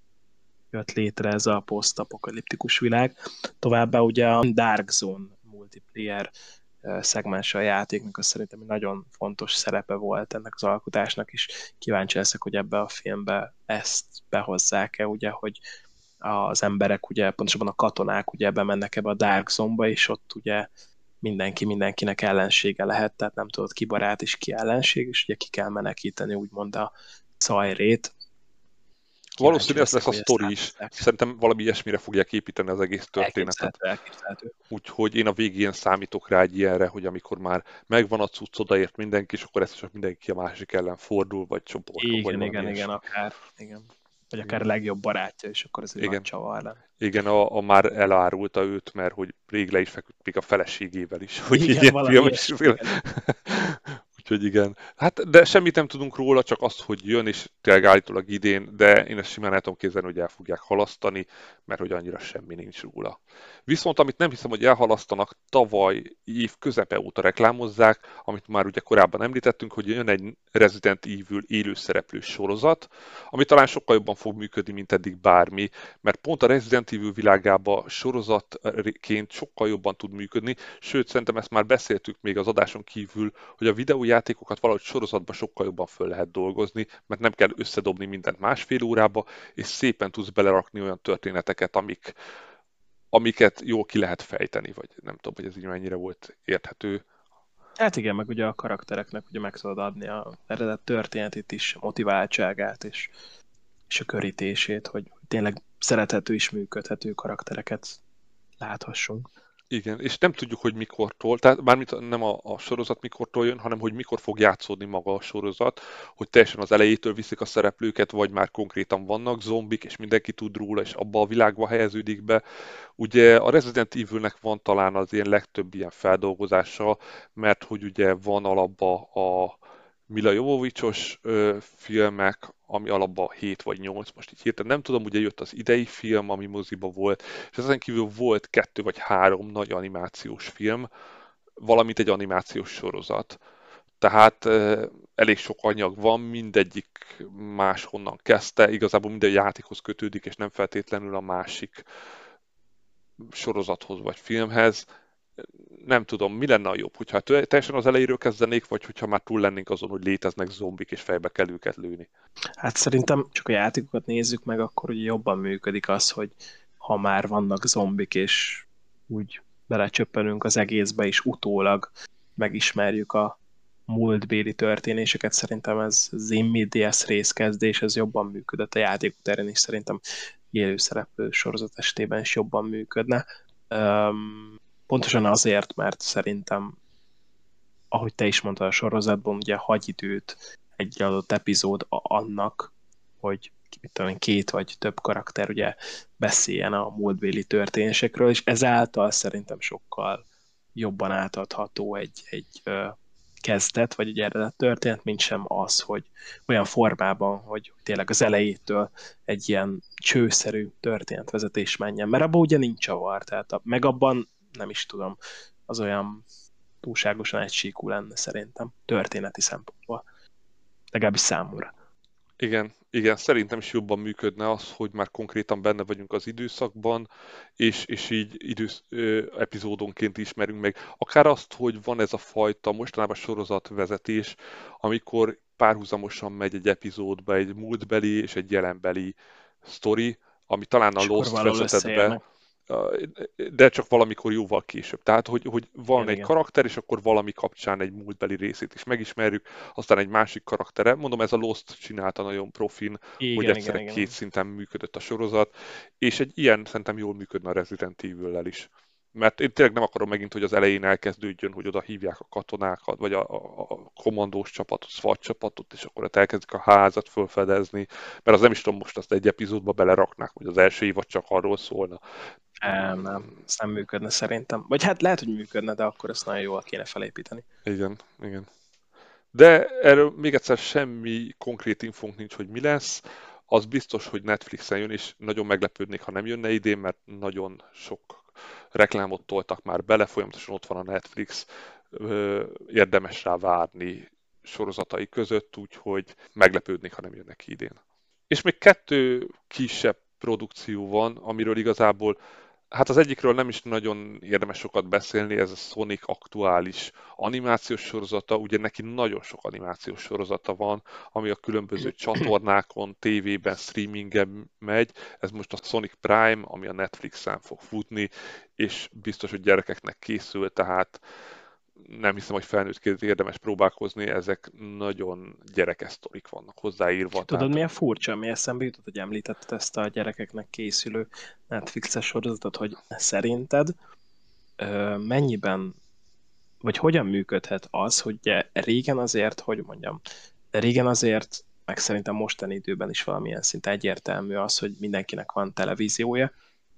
jött létre ez a posztapokaliptikus világ. Továbbá ugye a Dark Zone multiplayer szegmens a játéknak, az szerintem egy nagyon fontos szerepe volt ennek az alkotásnak is. Kíváncsi leszek, hogy ebbe a filmbe ezt behozzák-e, ugye, hogy az emberek, ugye, pontosabban a katonák ugye bemennek ebbe a Dark Zone-ba, és ott ugye mindenki mindenkinek ellensége lehet, tehát nem tudod ki barát és ki ellenség, és ugye ki kell menekíteni úgymond a Czairét. Kíváncsi valószínű ez leszek, lesz a hogy ezt sztori is. áthozzák. Szerintem valami ilyesmire fogják építeni az egész történetet. Elképzelhető, elképzelhető. Úgyhogy én a végén számítok rá egy ilyenre, hogy amikor már megvan a cucc, odaért mindenki, és akkor ezt csak mindenki a másik ellen fordul, vagy csoportok, vagy Igen, valami igen, igen, ilyesmi. akár. Igen. Vagy akár a Igen, legjobb barátja, és akkor ez egy nagy igen, csavar lenne. igen a, a már elárulta őt, mert hogy rég le is feküdt még a feleségével is, hogy Igen, ilyen valami film is. ilyesmi, igen. Úgyhogy igen. Hát, de semmit nem tudunk róla, csak azt, hogy jön, és tényleg állítólag idén, de én ezt simán el tudom képzelni, hogy el fogják halasztani, mert hogy annyira semmi nincs róla. Viszont amit nem hiszem, hogy elhalasztanak, tavaly év közepe óta reklámozzák, amit már ugye korábban említettünk, hogy jön egy Resident Evil élőszereplős sorozat, ami talán sokkal jobban fog működni, mint eddig bármi, mert pont a Resident Evil világában sorozatként sokkal jobban tud működni, sőt, szerintem ezt már beszéltük még az adáson kívül, hogy a videójátékokat valahogy sorozatban sokkal jobban föl lehet dolgozni, mert nem kell összedobni mindent másfél órába, és szépen tudsz belerakni olyan történeteket, amik, amiket jól ki lehet fejteni, vagy nem tudom, hogy ez így mennyire volt érthető. Hát igen, meg ugye a karaktereknek ugye meg tudod adni a eredet történetét is, a motiváltságát és, és a körítését, hogy tényleg szerethető és működhető karaktereket láthassunk. Igen, és nem tudjuk, hogy mikortól, tehát mármint nem a, a sorozat mikortól jön, hanem hogy mikor fog játszódni maga a sorozat, hogy teljesen az elejétől viszik a szereplőket, vagy már konkrétan vannak zombik, és mindenki tud róla, és abba a világba helyeződik be. Ugye a Resident Evilnek van talán az ilyen legtöbb ilyen feldolgozása, mert hogy ugye van alapba a Mila Jovovicsos ö, filmek, ami alapban hét vagy nyolc, most így hirtelen nem tudom, ugye jött az idei film, ami moziba volt, és ezen kívül volt kettő vagy három nagy animációs film, valamint egy animációs sorozat. Tehát ö, elég sok anyag van, mindegyik máshonnan kezdte, igazából minden játékhoz kötődik, és nem feltétlenül a másik sorozathoz vagy filmhez. nem tudom, mi lenne a jobb, hogyha teljesen az elejéről kezdenék, vagy hogyha már túl lennénk azon, hogy léteznek zombik, és fejbe kell őket lőni. Hát szerintem csak a játékokat nézzük meg, akkor ugye jobban működik az, hogy ha már vannak zombik, és úgy belecsöppenünk az egészbe, és utólag megismerjük a múltbéli történéseket, szerintem ez az immediate részkezdés, ez jobban működött a játék után, és szerintem élőszereplő sorozat estében is jobban működne. Um, pontosan azért, mert szerintem, ahogy te is mondtad a sorozatban, ugye hagy időt egy adott epizód annak, hogy mit tudom, két vagy több karakter ugye beszéljen a múltbéli történésekről, és ezáltal szerintem sokkal jobban átadható egy, egy ö, kezdet, vagy egy eredet történet, mint sem az, hogy olyan formában, hogy tényleg az elejétől egy ilyen csőszerű történetvezetés menjen, mert abban ugye nincs csavar, tehát a, meg abban nem is tudom, az olyan túlságosan egysíkú lenne szerintem, történeti szempontból. Legalábbis számomra. Igen, igen, szerintem is jobban működne az, hogy már konkrétan benne vagyunk az időszakban, és, és így idősz, ö, epizódonként ismerünk meg. Akár azt, hogy van ez a fajta mostanában sorozatvezetés, amikor párhuzamosan megy egy epizódba egy múltbeli és egy jelenbeli sztori, ami talán a És akkor Lost valahol vezetett be, összeérnek. de csak valamikor jóval később. Tehát, hogy, hogy van Igen, egy igen. karakter, és akkor valami kapcsán egy múltbeli részét is megismerjük, aztán egy másik karaktere. Mondom, ez a Lost csinálta nagyon profin, hogy Igen, igen, egyszerre igen. két szinten működött a sorozat, és egy ilyen szerintem jól működne a Resident Evil-lel is. Mert én tényleg nem akarom megint, hogy az elején elkezdődjön, hogy oda hívják a katonákat, vagy a, a, a kommandós csapatot, SWAT csapatot, és akkor ott elkezdik a házat felfedezni, mert az nem is tudom, most azt egy epizódba beleraknák, hogy az első évad csak arról szólna. Nem, nem, ez nem működne szerintem. Vagy hát lehet, hogy működne, de akkor ezt nagyon jól kéne felépíteni. Igen, igen. De erről még egyszer semmi konkrét infónk nincs, hogy mi lesz. Az biztos, hogy Netflixen jön, és nagyon meglepődnék, ha nem jönne idén, mert nagyon sok reklámot toltak már bele, folyamatosan ott van a Netflix, ö, érdemes rá várni sorozatai között, úgyhogy meglepődnék, ha nem jönnek ki idén. És még kettő kisebb produkció van, amiről igazából hát az egyikről nem is nagyon érdemes sokat beszélni, ez a Sonic aktuális animációs sorozata, ugye neki nagyon sok animációs sorozata van, ami a különböző csatornákon, tévében, streamingen megy, ez most a Sonic Prime, ami a Netflixen fog futni, és biztos, hogy gyerekeknek készül, tehát nem hiszem, hogy felnőttként érdemes próbálkozni, ezek nagyon gyerekes sztorik vannak hozzáírva, Tudod, tehát milyen furcsa, mi eszembe jutott, hogy említetted ezt a gyerekeknek készülő Netflixes sorozatot, hogy szerinted ö, mennyiben, vagy hogyan működhet az, hogy ugye régen azért, hogy mondjam, régen azért, meg szerintem mostani időben is valamilyen szinte egyértelmű az, hogy mindenkinek van televíziója,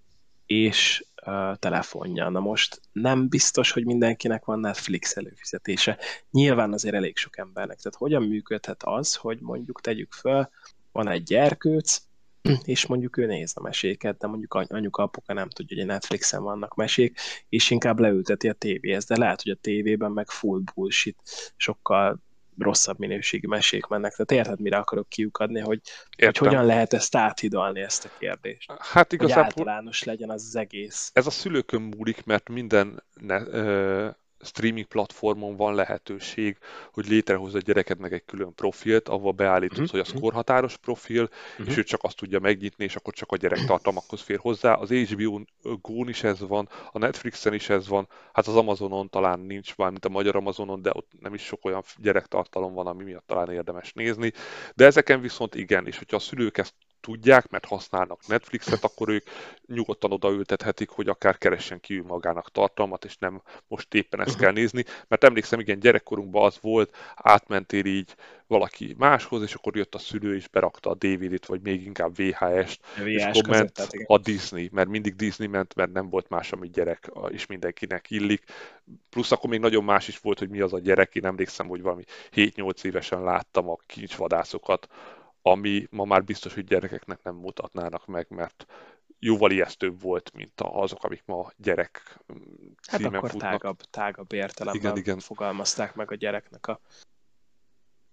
és uh, telefonja. Na most nem biztos, hogy mindenkinek van Netflix előfizetése. Nyilván azért elég sok embernek. Tehát hogyan működhet az, hogy mondjuk tegyük föl, van egy gyerkőc, és mondjuk ő néz a meséket, de mondjuk anyuka, apuka nem tudja, hogy a Netflixen vannak mesék, és inkább leülteti a tévéhez, de lehet, hogy a tévében meg full bullshit, sokkal rosszabb minőségű mesék mennek. Tehát érted, mire akarok kiukadni, hogy, hogy értem. hogyan lehet ezt áthidalni, ezt a kérdést? Hát Hogy igazából általános legyen az, az egész. ez a szülőkön múlik, mert minden ne, ö, streaming platformon van lehetőség, hogy létrehoz a gyerekednek egy külön profilt, ahol beállítod, Uh-huh, hogy az uh-huh, korhatáros profil, és uh-huh. ő csak azt tudja megnyitni, és akkor csak a gyerek tartalmakhoz fér hozzá. Az há bé ó Go-n is ez van, a Netflixen is ez van, hát az Amazonon talán nincs már, mint a magyar Amazonon, de ott nem is sok olyan gyerektartalom van, ami miatt talán érdemes nézni. De ezeken viszont igen, és hogyha a szülők ezt tudják, mert használnak Netflixet, akkor ők nyugodtan odaültethetik, hogy akár keressen ki ő magának tartalmat, és nem most éppen ezt Uh-huh. kell nézni, mert emlékszem, igen, gyerekkorunkban az volt, átmentél így valaki máshoz, és akkor jött a szülő, és berakta a dé vé dét, vagy még inkább vé há est, A és vé há-s akkor ment kazettát, igen. a Disney, mert mindig Disney ment, mert nem volt más, ami gyerek, és mindenkinek illik. Plusz akkor még nagyon más is volt, hogy mi az a gyerek, én emlékszem, hogy valami hét-nyolc évesen láttam a kincsvadászokat, ami ma már biztos, hogy gyerekeknek nem mutatnának meg, mert jóval ijesztőbb volt, mint azok, amik ma gyerek Hát címen akkor futnak. tágabb, tágabb Igen, értelemben igen. fogalmazták meg a gyereknek a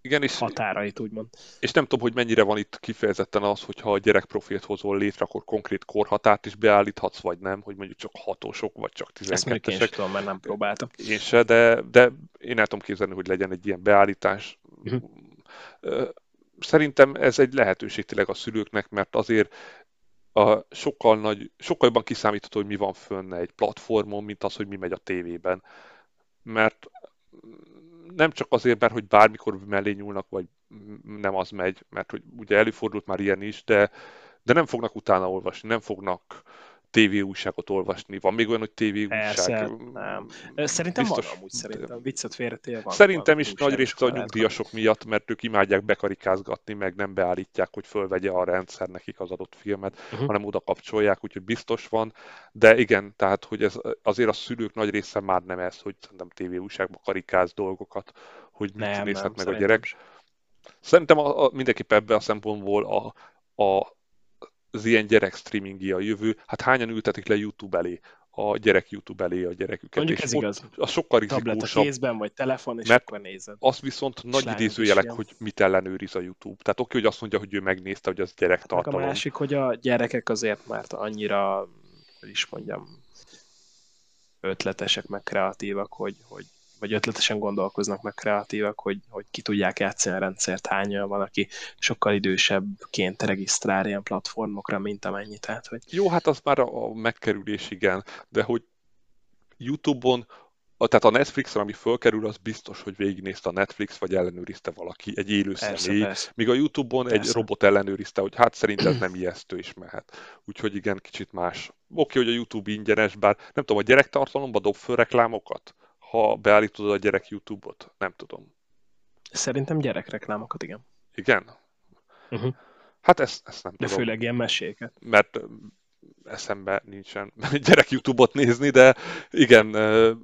Igen, és, határait, úgymond. és nem tudom, hogy mennyire van itt kifejezetten az, hogyha a gyerekprofilt hozol létre, akkor konkrét korhatárt is beállíthatsz, vagy nem, hogy mondjuk csak hatosok, vagy csak Ezt mondjuk én sem tizenkettesek. tudom, mert nem próbáltam. Én se, de, de én el tudom képzelni, hogy legyen egy ilyen beállítás. Uh-huh. Ö, Szerintem ez egy lehetőség tényleg a szülőknek, mert azért a sokkal, nagy, sokkal jobban kiszámítható, hogy mi van fönn egy platformon, mint az, hogy mi megy a tévében. Mert nem csak azért, mert hogy bármikor mellé nyúlnak, vagy nem az megy, mert hogy ugye előfordult már ilyen is, de, de nem fognak utána olvasni, nem fognak tévéújságot olvasni. Van még olyan, hogy tévéújság? Persze, nem. Szerintem van Biztos. amúgy, szerintem viccet félretéve van, van Szerintem is nagy újság is, részt a ahol lehet kapni. nyugdíjasok miatt, mert ők imádják bekarikázgatni, meg nem beállítják, hogy fölvegye a rendszer nekik az adott filmet, Uh-huh. hanem oda kapcsolják, úgyhogy biztos van. De igen, tehát, hogy ez azért a szülők nagy része már nem ez, hogy szerintem tévéújságba karikáz dolgokat, hogy mit Nem, nézhet nem, meg a szerintem gyerek. sem. Szerintem a, a, mindenképp ebben a szempontból a, a az ilyen gyerek streamingi a jövő, hát hányan ültetik le YouTube elé, a gyerek YouTube elé a gyereküket, Mondjuk és ez ott igaz. az sokkal Tablet a rizikósabb, kézben, vagy telefon, és mert akkor nézed. az viszont És nagy lányunk is idézőjelek, ilyen. hogy mit ellenőriz a YouTube. Tehát oké, hogy azt mondja, hogy ő megnézte, hogy az Hát meg a gyerektartalom. másik, hogy a gyerekek azért már annyira, hogy is mondjam, ötletesek, meg kreatívak, hogy, hogy vagy ötletesen gondolkoznak, meg kreatívak, hogy, hogy ki tudják játszani a rendszert, hányan van, aki sokkal idősebbként regisztrál ilyen platformokra, mint amennyi. Tehát, hogy Jó, hát az már a, a megkerülés, igen, de hogy YouTube-on, a, tehát a Netflixen, ami fölkerül, az biztos, hogy végignézte a Netflix, vagy ellenőrizte valaki, egy élő persze, személy, persze, míg a YouTube-on egy persze. robot ellenőrizte, hogy hát szerint ez nem ijesztő is mehet. Úgyhogy igen, kicsit más. Oké, hogy a YouTube ingyenes, bár nem tudom, a gyerektartalomba dob föl reklámokat, ha beállítod a gyerek YouTube-ot? Nem tudom. Szerintem gyerekreklámokat, igen. Igen? Uh-huh. Hát ezt, ezt nem De tudom, főleg ilyen meséket. mert eszembe nincsen gyerek YouTube-ot nézni, de igen,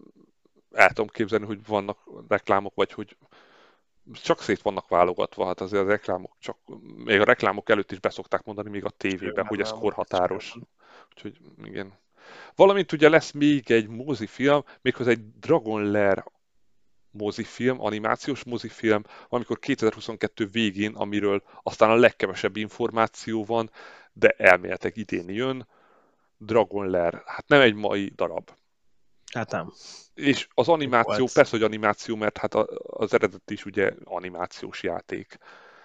el tudom képzelni, hogy vannak reklámok, vagy hogy csak szét vannak válogatva, hát azért a reklámok csak, még a reklámok előtt is beszokták mondani, még a tévében, hogy ez korhatáros. Úgyhogy igen. Valamint ugye lesz még egy mozifilm, méghozzá egy Dragon Lair mozifilm, animációs mozifilm, amikor kétezer-huszonkettő végén, amiről aztán a legkevesebb információ van, de elméletek idén jön, Dragon Lair. Hát nem egy mai darab. Hát nem. És az animáció, Volt. persze, hogy animáció, mert hát az eredet is ugye animációs játék.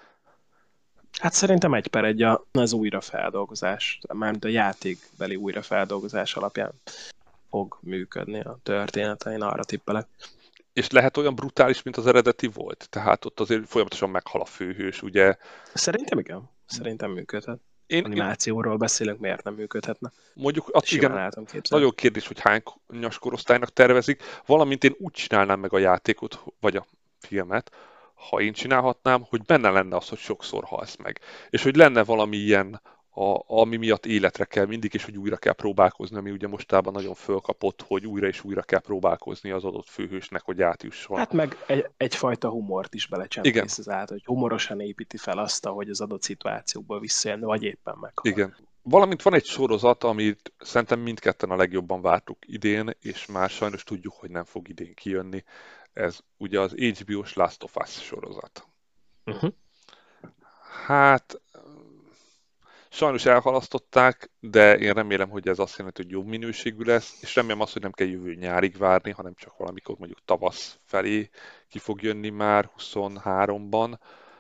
Hát szerintem egy per egy a, az újrafeldolgozás, mármint a játékbeli újrafeldolgozás alapján fog működni a történet, én arra tippelek. És lehet olyan brutális, mint az eredeti volt? Tehát ott azért folyamatosan meghal a főhős, ugye? Szerintem igen. Szerintem működhet. Én, én Animációról beszélünk, miért nem működhetne? mondjuk, at, Simán igen, el tudom képzelni. nagyon kérdés, hogy hány nyas korosztálynak tervezik, valamint én úgy csinálnám meg a játékot, vagy a filmet, ha én csinálhatnám, hogy benne lenne az, hogy sokszor halsz meg. És hogy lenne valami ilyen, a, ami miatt életre kell mindig, és hogy újra kell próbálkozni, ami ugye mostában nagyon fölkapott, hogy újra és újra kell próbálkozni az adott főhősnek, hogy átjusson. Hát meg egy, egyfajta humort is Igen, belecsempész az át, hogy humorosan építi fel azt, hogy az adott szituációkból visszajön, vagy éppen meghal. igen. Valamint van egy sorozat, amit szerintem mindketten a legjobban vártuk idén, és már sajnos tudjuk, hogy nem fog idén kijönni. Ez ugye az há bé ó-s Last of Us sorozat. Uh-huh. Hát sajnos elhalasztották, de én remélem, hogy ez azt jelenti, hogy jobb minőségű lesz, és remélem azt, hogy nem kell jövő nyárig várni, hanem csak valamikor mondjuk tavasz felé ki fog jönni már huszonháromban.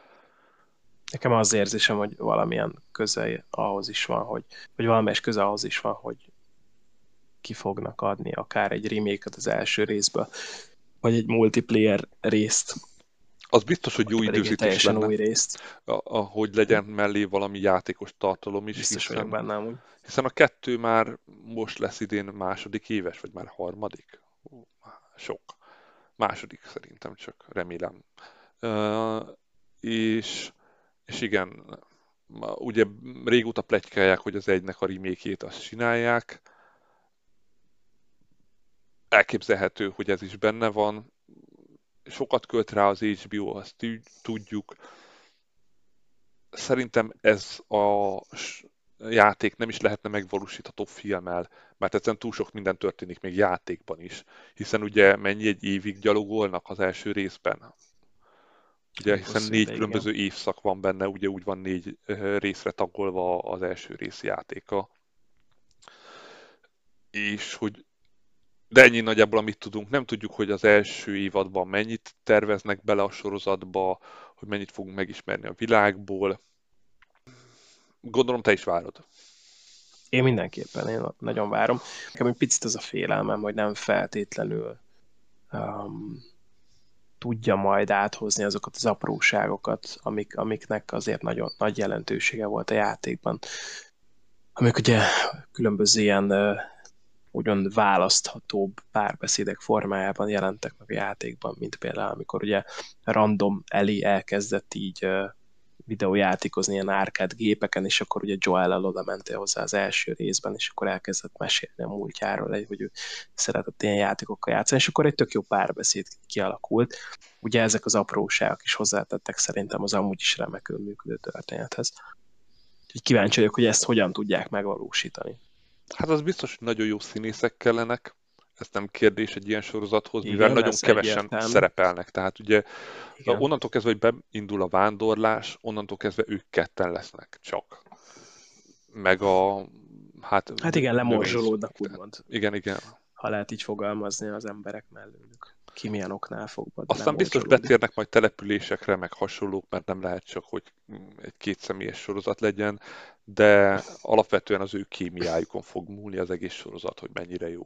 Nekem az érzésem, hogy valamilyen köze ahhoz is van, hogy, hogy valamelyes köze ahhoz is van, hogy ki fognak adni akár egy remake-et az első részből, vagy egy multiplayer részt, Az biztos, hogy vagy jó pedig egy időzítés teljesen lenne, új részt. hogy legyen mellé valami játékos tartalom is, Biztos vagyok hiszen, benne amúgy. hiszen a kettő már most lesz idén második éves, vagy már harmadik? Ó, sok. Második szerintem csak, remélem. Uh, és, és igen, ugye régóta pletykálják, hogy az egynek a remake-ét azt csinálják. Elképzelhető, hogy ez is benne van. Sokat költ rá az há bé ó, azt tudjuk. Szerintem ez a játék nem is lehetne megvalósítható filmmel, mert egyszerűen túl sok minden történik még játékban is. Hiszen ugye mennyi egy évig gyalogolnak az első részben? Ugye, hiszen Hosszú négy ideig, igen. különböző évszak van benne, ugye úgy van négy ö, részre tagolva az első rész játéka. És hogy de ennyi nagyjából, amit tudunk. Nem tudjuk, hogy az első évadban mennyit terveznek bele a sorozatba, hogy mennyit fogunk megismerni a világból. Gondolom te is várod. Én mindenképpen, én nagyon várom. Nekem egy picit az a félelmem, hogy nem feltétlenül um, tudja majd áthozni azokat az apróságokat, amik, amiknek azért nagyon nagy jelentősége volt a játékban. Amik ugye különböző ilyen uh, ugyan választhatóbb párbeszédek formájában jelentek meg a játékban, mint például amikor ugye random Ellie elkezdett így uh, videójátékozni ilyen árkád gépeken, és akkor ugye Joel-el oda mentél hozzá az első részben, és akkor elkezdett mesélni a múltjáról, hogy ő szeretett ilyen játékokkal játszani, és akkor egy tök jó párbeszéd kialakult. Ugye ezek az apróságok is hozzátettek szerintem az amúgy is remekül működő történethez. Úgyhogy kíváncsi vagyok, hogy ezt hogyan tudják megvalósítani. Hát az biztos, hogy nagyon jó színészek kellenek. Ez nem kérdés egy ilyen sorozathoz, mivel Igen, nagyon ez kevesen egyértelmű. szerepelnek. Tehát ugye Igen. onnantól kezdve, hogy beindul a vándorlás, onnantól kezdve ők ketten lesznek csak. Meg a hát Hát igen, növény... lemorzsolódnak úgymond, Igen, igen. ha lehet így fogalmazni az emberek mellőlük. Ki milyen oknál fogva Aztán biztos lemorzsolódik. betérnek majd településekre, meg hasonlók, mert nem lehet csak, hogy egy kétszemélyes sorozat legyen, de alapvetően az ő kémiájukon fog múlni az egész sorozat, hogy mennyire jó.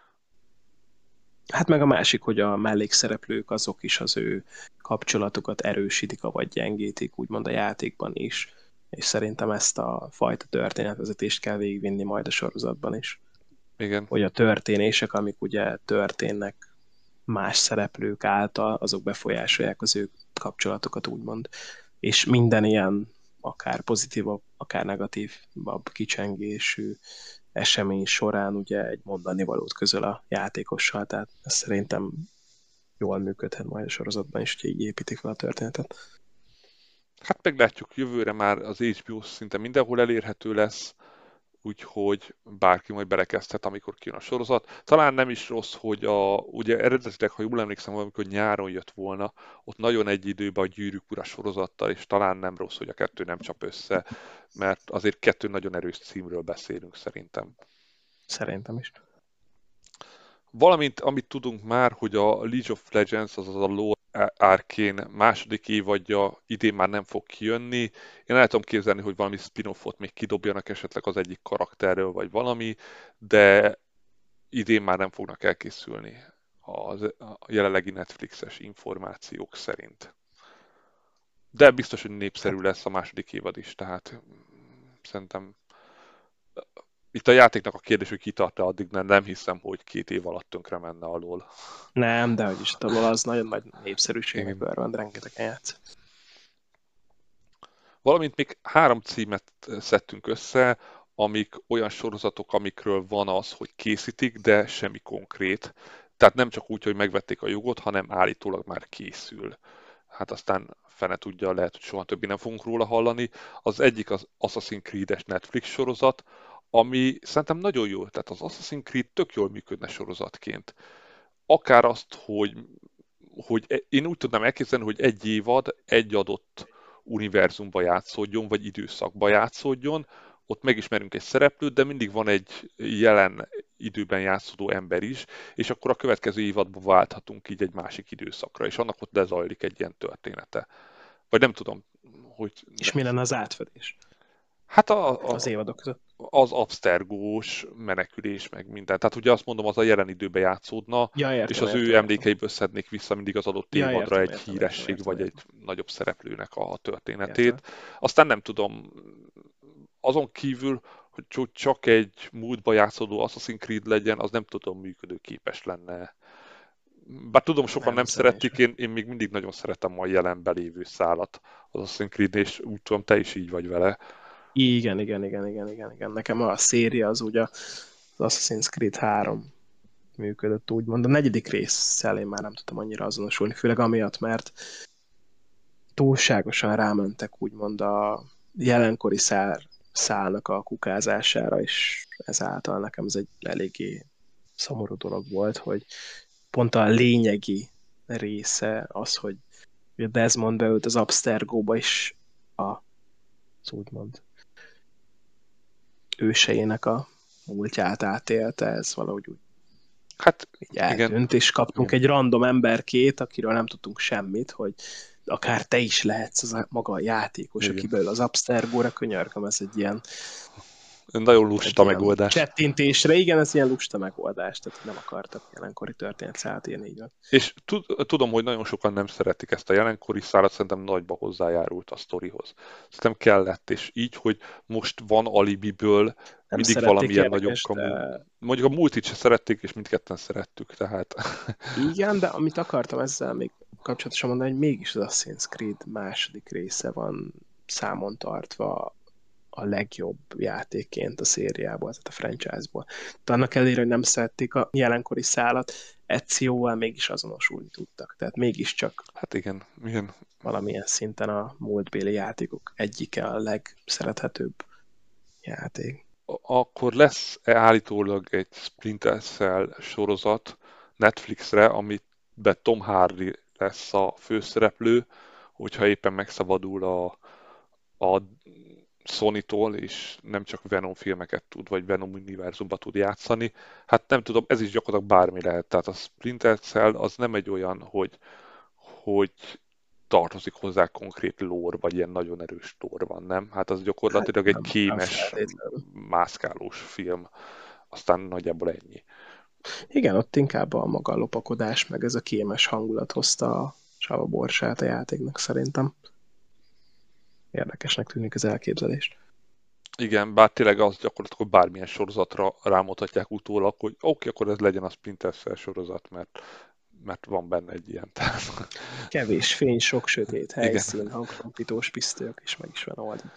Hát meg a másik, hogy a mellékszereplők azok is az ő kapcsolatukat erősítik, vagy gyengítik, úgymond a játékban is. És szerintem ezt a fajta történetvezetést kell végigvinni majd a sorozatban is. Igen. Hogy a történések, amik ugye történnek más szereplők által, azok befolyásolják az ő kapcsolatokat, úgymond. És minden ilyen, akár pozitívabb, akár negatívabb kicsengésű esemény során ugye egy mondani valót közöl a játékossal, tehát ez szerintem jól működhet majd a sorozatban is, hogy így építik fel a történetet. Hát meglátjuk, jövőre már az há bé o szinte mindenhol elérhető lesz, úgyhogy bárki majd belekezdhet, amikor kijön a sorozat. Talán nem is rossz, hogy a, ugye eredetileg, ha jól emlékszem, amikor nyáron jött volna, ott nagyon egy időben a Gyűrűk Ura sorozattal, és talán nem rossz, hogy a kettő nem csap össze, mert azért kettő nagyon erős címről beszélünk szerintem. Szerintem is. Valamint, amit tudunk már, hogy a League of Legends, azaz a LoL Arcane második évadja idén már nem fog kijönni. Én el tudom képzelni, hogy valami spin-offot még kidobjanak esetleg az egyik karakterről, vagy valami, de idén már nem fognak elkészülni az, a jelenlegi Netflixes információk szerint. De biztos, hogy népszerű Hát lesz a második évad is, tehát szerintem itt a játéknak a kérdés, hogy kitart-e addig, nem, nem hiszem, hogy két év alatt tönkre menne alól. nem, de hogy is a LoL az nagyon nagy népszerűségnek Igen. örvend, rengetegen játsz. Valamint még három címet szedtünk össze, amik olyan sorozatok, amikről van az, hogy készítik, de semmi konkrét. Tehát nem csak úgy, hogy megvették a jogot, hanem állítólag már készül. Hát aztán fene tudja, lehet, hogy soha többi nem fogunk róla hallani. Az egyik az Assassin's Creed-es Netflix sorozat, ami szerintem nagyon jó. Tehát az Assassin's Creed tök jól működne sorozatként. Akár azt, hogy, hogy e- én úgy tudnám elképzelni, hogy egy évad egy adott univerzumba játszódjon, vagy időszakba játszódjon, ott megismerünk egy szereplőt, de mindig van egy jelen időben játszódó ember is, és akkor a következő évadban válthatunk így egy másik időszakra, és annak ott lezajlik egy ilyen története. Vagy nem tudom, hogy... És mi lenne az átfedés Hát a, az a, évadok között? az absztergós menekülés, meg minden. Tehát ugye azt mondom, az a jelen időben játszódna, Ja, és értem, az ő értem, értem. emlékeiből szednék vissza mindig az adott Ja, évadra értem, egy értem, értem, híresség, értem, vagy egy értem. nagyobb szereplőnek a Értem. történetét. Aztán nem tudom, azon kívül, hogy csak egy múltba játszódó Assassin's Creed legyen, az nem tudom, működőképes lenne. Bár tudom, sokan Nem, nem szeretik, szerencsére. én, én még mindig nagyon szeretem a jelenben lévő szálat az Assassin's Creed, és úgy tudom, te is így vagy vele. Igen, igen, igen, igen, igen, igen. Nekem a széria az ugye az Assassin's Creed három működött úgymond. A negyedik résszel én már nem tudtam annyira azonosulni, főleg amiatt, mert túlságosan rámentek úgymond a jelenkori szár, szálnak a kukázására, és ezáltal nekem ez egy eléggé szomorú dolog volt, hogy pont a lényegi része az, hogy Ugye Desmond beült az Abstergóba is a, az úgymond őseinek a múltját átélte, ez valahogy úgy Hát így igen, eltűnt, és kaptunk igen. egy random emberkét, akiről nem tudtunk semmit, hogy akár te is lehetsz az a, maga a játékos, Igen. aki belül az Abstergóra, könyörgöm, ez egy ilyen, Nagyon lusta egy ilyen megoldás. csettintésre, igen, ez ilyen lusta megoldás, tehát nem akartak jelenkori történetszállat írni, így van. És tud, tudom, hogy nagyon sokan nem szeretik ezt a jelenkori szálat, szerintem nagyba hozzájárult a sztorihoz. Szerintem kellett, és így, hogy most van alibiből Nem mindig szerették valamilyen nagyobb érdekes, kamu. de Mondjuk a multit se szerették, és mindketten szerettük, tehát... igen, de amit akartam ezzel még kapcsolatosan mondani, hogy mégis az Assassin's Creed második része van számon tartva a legjobb játékként a szériából, tehát a franchise-ból. De annak ellenére, hogy nem szerették a jelenkori szálat, Ezioval mégis azonosulni tudtak. Tehát mégiscsak Hát igen, igen. valamilyen szinten a múltbéli játékok egyike a legszerethetőbb játék. Akkor lesz -e állítólag egy Splinter Cell sorozat Netflixre, amiben Tom Hardy lesz a főszereplő, hogyha éppen megszabadul a, a Sony-tól, és nem csak Venom filmeket tud, vagy Venom univerzumba tud játszani. Hát nem tudom, ez is gyakorlatilag bármi lehet. Tehát a Splinter Cell az nem egy olyan, hogy, hogy tartozik hozzá konkrét lore, vagy ilyen nagyon erős lore van, nem? Hát az Hát gyakorlatilag egy nem, nem kémes, feltétlenül. mászkálós film. Aztán nagyjából ennyi. Igen, ott inkább a maga a lopakodás, meg ez a kémes hangulat hozta a Csaba borsát a játéknak szerintem. Érdekesnek tűnik az elképzelés. Igen, bár tényleg az gyakorlatilag bármilyen sorozatra rámutatják utólag, hogy oké, okay, akkor ez legyen a Splinter Cell sorozat, mert, mert van benne egy ilyen. Kevés fény, sok sötét Igen. helyszín, hangtrompítós pisztolyok, és meg is van oldva.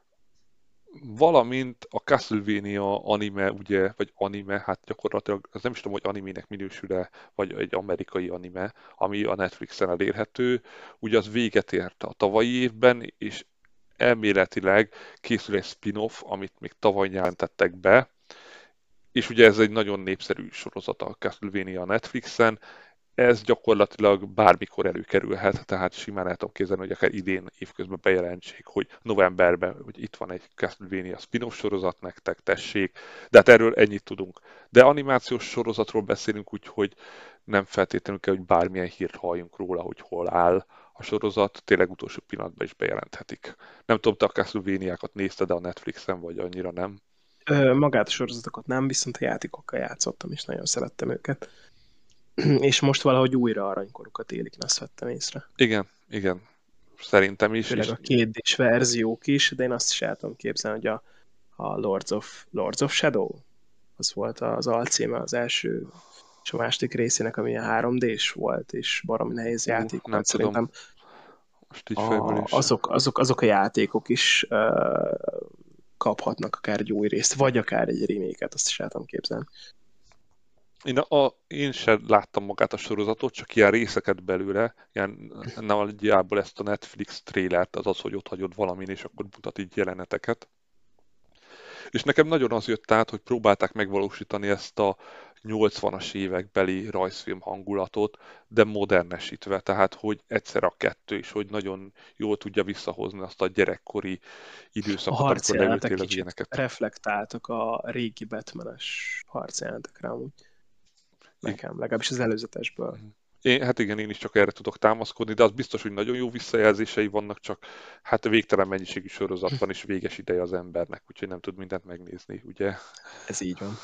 Valamint a Castlevania anime, ugye, vagy anime, hát gyakorlatilag, az nem is tudom, hogy animének minősül-e, vagy egy amerikai anime, ami a Netflixen elérhető, ugye az véget ért a tavalyi évben, és elméletileg készül egy spin-off, amit még tavaly jelentettek be, és ugye ez egy nagyon népszerű sorozat a Castlevania a Netflixen, ez gyakorlatilag bármikor előkerülhet, tehát simán el tudom képzelni, hogy akár idén évközben bejelentsék, hogy novemberben, hogy itt van egy Castlevania spin-off sorozat nektek, tessék, de hát erről ennyit tudunk. De animációs sorozatról beszélünk, úgyhogy nem feltétlenül kell, hogy bármilyen hírt halljunk róla, hogy hol áll a sorozat, tényleg utolsó pillanatban is bejelenthetik. Nem tudom, te a Castlevania-kat nézted, de a Netflixen vagy annyira nem? Ö, magát a sorozatokat nem, viszont a játékokkal játszottam, és nagyon szerettem őket. És most valahogy újra aranykorukat élik, én azt vettem észre. Igen, igen, szerintem is. Főleg És a kétdés verziók is, de én azt is el tudom képzelni, hogy a, a Lords of, Lords of Shadow, az volt az alcíme az első és a második részének, ami a három dés volt, és baromi nehéz ú, játék nem volt. tudom, Szerintem most így a, fejből is. azok, azok, azok a játékok is uh, kaphatnak akár egy új részt, vagy akár egy remake-et, azt is el tudom képzelni. Én, a, én sem láttam magát a sorozatot, csak ilyen részeket belőle, ilyen nagyjából ezt a Netflix trélert, az az, hogy ott hagyod valamin, és akkor mutat így jeleneteket. És nekem nagyon az jött át, hogy próbálták megvalósítani ezt a nyolcvanas évekbeli rajzfilm hangulatot, de modernesítve, tehát hogy egyszer a kettő is, hogy nagyon jól tudja visszahozni azt a gyerekkori A időszakot, amikor harcjelenetek leültél az kicsit ilyeneket. reflektáltak a régi Batman-es harcjelenetekre amúgy. Nekem, legalábbis az előzetesből. Én, hát igen, én is csak erre tudok támaszkodni, de az biztos, hogy nagyon jó visszajelzései vannak, csak hát végtelen mennyiségű sorozat van, és véges ideje az embernek, úgyhogy nem tud mindent megnézni, ugye? Ez így van.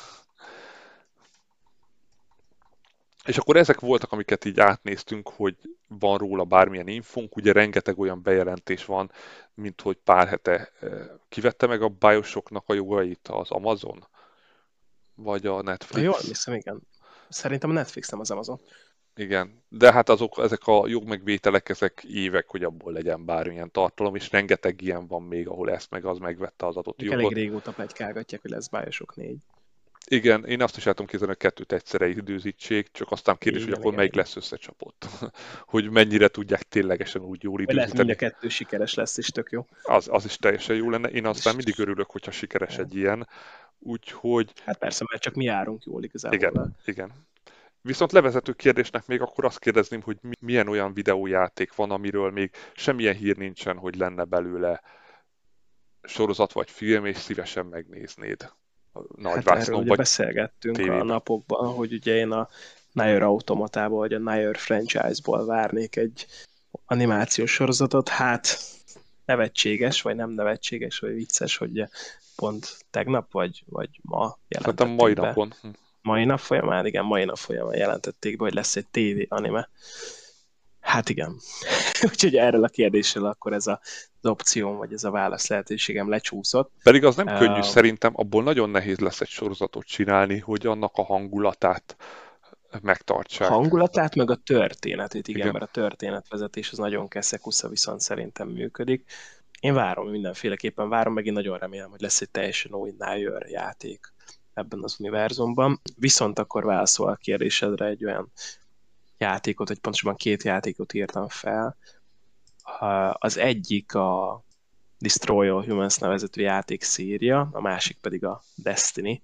És akkor ezek voltak, amiket így átnéztünk, hogy van róla bármilyen infónk, ugye rengeteg olyan bejelentés van, mint hogy pár hete eh, kivette meg a Bioshocknak a jogait az Amazon, vagy a Ha jól Netflix. emlékszem, igen. Szerintem a Netflix, nem az Amazon. Igen, de hát azok, ezek a jogmegvételek, ezek évek, hogy abból legyen bármilyen tartalom, és rengeteg ilyen van még, ahol ezt meg az megvette az adott Ők elég jogot. régóta plegykálgatják, hogy lesz Bioshock négy. Igen, én azt is el tudom képzelni, hogy kettőt egyszerre időzítsék, csak aztán kérdés, hogy Igen, akkor igen, melyik igen. lesz összecsapott. Hogy mennyire tudják ténylegesen úgy jól Vagy lehet, hogy mind a időzíteni. kettő sikeres lesz, és tök jó. Az, az is teljesen jó lenne. Én aztán És, mindig örülök, hogyha sikeres egy ilyen. Úgyhogy hát persze, mert csak mi járunk jól igazából vele. igen, igen. Viszont levezető kérdésnek még akkor azt kérdezném, hogy milyen olyan videójáték van, amiről még semmilyen hír nincsen, hogy lenne belőle sorozat vagy film, és szívesen megnéznéd a Hát erről nagyvásznon ugye vagy beszélgettünk a tévében. napokban, hogy ugye én a Nier Automatából, vagy a Nier franchise-ból várnék egy animációs sorozatot. Hát nevetséges, vagy nem nevetséges, vagy vicces, hogy pont tegnap, vagy, vagy ma Szerintem mai jelentették be. napon. Hm. Mai nap folyamán, igen, mai nap folyamán jelentették be, hogy lesz egy tévé anime. Hát igen. Úgyhogy erről a kérdésről akkor ez a, az opció, vagy ez a válasz lehetőségem lecsúszott. Pedig az nem könnyű, Uh, szerintem abból nagyon nehéz lesz egy sorozatot csinálni, hogy annak a hangulatát megtartsák. hangulatát, meg a történetét, igen, Igen. mert a történetvezetés az nagyon keszekusza, viszont szerintem működik. Én várom, mindenféleképpen várom, meg én nagyon remélem, hogy lesz egy teljesen új Nier játék ebben az univerzumban. Viszont akkor válaszol a kérdésedre egy olyan játékot, vagy pontosabban két játékot írtam fel. Az egyik a Destroy All Humans nevezetű játék széria, a másik pedig a Destiny.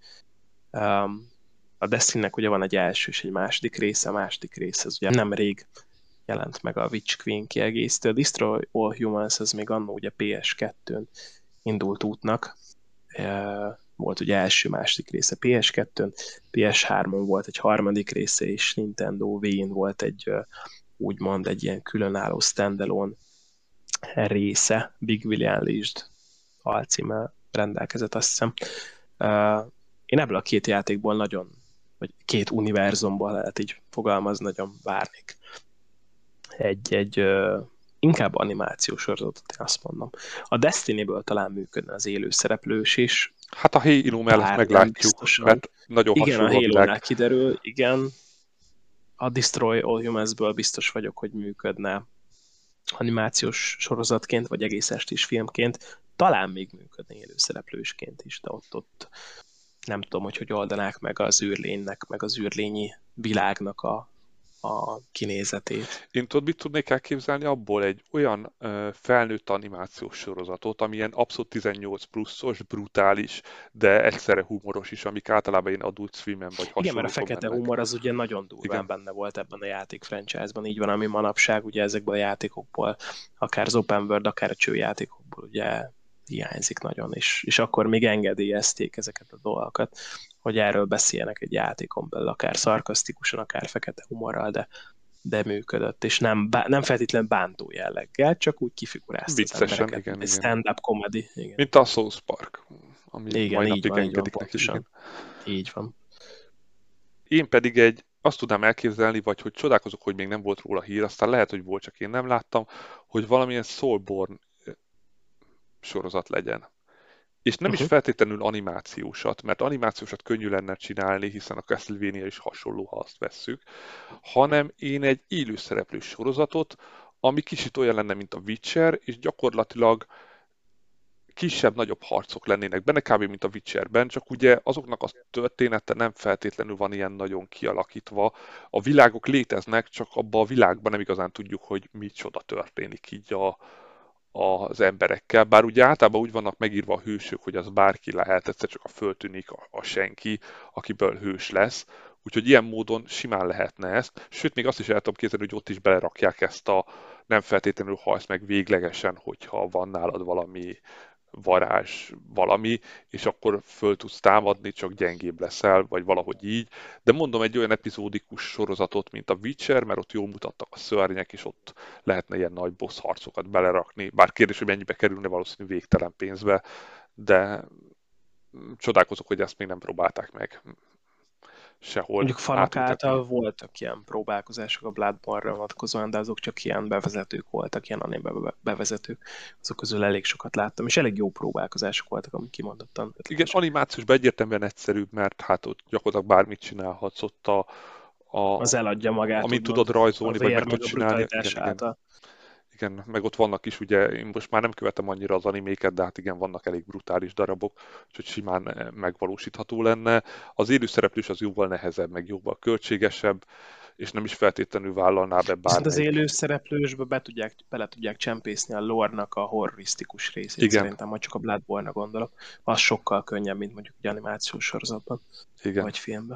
A Destiny-nek ugye van egy első és egy második része, a második része az ugye nemrég jelent meg a Witch Queen kiegészítő. A Destroy All Humans az még annó ugye pé es kettőn indult útnak. Volt ugye első, második része pé es kettőn, pé es hármon volt egy harmadik része, és Nintendo Wii-n volt egy úgymond egy ilyen különálló standalone része, Big Willy Unleashed alcímmel rendelkezett, azt hiszem. Én ebből a két játékból nagyon, vagy két univerzumból lehet így fogalmazni, nagyon várnék. Egy, egy uh, inkább animációs sorozatot, én azt mondom. A Destiny-ből talán működne az élő szereplős is. Hát a Halo mellett meglátjuk, mert nagyon igen, hasonló a Halo-nál kiderül, igen. A Destroy All Humans-ből biztos vagyok, hogy működne animációs sorozatként, vagy egész estés filmként. Talán még működne élő szereplősként is, de ott, ott nem tudom, hogy hogy oldanák meg az űrlénynek, meg az űrlényi világnak a, a kinézetét. Én tudod, mit tudnék elképzelni abból? Egy olyan ö, felnőtt animációs sorozatot, ami ilyen abszolút tizennyolc pluszos, brutális, de egyszerre humoros is, amik általában ilyen Adult Swim-en vagy Igen, mert a hasonlókon fekete mennek. humor az ugye nagyon durván Igen. benne volt ebben a játék franchise-ban, így van, ami manapság ugye ezekből a játékokból, akár az open world, akár a csőjátékokból ugye hiányzik nagyon, és, és akkor még engedélyezték ezeket a dolgokat, hogy erről beszéljenek egy játékon belül, akár szarkasztikusan, akár fekete humorral, de, de működött, és nem, nem feltétlenül bántó jelleggel, csak úgy kifigurázta az embereket. Igen, egy igen. stand-up comedy. Igen. Mint a South Park, ami igen, mai így napig van, engedik így van, neki. Igen. Így van. Én pedig egy, azt tudnám elképzelni, vagy hogy csodálkozok, hogy még nem volt róla hír, aztán lehet, hogy volt, csak én nem láttam, hogy valamilyen Soulborn sorozat legyen. És nem uh-huh. is feltétlenül animációsat, mert animációsat könnyű lenne csinálni, hiszen a Castlevania is hasonló, ha azt vesszük, hanem én egy élőszereplős sorozatot, ami kicsit olyan lenne, mint a Witcher, és gyakorlatilag kisebb-nagyobb harcok lennének benne, kb. Mint a Witcherben, csak ugye azoknak a története nem feltétlenül van ilyen nagyon kialakítva. A világok léteznek, csak abban a világban nem igazán tudjuk, hogy micsoda történik így a, az emberekkel. Bár ugye általában úgy vannak megírva a hősök, hogy az bárki lehet, egyszer csak a föltűnik a, a senki, akiből hős lesz. Úgyhogy ilyen módon simán lehetne ezt. Sőt, még azt is el tudom képzelni, hogy ott is belerakják ezt a nem feltétlenül halsz meg véglegesen, hogyha van nálad valami varázs valami, és akkor föl tudsz támadni, csak gyengébb leszel, vagy valahogy így. De mondom, egy olyan epizódikus sorozatot, mint a Witcher, mert ott jól mutattak a szörnyek, és ott lehetne ilyen nagy boss harcokat belerakni. Bár kérdés, hogy mennyibe kerülne, valószínű végtelen pénzbe, de csodálkozok, hogy ezt még nem próbálták meg sehol. Mondjuk fanok által voltak ilyen próbálkozások a Bloodborne-ra vonatkozóan, de azok csak ilyen bevezetők voltak, ilyen anime bevezetők. Azok közül elég sokat láttam, és elég jó próbálkozások voltak, amik kimondottan ötletesek. Igen, animációsban egyértelműen egyszerűbb, mert hát ott gyakorlatilag bármit csinálhatsz ott a, a az eladja magát. Amit tudod rajzolni, vagy meg tudod csinálni. Igen, igen. Igen, meg ott vannak is, ugye, én most már nem követem annyira az animéket, de hát igen, vannak elég brutális darabok, úgyhogy simán megvalósítható lenne. Az élőszereplős az jóval nehezebb, meg jóval költségesebb, és nem is feltétlenül vállalná be bármelyik. Viszont az élőszereplősbe be tudják, bele tudják csempészni a lore-nak a horrorisztikus részét, igen. Szerintem, vagy csak a Bloodborne-ra gondolok. Az sokkal könnyebb, mint mondjuk egy animációs sorozatban, igen. vagy filmben.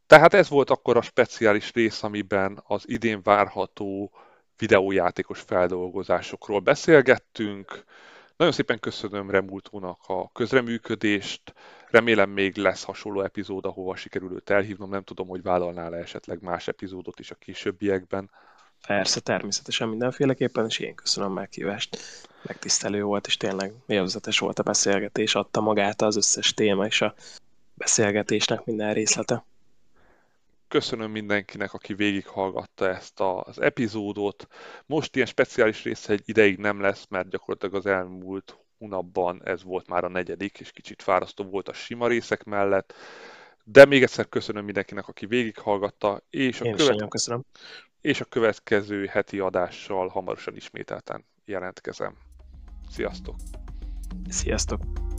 Tehát ez volt akkor a speciális rész, amiben az idén várható videójátékos feldolgozásokról beszélgettünk. Nagyon szépen köszönöm Remultónak a közreműködést, remélem még lesz hasonló epizód, ahova sikerül őt elhívnom, nem tudom, hogy vállalnál-e esetleg más epizódot is a későbbiekben. Persze, természetesen mindenféleképpen, és én köszönöm a meghívást. Megtisztelő volt, és tényleg élvezetes volt a beszélgetés, adta magát az összes téma és a beszélgetésnek minden részlete. Köszönöm mindenkinek, aki végighallgatta ezt az epizódot. Most ilyen speciális része egy ideig nem lesz, mert gyakorlatilag az elmúlt hónapban ez volt már a negyedik, és kicsit fárasztó volt a sima részek mellett. De még egyszer köszönöm mindenkinek, aki végighallgatta, és a, Én is követ... nagyon köszönöm. és a következő heti adással hamarosan ismételten jelentkezem. Sziasztok! Sziasztok!